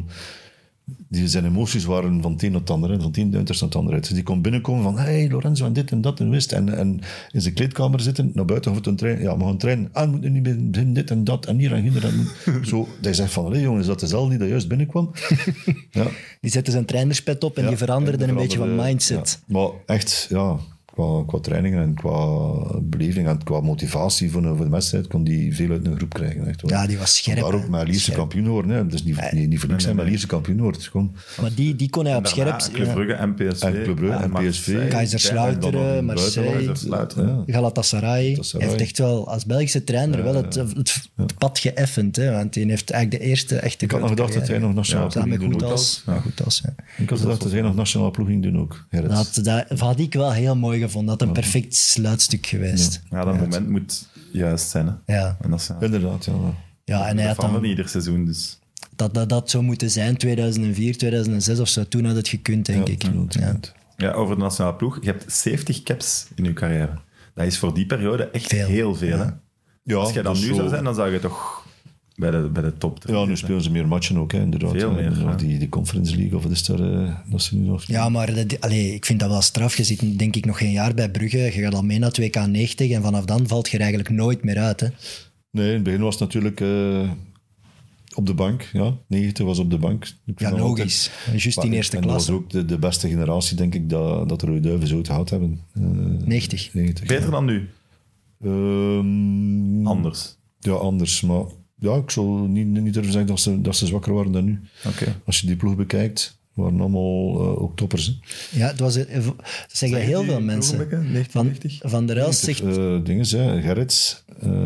die zijn emoties waren van het een op het andere, van het een uiterste naar het andere. Dus die kon binnenkomen van, hey Lorenzo en dit en dat en wist. En in zijn kleedkamer zitten, naar buiten of het een trein. Ja, we gaan trainen. Ah, moet niet beginnen dit en dat en hier en hier. Zo, hij zegt van, allee jongens, dat is al niet dat juist binnenkwam. Ja. Die zette zijn trainerspet op en Ja, die veranderde en een beetje van mindset. Ja. Maar echt, ja, qua trainingen en qua beleving en qua motivatie voor de wedstrijd kon die veel uit een groep krijgen. Echt, hoor. Ja, die was scherp. Daar ook hè. met Lierse Scherp. kampioen worden. Hè. Dus niet voor niks zijn, maar Lierse kampioen wordt. Gewoon. Maar die kon hij op scherp... Club Brugge en PSV. En Club Brugge en PSV. Kaiserslautern, Marseille, Kaiserslautern, ja. Galatasaray. Hij heeft echt wel als Belgische trainer wel het pad geëffend. Hè, want hij heeft eigenlijk de eerste echte Ik had nog grote gedacht dat hij carrière. nog nationaal ploeg Samen ging doen. goed ook. als. Ja, goed als. Ja. Ik had gedacht dat hij nog nationaal ploeg ging doen ook. Gerrits. Dat had ik wel heel mooi gevonden. Dat een perfect sluitstuk geweest. Ja, dat moment moet juist zijn. Hè. Ja. En dat is Inderdaad, ja. Ja, en hij had van dan ieder seizoen, dus... dat zou moeten zijn, 2004, 2006 of zo. Toen had het gekund, denk ik. Ja. Ja, over de nationale ploeg. Je hebt 70 caps in je carrière. Dat is voor die periode echt Veel. heel veel. Hè? Ja, Als jij dan dus nu zo- zou zijn, dan zou je toch bij de top Ja, nu spelen ze meer matchen ook, hè, inderdaad. Veel meer, En, ja. die Conference League, of wat is daar, dat ze nu nog... Ja, maar ik vind dat wel straf. Je zit denk ik nog geen jaar bij Brugge. Je gaat al mee naar 2K90 en vanaf dan valt je er eigenlijk nooit meer uit. Hè. Nee, in het begin was het natuurlijk op de bank. Ja, 90 was op de bank. Ik vind Ja, dat logisch. Juist in eerste en dat klasse. was ook de beste generatie, denk ik, dat de Rode Duivens ooit gehad hebben. 90. 90. Beter dan nu? Anders. Ja, anders. Maar ja, ik zou niet durven zeggen dat ze zwakker waren dan nu. Oké. Als je die ploeg bekijkt, waren allemaal ook toppers. Hè. Ja, dat zeggen heel veel mensen. Van 1990? Van der Elst zegt... Dingen, hè, Gerrits,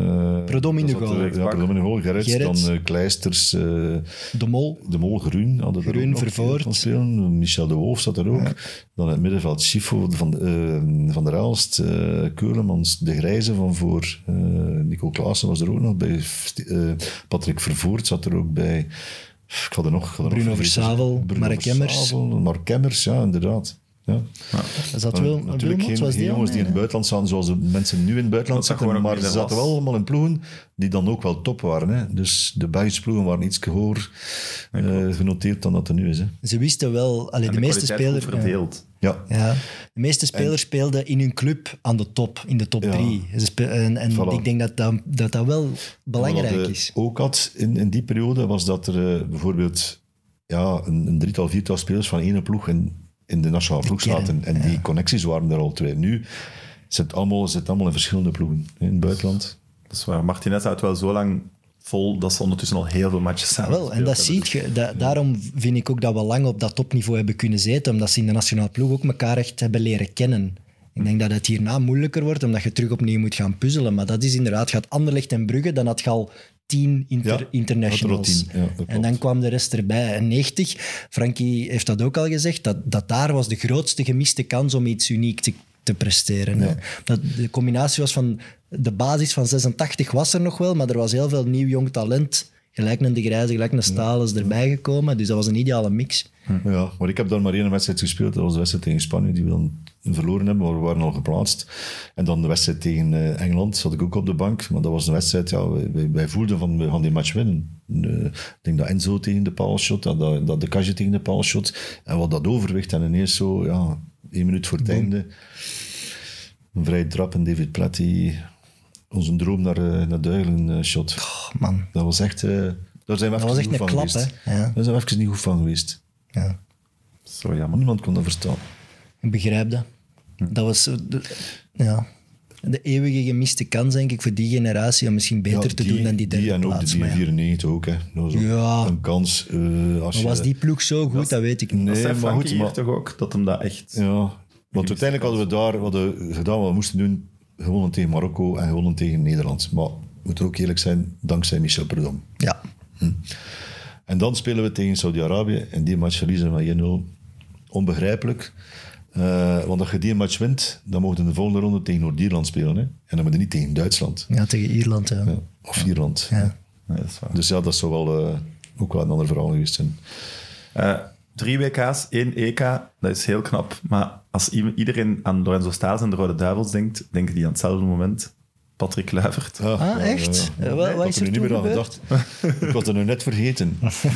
Predom in de Dat zat, goal. Ja, Predom in de goal. Gerrits, Gerrits. dan Kleisters, De Mol. De Mol, Groen. Hadden er Groen, ook nog Vervoort. van spelen. Michel de Wolf zat er ook. Ja. Dan in het middenveld Schifo van der Elst, Keulemans, De Grijze van voor. Nico Klaassen was er ook nog bij. Patrick Vervoort zat er ook bij. Ik had er nog Bruno Versavel, Mark Emmers. Mark Emmers, ja, inderdaad. Ja. Is dat wel? Natuurlijk geen jongens die in het buitenland zaten zoals de mensen nu in het buitenland Dat zitten, gewoon maar ook ze zaten wel allemaal in ploegen die dan ook wel top waren. Hè. Dus de Belgische ploegen waren iets hoger genoteerd dan dat er nu is. Hè. Ze wisten wel... Allee, de meeste spelers... verdeeld. Ja. Ja, de meeste spelers speelden in hun club aan de top, in de top 3. En Voilà. ik denk dat wel belangrijk Wat is. ook had in die periode was dat er bijvoorbeeld een drietal, viertal spelers van één ploeg in de nationale ploeg zaten. En die connecties waren er al twee. Nu zit allemaal in verschillende ploegen in het buitenland. Dat is waar. Martinez houdt wel zo lang vol dat ze ondertussen al heel veel matches samen Wel, en dat ziet je. Daarom vind ik ook dat we lang op dat topniveau hebben kunnen zitten, omdat ze in de nationale ploeg ook elkaar echt hebben leren kennen. Ik denk dat het hierna moeilijker wordt, omdat je terug opnieuw moet gaan puzzelen. Maar dat is inderdaad, gaat Anderlecht en Brugge, dan had je al 10 internationals. Ja, en dan kwam de rest erbij. En 90, Frankie heeft dat ook al gezegd, dat daar was de grootste gemiste kans om iets uniek te presteren. Ja. Hè. Dat de combinatie was van... De basis van 86 was er nog wel, maar er was heel veel nieuw jong talent. Gelijk een De Grijze, gelijk een Stalens erbij gekomen. Dus dat was een ideale mix. Ja, maar ik heb dan maar één wedstrijd gespeeld. Dat was de wedstrijd tegen Spanje, die we dan verloren hebben, maar we waren al geplaatst. En dan de wedstrijd tegen Engeland zat ik ook op de bank. Maar dat was een wedstrijd, wij voelden van, we gaan die match winnen. Ik denk dat Enzo tegen de paal shot, dat de Kage tegen de paal shot. En wat dat overwicht en ineens zo, 1 minuut voor het einde. Een vrije trap en David Platt die onze droom naar Duilen shot. Oh, man. Dat was echt... daar zijn we Dat was even echt niet een goed van klap, geweest. hè? Ja. Daar zijn we even niet goed van geweest. Ja. Zo jammer. Niemand kon dat verstaan. Ik begrijp dat. Dat was de eeuwige gemiste kans, denk ik, voor die generatie om misschien beter te doen dan die derde en ook plaats. die Maar ja. 94 ook. Hè. Dat was ook Ja. een kans. Maar was die ploeg zo goed, dat weet ik niet. Dat Nee, zei maar Frankie goed, hier maar- toch ook, dat hem dat echt... Ja, want uiteindelijk hadden we daar gedaan wat we moesten doen. Gewonnen tegen Marokko en gewonnen tegen Nederland. Maar we moeten ook eerlijk zijn, dankzij Michel Predom. Ja. En dan spelen we tegen Saudi-Arabië. En die match verliezen we met 1-0. Onbegrijpelijk. Want als je die match wint, dan mogen we in de volgende ronde tegen Noord-Ierland spelen. Hè? En dan moet je niet tegen Duitsland. Ja, tegen Ierland, ja. Ja, of Ierland. Ja. Nee, dat is waar. Dus ja, dat zou wel ook wel een ander verhaal geweest zijn. 3 WK's, 1 EK, dat is heel knap. Maar als iedereen aan Lorenzo Staes en de Rode Duivels denkt, denken die aan hetzelfde moment Patrick Kluivert. Echt? Ja. Wat Ik had is er er nu toen niet meer aan gebeurd? gedacht. Ik was er nu net vergeten.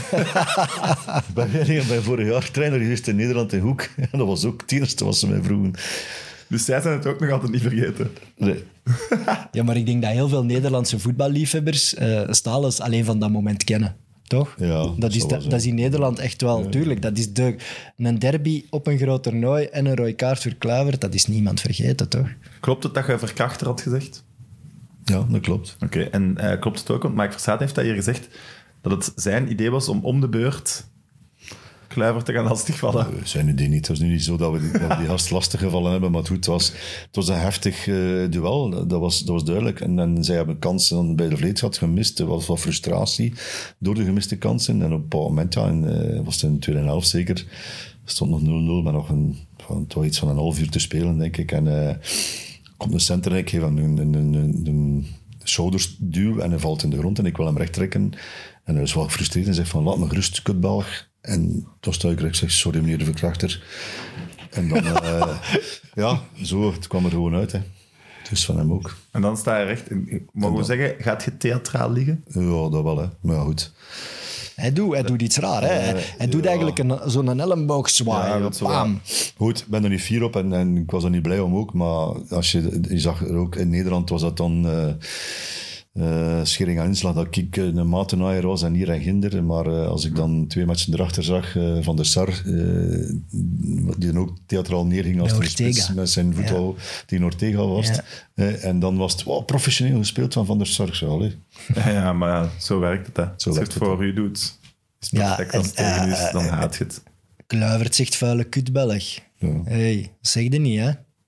Ik ben vorig jaar trainer geweest in Nederland in Hoek. En dat was ook het eerste wat ze mij vroegen. Dus zij zijn het ook nog altijd niet vergeten. Nee. Ja, maar ik denk dat heel veel Nederlandse voetballiefhebbers Stalens alleen van dat moment kennen. Toch? Ja, dat is, zal wel zijn. dat is in Nederland echt wel, tuurlijk. Dat is een derby op een groot toernooi en een rode kaart voor Kluivert. Dat is niemand vergeten, toch? Klopt het dat je Verkrachter had gezegd? Ja, dat klopt. Oké, en klopt het ook, want Mike Verstaat heeft dat hier gezegd, dat het zijn idee was om de beurt Kluivert te gaan lastigvallen. Zijn idee niet. Het was nu niet zo dat we die gast lastig gevallen hebben, maar goed, het was een heftig duel. Dat was duidelijk. En zij hebben kansen bij de Vleetschat gemist. Er was wat frustratie door de gemiste kansen. En op een bepaald moment, was het in de tweede helft zeker, stond nog 0-0, maar nog toch iets van een half uur te spelen, denk ik. En komt een center en ik geef hem een schoudersduw en hij valt in de grond en ik wil hem recht trekken. En hij is wel gefrustreerd en zegt van, laat me gerust, kutbalg. En toen sta ik recht, zeg, sorry meneer de Verkrachter. En dan, zo, het kwam er gewoon uit. Hè. Dus van hem ook. En dan sta je recht. Mogen we zeggen, gaat je theatraal liggen? Ja, dat wel, hè. Maar ja, goed. Hij doet iets raar, hè? Hij doet eigenlijk zo'n elleboogzwaai. Ja, dat is wel. Bam. Goed, ik ben er niet fier op en ik was er niet blij om ook. Maar als je zag er ook in Nederland was dat dan schering aan inslag dat ik een matenaaier was en hier en ginder. Maar als ik dan 2 matchen erachter zag van de Sar, die dan ook theatraal neerging als de spits met zijn voetbal tegen Ortega was. Ja. En dan was het professioneel gespeeld van der Sar. Ja, maar zo werkt het. Hè. Als je het werkt het, voor u doet, is het perfect. Als het tegen u is, dan haat je het. Kluivert zegt vuile kutbelg. Ja. Hey, dat zeg je niet, hè?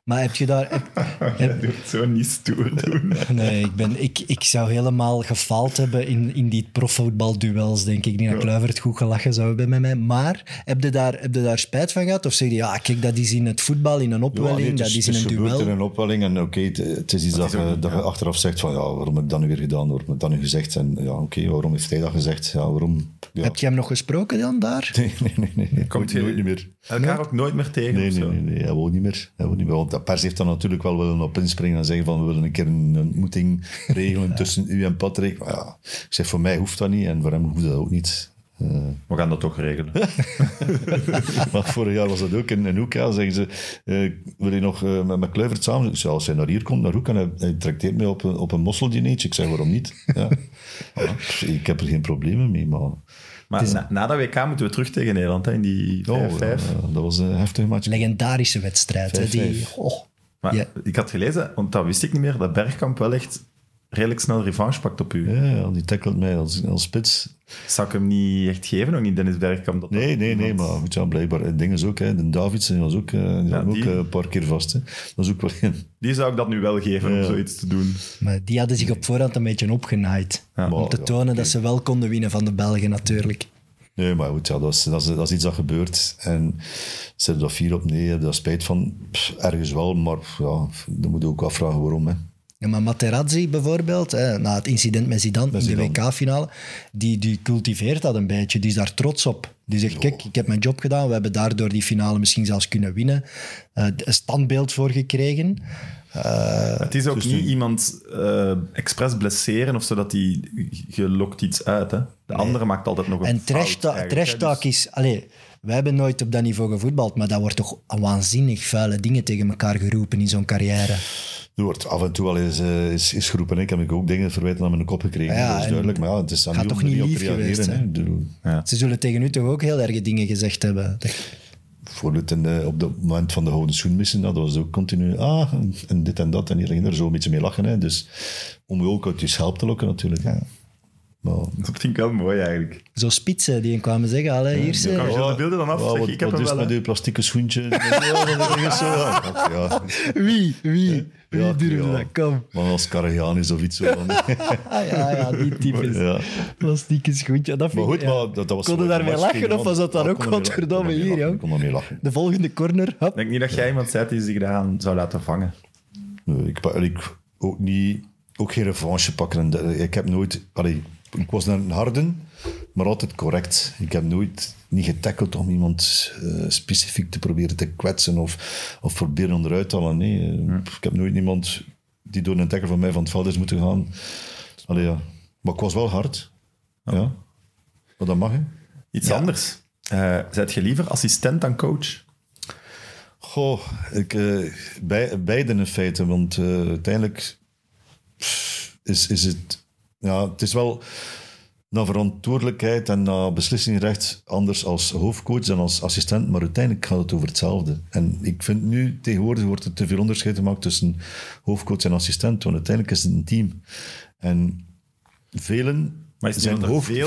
Maar heb je daar... Je doet zo niet stoer doen. Nee, ik zou helemaal gefaald hebben in die profvoetbalduels, denk ik. Ik denk dat Kluivert goed gelachen zou hebben met mij. Maar heb je daar spijt van gehad? Of zeg je, ja, kijk, dat is in het voetbal, in een opwelling, dat is in een duel? Het gebeurt in een opwelling en oké, het is iets dat je achteraf zegt van, ja, waarom heb ik dat nu weer gedaan? Waarom heb ik dat nu gezegd? En ja, oké, waarom heeft hij dat gezegd? Ja, waarom... Ja. Heb je hem nog gesproken dan daar? Nee. Komt nooit niet meer. Elkaar ook nooit meer tegen? Nee, hij wou niet meer. Want de pers heeft dan natuurlijk wel willen op inspringen en zeggen van we willen een keer een ontmoeting regelen tussen u en Patrick. Maar ja, ik zeg, voor mij hoeft dat niet en voor hem hoeft dat ook niet. We gaan dat toch regelen. Maar vorig jaar was dat ook in Hoek. Ja, zeggen ze, wil je nog met Kluivert samen? Ik zei, als hij naar hier komt, naar Hoek, en hij trakteert mij op een mosseldineetje. Ik zeg, waarom niet? Ja. Ik heb er geen problemen mee, Maar na dat WK moeten we terug tegen Nederland, hè, in die 5-5. Dat was een heftig match. Legendarische wedstrijd. Hè, Maar ik had gelezen, want dat wist ik niet meer, dat Bergkamp wel echt redelijk snel revanche pakt op u. Ja, die tackelt mij als spits. Zou ik hem niet echt geven, ook niet Dennis Bergkamp? Nee, maar goed, ja, blijkbaar dingen is ook. Hè. De Davidsen was ook, ook een paar keer vast. Hè. Dat is ook wel... Die zou ik dat nu wel geven om zoiets te doen. Maar die hadden zich op voorhand een beetje opgenaaid. Ja. Om te tonen dat ze wel konden winnen van de Belgen natuurlijk. Nee, maar goed, ja, dat is iets dat gebeurt. En zet dat 4 op, nee, daar spijt van. Ergens wel, maar ja, dan moet je ook afvragen waarom. Hè. Ja, maar Materazzi bijvoorbeeld, na het incident met Zidane in de WK-finale, die cultiveert dat een beetje. Die is daar trots op. Die zegt, kijk, ik heb mijn job gedaan. We hebben daardoor die finale misschien zelfs kunnen winnen. Een standbeeld voor gekregen. Het is ook niet iemand expres blesseren of zodat je lokt iets uit. Hè? De andere maakt altijd nog een fout. En trash talk is... Allez, wij hebben nooit op dat niveau gevoetbald, maar dat wordt toch waanzinnig vuile dingen tegen elkaar geroepen in zo'n carrière. Er wordt af en toe wel eens geroepen. Ik heb ook dingen verwijten aan mijn kop gekregen. Ja, dat is duidelijk. Maar ja, het is gaat toch niet lief geweest. Ja. Ze zullen tegen u toch ook heel erge dingen gezegd hebben. Bijvoorbeeld op het moment van de houden schoen missen, dat was ook continu en dit en dat. En hier ging er zo een beetje mee lachen. Hè. Dus om je ook uit je schelp te lokken natuurlijk. Ja. Maar, dat vind ik wel mooi eigenlijk. Zo spitsen die kwamen zeggen, allee, hier ze. Kan je de beelden dan af? Wat is met uw plastieke schoentje? Wie durfde dat? Kom. Maar als Karagianis of iets zo. ja, die types. Ja. Plastieke schoentje. Dat vind ik, dat was kon je daarmee lachen of was dat dan ook godverdomme hier? Ik kon daarmee lachen. De volgende corner. Hop. Ik denk niet dat jij iemand zei die zich daaraan zou laten vangen. Nee, ik ook niet... Ook geen revanche pakken. Ik heb nooit... ik was een harden, maar altijd correct. Ik heb nooit niet getackeld om iemand specifiek te proberen te kwetsen of proberen onderuit te halen. Nee, ik heb nooit iemand die door een tackle van mij van het veld is moeten gaan. Maar ik was wel hard. Ja. Maar dat mag, hè. Iets anders. Zijt je liever assistent dan coach? Goh, beide in feite. Want uiteindelijk... Is het... Ja, het is wel naar verantwoordelijkheid en naar beslissingsrecht anders als hoofdcoach dan als assistent, maar uiteindelijk gaat het over hetzelfde. En ik vind nu, tegenwoordig wordt er te veel onderscheid gemaakt tussen hoofdcoach en assistent, want uiteindelijk is het een team. En velen zijn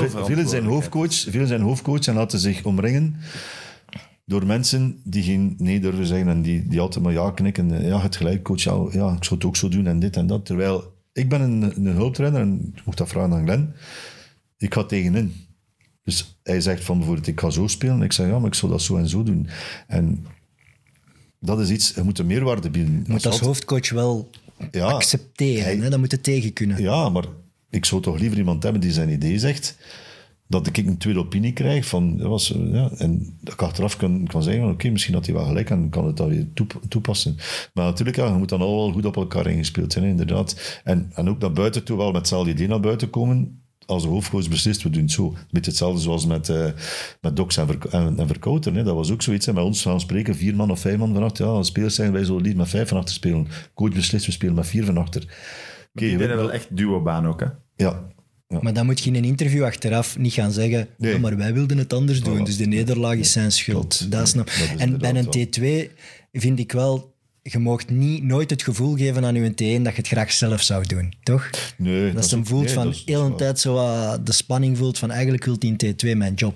hoofdcoach en laten zich omringen door mensen die geen nee durven zeggen en die altijd maar ja knikken. Ja, het gelijk, coach, ja, ik zou het ook zo doen en dit en dat. Terwijl ik ben een hulptrainer en ik mocht dat vragen aan Glenn. Ik ga tegenin. Dus hij zegt van bijvoorbeeld, ik ga zo spelen. Ik zeg, ja, maar ik zou dat zo en zo doen. En dat is iets, je moet een meerwaarde bieden. Je moet als hoofdcoach wel accepteren, hè? Dat moet je tegen kunnen. Ja, maar ik zou toch liever iemand hebben die zijn idee zegt, dat ik een tweede opinie krijg van, en dat ik achteraf kan zeggen van, oké, misschien had hij wel gelijk en kan het dan weer toepassen. Maar natuurlijk, je moet dan al wel goed op elkaar ingespeeld zijn, hè, inderdaad. En ook naar buiten toe wel met hetzelfde idee naar buiten komen. Als de hoofdcoach beslist, we doen het zo. Een beetje hetzelfde zoals met Doks en Verkouter. Hè. Dat was ook zoiets. Hè. Met ons gaan spreken, 4 man of 5 man van achter. Ja, spelers zeggen, wij zullen niet met 5 van achter spelen. Coach beslist, we spelen met 4 van achter. Die deden wel echt duo-baan ook, hè? Ja. Maar dan moet je in een interview achteraf niet gaan zeggen, nee, maar wij wilden het anders doen, dus de nederlaag is zijn schuld. Dat is en bij een T2 vind ik wel, je mag nooit het gevoel geven aan je T1 dat je het graag zelf zou doen, toch? Nee. Dat je hem voelt van heel een tijd zo de spanning voelt van eigenlijk wil die in T2 mijn job.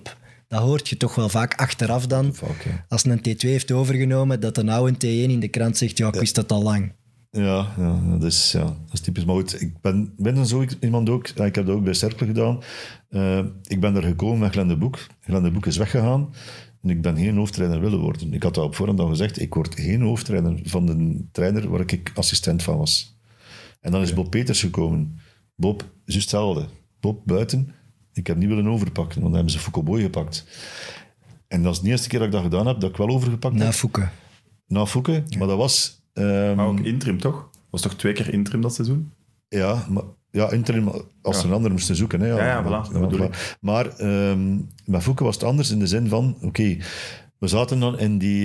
dat hoort je toch wel vaak achteraf dan. Vaak, ja. Als een T2 heeft overgenomen, dat een oude T1 in de krant zegt, ja, ik wist dat al lang. Ja, dat is typisch. Maar goed, ik ben zo iemand ook, ik heb dat ook bij Cercle gedaan. Ik ben er gekomen met Glenn de Boek. Glenn de Boek is weggegaan en ik ben geen hoofdtrainer willen worden. Ik had dat op voorhand al gezegd, ik word geen hoofdtrainer van de trainer waar ik assistent van was. En dan is Bob Peters gekomen. Bob, juist hetzelfde. Bob buiten, ik heb niet willen overpakken, want dan hebben ze Foucault Boy gepakt. En dat is de eerste keer dat ik dat gedaan heb, dat ik wel overgepakt heb. Na Foucault, maar dat was... maar ook interim, toch? Was toch 2 keer interim dat seizoen? Ja, maar interim als ze een ander moesten zoeken. Hè, voilà, dat bedoel ik. Maar met Foucault was het anders in de zin van... Oké, we zaten dan in die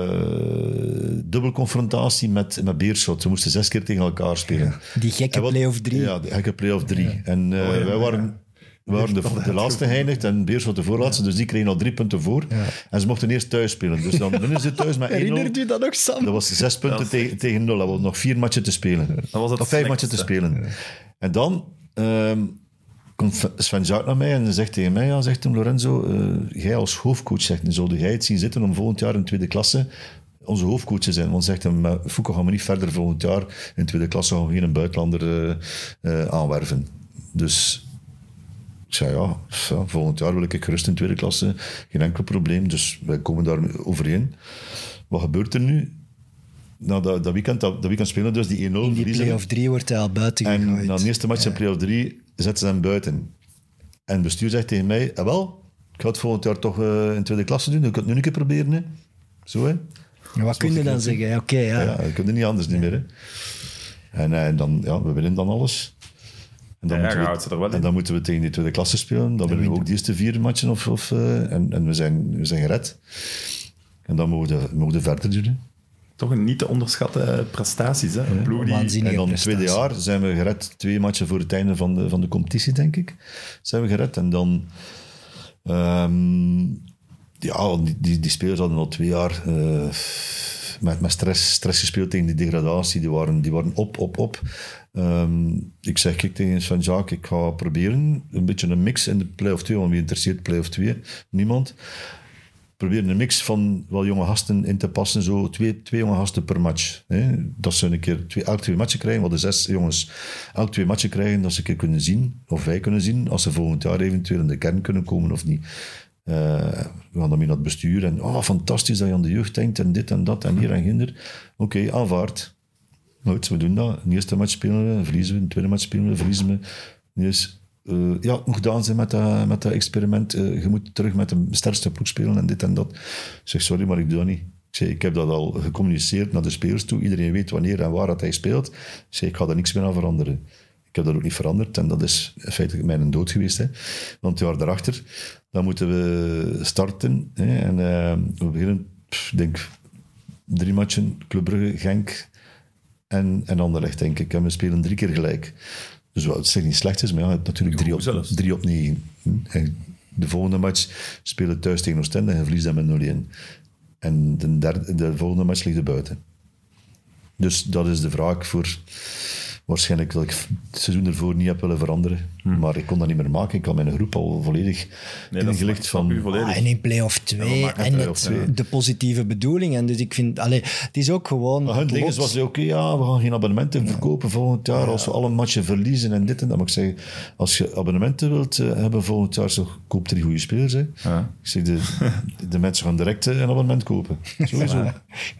dubbelconfrontatie met Beerschot. Ze moesten 6 keer tegen elkaar spelen. Die gekke play-off 3. Ja, die gekke play-off 3. Ja. En wij waren... We waren de laatste geëindigd en Beerschot de voorlaatste, dus die kregen al 3 punten voor. Ja. En ze mochten eerst thuis spelen. Dus dan winnen ze thuis met 1-0. Herinnert u dat nog, Sam? Dat was 6 punten tegen 0. Dat was nog 4 matchen te spelen. Dat was het of 5 matchen te spelen. Ja. En dan komt Sven Jaak naar mij en zegt tegen mij, zegt hem Lorenzo, jij als hoofdcoach, zegt, zou jij het zien zitten om volgend jaar in tweede klasse onze hoofdcoach te zijn? Want zegt hem, Foucault gaan we niet verder volgend jaar in tweede klasse, gaan we geen buitenlander aanwerven. Dus... Ik zei, volgend jaar wil ik gerust in tweede klasse. Geen enkel probleem, dus wij komen daar overheen. Wat gebeurt er nu? Nou, dat weekend spelen dus die 1-0 in die play-off 3 wordt hij al buiten gegooid. En na de eerste match in play-off 3 zetten ze hem buiten. En het bestuur zegt tegen mij, wel, ik ga het volgend jaar toch in tweede klasse doen. Ik kan het nu een keer proberen. Hè. Zo, hè. En wat kun je dan zeggen? Ja, dat kun je niet anders niet meer. Hè. En dan, we winnen dan alles. En dan moeten we tegen die tweede klasse spelen. Dan winnen we ook die eerste 4 matchen. En we zijn gered. En dan mogen we verder doen. Hè. Toch een niet te onderschatten prestaties. Hè? Een ploeg die... En dan het tweede jaar zijn we gered. 2 matchen voor het einde van de competitie, denk ik. Zijn we gered. En dan... die spelers hadden al 2 jaar... met stress gespeeld tegen die degradatie. Die waren op. Ik zeg tegen Sven Jaak, ik ga proberen een beetje een mix in de play-off 2, want wie interesseert play-off 2? Niemand. Proberen een mix van wel jonge gasten in te passen, zo 2 jonge gasten per match. Hè? Dat ze een keer elk 2 matchen krijgen, wat de 6 jongens elk 2 matchen krijgen, dat ze een keer kunnen zien, of wij kunnen zien, als ze volgend jaar eventueel in de kern kunnen komen of niet. We gaan dan mee naar het bestuur en fantastisch dat je aan de jeugd denkt en dit en dat en hier en ginder. Oké, aanvaard. Goed, we doen dat. De eerste match spelen we, verliezen we. De tweede match spelen we, verliezen we. Dus, het moet gedaan zijn met dat experiment. Je moet terug met de sterkste ploeg spelen en dit en dat. Ik zeg, sorry, maar ik doe dat niet. Ik heb dat al gecommuniceerd naar de spelers toe. Iedereen weet wanneer en waar dat hij speelt. Ik ga daar niks meer aan veranderen. Ik heb dat ook niet veranderd en dat is feitelijk mijn dood geweest. Hè. Want het jaar daarachter, dan moeten we starten. Hè, en we beginnen, ik denk, 3 matchen, Club Brugge, Genk en Anderlecht, denk ik. En we spelen 3 keer gelijk. Dus wat het niet slecht is, maar ja, het natuurlijk 3 op 9. En de volgende match spelen thuis tegen Oostende en je verliest dan met 0-1. En de volgende match ligt er buiten. Dus dat is de wraak voor... Waarschijnlijk dat ik het seizoen ervoor niet heb willen veranderen. Maar ik kon dat niet meer maken. Ik had mijn groep al volledig ingelicht van... En in play-off 2 en de positieve bedoelingen. Dus ik vind... het is ook gewoon... Het ding was, we gaan geen abonnementen verkopen volgend jaar als we alle matchen verliezen en dit en dat. Maar ik zeg, als je abonnementen wilt hebben volgend jaar, zo koop 3 goede spelers. Hè. Ja. Ik zeg, de mensen gaan direct een abonnement kopen. Sowieso.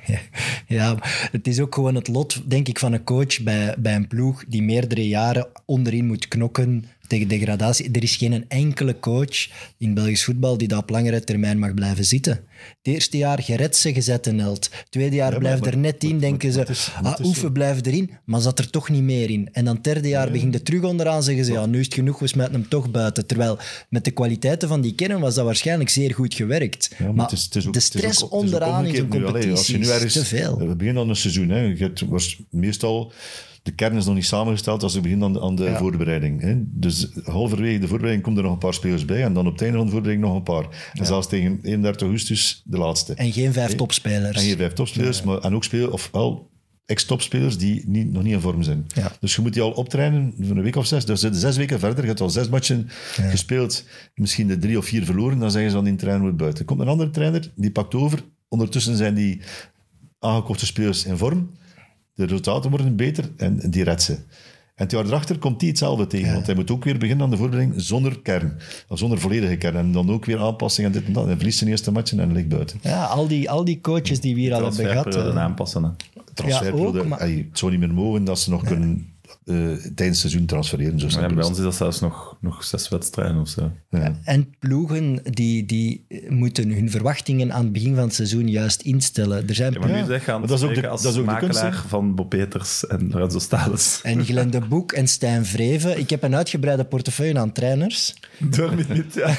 Ja, het is ook gewoon het lot, denk ik, van een coach bij een ploeg die meerdere jaren onderin moet knokken tegen degradatie. Er is geen enkele coach in Belgisch voetbal die dat op langere termijn mag blijven zitten. Het eerste jaar gered ze, gezet een held. Het tweede jaar blijft er net in, denken ze, oefen, blijft erin, maar zat er toch niet meer in. En dan het derde jaar begint het terug onderaan, zeggen ze, nu is het genoeg, we smijten hem toch buiten. Terwijl met de kwaliteiten van die kern was dat waarschijnlijk zeer goed gewerkt. Ja, maar het is ook, de stress onderaan in zo'n competitie is te veel. We beginnen aan een seizoen. Hè. Was meestal... De kern is nog niet samengesteld als we beginnen aan de voorbereiding. Hè. Dus halverwege de voorbereiding komen er nog een paar spelers bij en dan op het einde van de voorbereiding nog een paar. En zelfs tegen 31 augustus de laatste. En geen 5 topspelers. En geen 5 topspelers, maar en ook spelen, ofwel ex-topspelers die nog niet in vorm zijn. Ja. Dus je moet die al optrainen voor een week of 6. Dus 6 weken verder, je hebt al 6 matchen gespeeld, misschien de 3 of 4 verloren, dan zeggen ze dan die trainer moet buiten. Er komt een andere trainer, die pakt over. Ondertussen zijn die aangekochte spelers in vorm. De resultaten worden beter en die redt ze. En het jaar erachter komt hij hetzelfde tegen. Want hij moet ook weer beginnen aan de voorbereiding zonder kern. Of zonder volledige kern. En dan ook weer aanpassingen en dit en dat. En verliest zijn eerste matchen en ligt buiten. Ja, al die coaches die we hier al hebben gehad. Transferperiode aanpassen. Hè. Transferperiode. Ja, ook, maar... Het zou niet meer mogen dat ze nog kunnen tijdens het seizoen transfereren. Zo Ja, bij ons is dat zelfs nog 6 wedstrijden of zo. Ja. En ploegen die moeten hun verwachtingen aan het begin van het seizoen juist instellen. Er zijn Ja, maar nu zeg je aan het dat is ook spreken de- als dat is ook de kunst, makelaar van Bob Peters en Lorenzo Stales. En Glenn de Boek en Stijn Vreven. Ik heb een uitgebreide portefeuille aan trainers. Door niet, ja.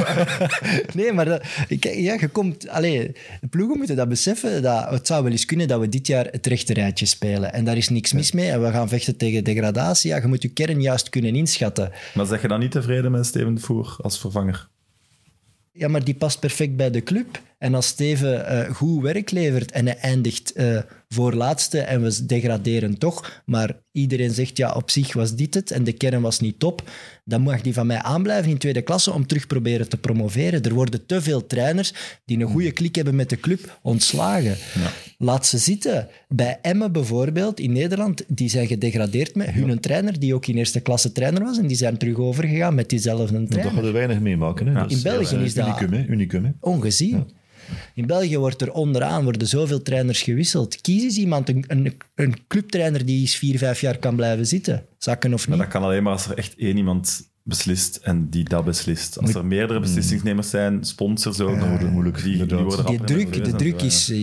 Nee, maar je komt... Allee, de ploegen moeten dat beseffen. Dat het zou wel eens kunnen dat we dit jaar het rechte rijtje spelen. En daar is niks mis mee. En we gaan vechten tegen degradatie. Ja, je moet je kern juist kunnen inschatten. Maar zeg je dan niet tevreden met Steven Voer als vervanger? Ja, maar die past perfect bij de club. En als Steven goed werk levert en hij eindigt voorlaatste en we degraderen toch, maar iedereen zegt, ja, op zich was dit het en de kern was niet top, dan mag die van mij aanblijven in tweede klasse om terug proberen te promoveren. Er worden te veel trainers die een goede klik hebben met de club ontslagen. Ja. Laat ze zitten. Bij Emmen bijvoorbeeld, in Nederland, die zijn gedegradeerd met hun trainer, die ook in eerste klasse trainer was, en die zijn terug overgegaan met diezelfde trainer. Dat gaan er weinig meemaken. Hè. Ja, Dat in België is dat unicum. Hè. ongezien. Ja. In België wordt er onderaan worden zoveel trainers gewisseld. Kies eens iemand, een clubtrainer die eens 4-5 jaar kan blijven zitten. Zakken of niet. Maar dat kan alleen maar als er echt één iemand beslist en die dat beslist. Als er meerdere beslissingsnemers zijn, sponsors ook, dan wordt het moeilijk. Die worden de druk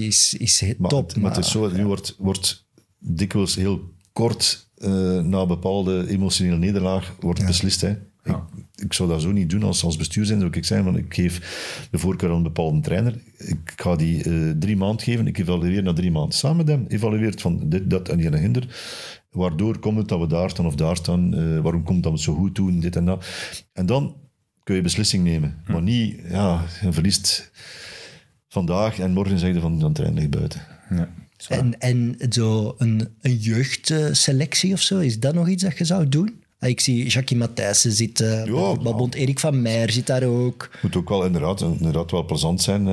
is top. Maar het is zo, nu wordt dikwijls heel kort na een bepaalde emotionele nederlaag wordt beslist. Hè. Ja. Ik zou dat zo niet doen als bestuur zijn, zou ik zeggen, want ik geef de voorkeur aan een bepaalde trainer. Ik ga die 3 maanden geven, ik evalueer na 3 maanden. Samen met hem evalueert van dit, dat en die en hinder. Waardoor komt het dat we daar staan of daar staan? Waarom komt het dat we het zo goed doen? Dit en dat. En dan kun je beslissing nemen. Maar niet, ja, je verliest vandaag en morgen zeg je van, dan train ligt buiten. Ja. En zo een jeugdselectie of zo, is dat nog iets dat je zou doen? Ik zie Jackie Matthijssen zitten, Babond Erik van Meijer zit daar ook. Moet ook wel inderdaad wel plezant zijn.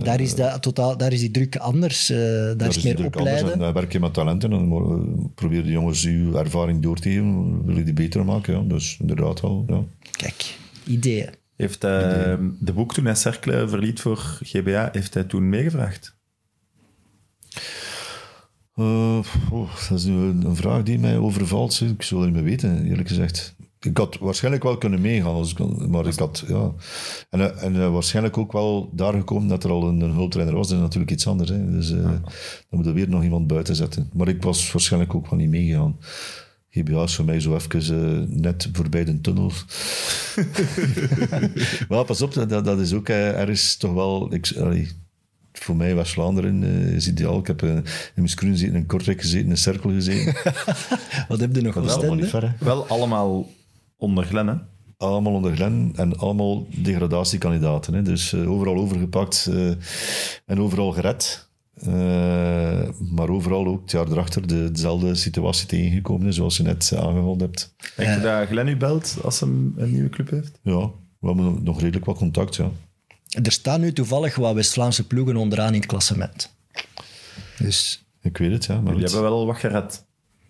Daar is die druk anders. Daar is meer opleiden. En daar werk je met talenten en probeer de jongens uw ervaring door te geven. Wil je die beter maken? Ja. Dus inderdaad wel. Ja. Kijk, ideeën. Heeft de Boek toen hij Cercle verliet voor GBA, heeft hij toen meegevraagd? Dat is nu een vraag die mij overvalt. Ik zou het niet meer weten, eerlijk gezegd. Ik had waarschijnlijk wel kunnen meegaan, maar ik had... Ja. En waarschijnlijk ook wel daar gekomen dat er al een hulptrainer was. Dat is natuurlijk iets anders. Hè. Dus dan moet er weer nog iemand buiten zetten. Maar ik was waarschijnlijk ook wel niet meegegaan. GBA is voor mij zo even net voorbij de tunnel. Maar pas op, dat is ook ergens toch wel... Voor mij West-Vlaanderen is ideaal. Ik heb in Moeskroen gezeten, in Kortrijk gezeten, in Cerkel gezeten. Wat heb je nog Oostende? Wel allemaal onder Glenn, hè? Allemaal onder Glenn en allemaal degradatiekandidaten. Hè. Dus overal overgepakt en overal gered. Maar overal ook het jaar erachter dezelfde situatie tegengekomen is, zoals je net aangehaald hebt. Denk je dat Glenn u belt als hij een nieuwe club heeft? Ja, we hebben nog redelijk wat contact, ja. Er staan nu toevallig wat West-Vlaamse ploegen onderaan in het klassement. Dus... Ik weet het, ja. Maar jullie hebben wel al wat gered.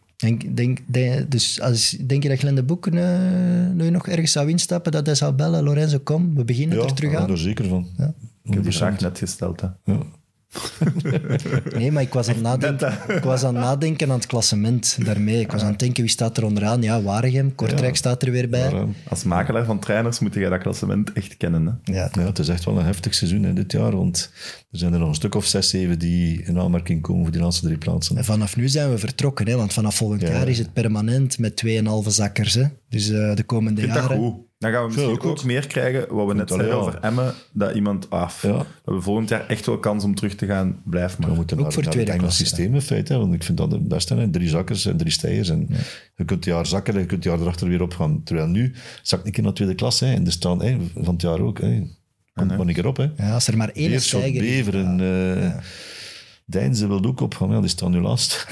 Denk je dat Glenn de Boek nu nog ergens zou instappen, dat hij zou bellen? Lorenzo, kom, we beginnen er terug aan. Ja, ik ben er zeker van. Ja. Ik heb die vraag net gesteld. Hè. Ja. Nee, maar ik was aan het nadenken aan het klassement daarmee. Ik was aan het denken, wie staat er onderaan? Ja, Waregem, Kortrijk staat er weer bij. Maar, als makelaar van trainers moet jij dat klassement echt kennen. Hè? Ja, het is echt wel een heftig seizoen hè, dit jaar, want er zijn er nog een stuk of 6, 7 die in aanmerking komen voor die laatste 3 plaatsen. En vanaf nu zijn we vertrokken, hè, want vanaf volgend jaar is het permanent met 2,5 zakkers. Hè. Dus de komende jaren... Dat goed. Dan gaan we misschien ook meer krijgen, wat we net zeiden over Emmen, dat iemand af. Ja. We hebben volgend jaar echt wel kans om terug te gaan. Blijf maar. We moeten ook voor tweede klasse. systeem in feite, want ik vind dat het beste. Hè. 3 zakkers en 3 stijgers. En je kunt het jaar zakken en je kunt het jaar erachter weer opgaan. Terwijl nu zakt ik in naar tweede klas. Hè. En er staan van het jaar ook. Hè. Komt maar een keer op. Hè. Ja, als er maar 1 stijger is. Beveren. Deinze wil ook op gaan. Ja, die staan nu laatst.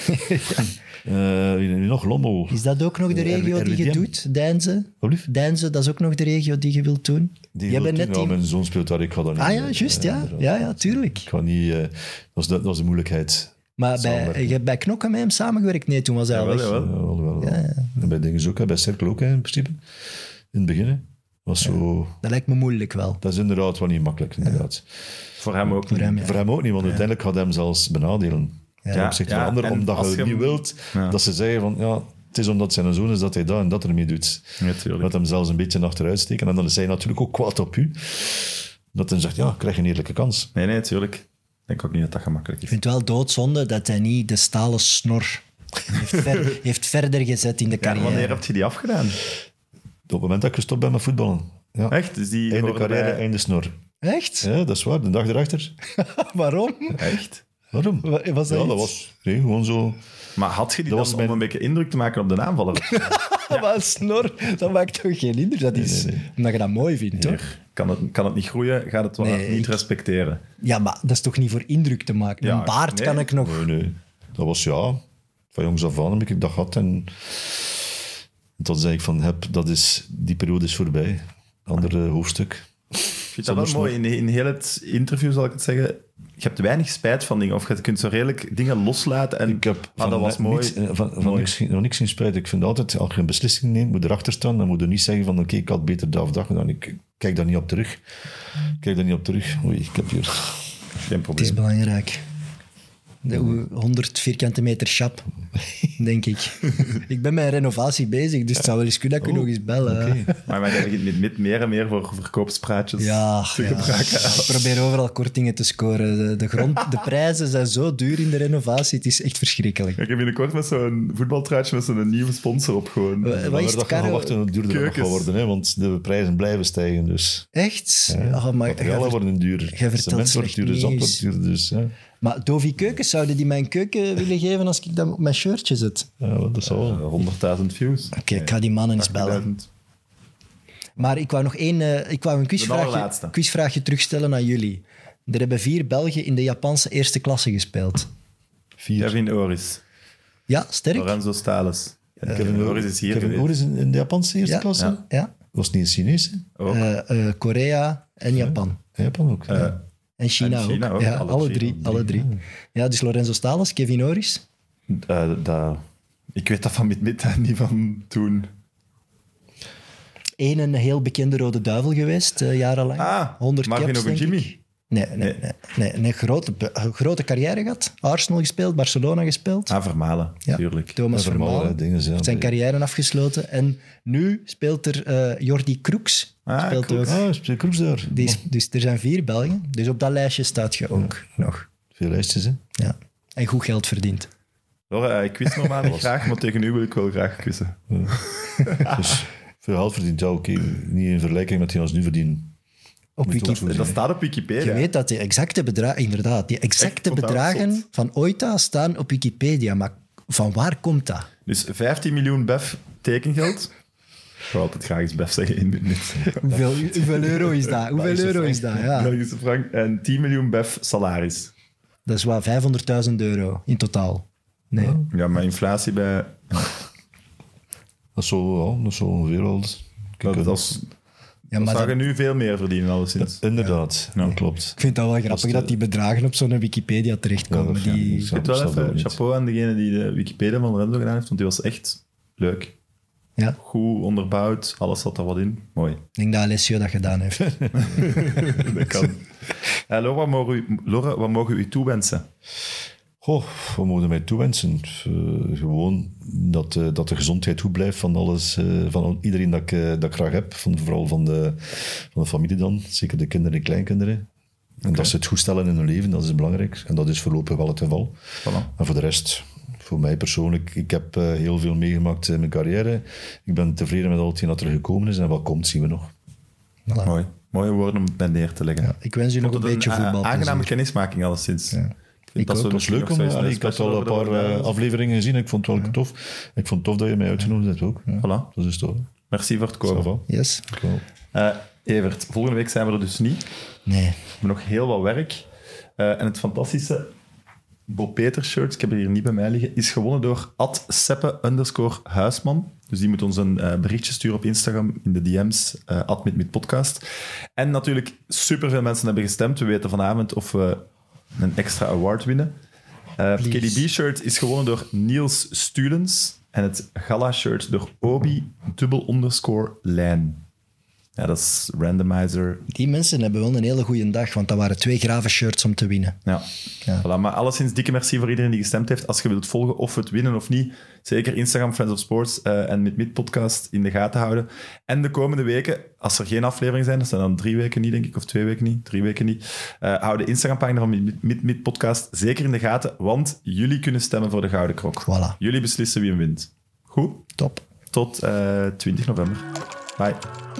Wie nu nog? Lommel. Is dat ook nog de regio die je RWDM. doet, Deinze? Wat Deinze, dat is ook nog de regio die je wilt doen? Die wil doen, mijn zoon speelt daar, ik ga daar niet... Ah ja, juist, ja. Ja, tuurlijk. Ik ga niet... dat was de moeilijkheid. Maar Samenwerken. je hebt bij Knokken met hem samengewerkt? Nee, toen was hij al weg. Jawel. Ja. En bij dingen ook, hè, bij Cercle ook, hè, in principe. In het begin, hè. Was zo... Dat lijkt me moeilijk wel. Dat is inderdaad wel niet makkelijk, inderdaad. Voor hem ook. Voor hem, ja. Voor hem ook niet, want uiteindelijk gaat hij hem zelfs benadelen. Ten opzichte van anderen, en omdat als je je niet hem- wilt Ja. dat ze zeggen van, ja, het is omdat zijn zoon is dat hij dat en dat ermee doet. Natuurlijk. Dat hem zelfs een beetje achteruit steken. En dan is hij natuurlijk ook kwaad op u. Dat hij zegt, ja, krijg je een eerlijke kans. Nee, natuurlijk. Ik denk ook niet dat dat gemakkelijk Ik is. vind het wel doodzonde dat hij niet de stalen snor heeft verder gezet in de Ja, carrière. wanneer heb je die afgedaan? Op het moment dat ik gestopt ben met voetballen. Ja. Echt? Dus die Einde hoorde carrière, bij- einde snor. Echt? Ja, dat is waar. De dag erachter. Waarom? Echt? Waarom? Was dat Ja, dat iets? was gewoon zo... Maar had je die Dat dan was om mijn- een beetje indruk te maken op de aanvaller? Maar een snor, dat maakt toch geen indruk? Dat is Nee. omdat je dat mooi vindt, toch? Hier, kan het niet groeien, gaat het wel Nee, niet ik- respecteren. Ja, maar dat is toch niet voor indruk te maken? Ja, Een baard nee. kan ik nog... Nee. Dat was ja... Van jongs af aan heb ik dat gehad. En toen zei ik van, die periode is voorbij. Ander hoofdstuk. Ik vind dat wel Zonder mooi. In heel het interview zal ik het zeggen. Je hebt weinig spijt van dingen. Of je kunt zo redelijk dingen loslaten. En Ik heb dat was mooi. niks, van Mooi. niks geen spijt. Ik vind altijd, als je een beslissing neemt, moet je erachter staan. Dan moet je niet zeggen van, oké, ik had beter dat of dat gedaan. Ik kijk daar niet op terug. Oei, ik heb hier... Geen Het probleem. is belangrijk. De 100 vierkante meter chap, denk ik. Ik ben met een renovatie bezig, dus het zou wel eens kunnen dat ik u nog eens bellen. Oké. Maar jij begint met meer en meer voor verkoopspraatjes Ja, te gebruiken. ik probeer overal kortingen te scoren. De prijzen zijn zo duur in de renovatie, het is echt verschrikkelijk. Ik heb binnenkort met zo'n voetbaltruitje met zo'n nieuwe sponsor op gewoon. Wat is Maar het, dat gaat Karel? wachten, hoe duurder dat nog Keukens. gaat worden. Hè, want de prijzen blijven stijgen. Dus. Echt? Ah, maar, Materialen worden duurder. vertelt Cement wordt slecht duurder, zand nieuws. wordt duurder. Dus, ja. maar Dovi Keukens, zouden die mijn keuken willen geven als ik dat op mijn shirtje zet? Ja, dat zal wel. 100.000 views. Oké, ik ga die mannen eens bellen. 80.000. Maar ik wou nog een allerlaatste. quizvraagje terugstellen aan jullie. Er hebben 4 Belgen in de Japanse eerste klasse gespeeld. 4. Kevin Oris. Ja, sterk. Lorenzo Stales. Kevin Oris is hier Kevin geweest. Oris in de Japanse eerste Ja. klasse? Ja. Ja. Was het niet een Chinese? Ook. Korea en Japan. In Japan ook. Ja. En China, En China ook, Ja, alle alle drie. drie. Alle drie. Ja, dus Lorenzo Stales, Kevin Oris. Ik weet dat van mid en niet van toen. Een heel bekende Rode Duivel geweest, jarenlang. Ah, 100 Marvin caps, denk Ogunjimi. ik. Nee, grote carrière gehad. Arsenal gespeeld, Barcelona gespeeld. Ah, Vermalen, Ja. tuurlijk. Thomas Vermalen, Vermalen. dingen, ja. Heeft zijn carrière afgesloten. En nu speelt er Jordi Kroeks. Ah, speelt Kroeks. ook. Ah, speelt Kroes daar. Dus er zijn 4 Belgen. Dus op dat lijstje staat je ook nog. Veel lijstjes, hè. Ja. En goed geld verdient. Laura, ik quiz normaal niet graag, maar tegen u wil ik wel graag quizzen. Dus veel geld verdient, ja, oké. Niet in vergelijking met die als nu verdienen. Op Moet je Wikipedia. ook zo Dat zien, staat op Wikipedia. Je weet dat die exacte bedragen, inderdaad, die exacte vond dat bedragen zot. van Oita staan op Wikipedia. Maar van waar komt dat? Dus 15 miljoen BEF tekengeld. Ik wil altijd graag eens BEF zeggen in dit. Hoeveel euro is dat? Hoeveel euro is dat? Ja. Belgische frank. En 10 miljoen BEF salaris. Dat is wel 500.000 euro in totaal. Nee. Ja, maar inflatie bij... Dat is zo, ja, dat is zo ongeveer wel. Dat is, Ja, dat maar zou je dat- nu veel meer verdienen, alleszins. Inderdaad, Ja. dat klopt. ik vind dat wel grappig dat die bedragen op zo'n Wikipedia terechtkomen. Ja, dat die... vind Ik vind wel snap dat even niet. chapeau aan degene die de Wikipedia van Lorenzo gedaan heeft, want die was echt leuk. Ja, Goed onderbouwd, alles zat er wat in. Mooi. ik denk dat Alessio dat gedaan heeft. Dat kan. Laura, wat mogen we u toewensen? Goh, wat mogen wij toewensen? Gewoon dat de gezondheid goed blijft van alles, van iedereen dat ik graag heb. Vooral van de familie dan. Zeker de kinderen en kleinkinderen. En dat ze het goed stellen in hun leven, dat is belangrijk. En dat is voorlopig wel het geval. Voilà. En voor de rest, voor mij persoonlijk, ik heb heel veel meegemaakt in mijn carrière. Ik ben tevreden met al hetgeen dat er gekomen is. En wat komt, zien we nog. Voilà. Mooi. Mooie woorden om het bij neer te leggen. Ja, ik wens u nog een beetje voetbal. Aangename kennismaking, alleszins. Ja. Ik vind Ik ook. Dat is leuk. Ik had al een paar afleveringen gezien. Ik vond het wel tof. Ik vond het tof dat je mij uitgenodigd hebt ook. Ja. Voilà. Dat is toch. Merci voor het komen. Yes. Evert, volgende week zijn we er dus niet. Nee. We hebben nog heel wat werk. En het fantastische... Bo Peters shirt, ik heb het hier niet bij mij liggen, is gewonnen door @seppe_huisman. Dus die moet ons een berichtje sturen op Instagram in de DM's, @mitmitpodcast. En natuurlijk, superveel mensen hebben gestemd. We weten vanavond of we een extra award winnen. Het KDB-shirt is gewonnen door Niels Stulens en het Gala-shirt door Obi__lijn. Ja, dat is randomizer. Die mensen hebben wel een hele goede dag, want dat waren 2 grave shirts om te winnen. Ja. Voilà, maar alleszins dikke merci voor iedereen die gestemd heeft. Als je wilt volgen of we het winnen of niet, zeker Instagram, Friends of Sports en Mit podcast in de gaten houden. En de komende weken, als er geen afleveringen zijn, dat zijn dan 3 weken niet, denk ik, of 2 weken niet, 3 weken niet, hou de Instagram-pagina van Mit podcast zeker in de gaten, want jullie kunnen stemmen voor de Gouden Krok. Voilà. Jullie beslissen wie hem wint. Goed? Top. Tot 20 november. Bye.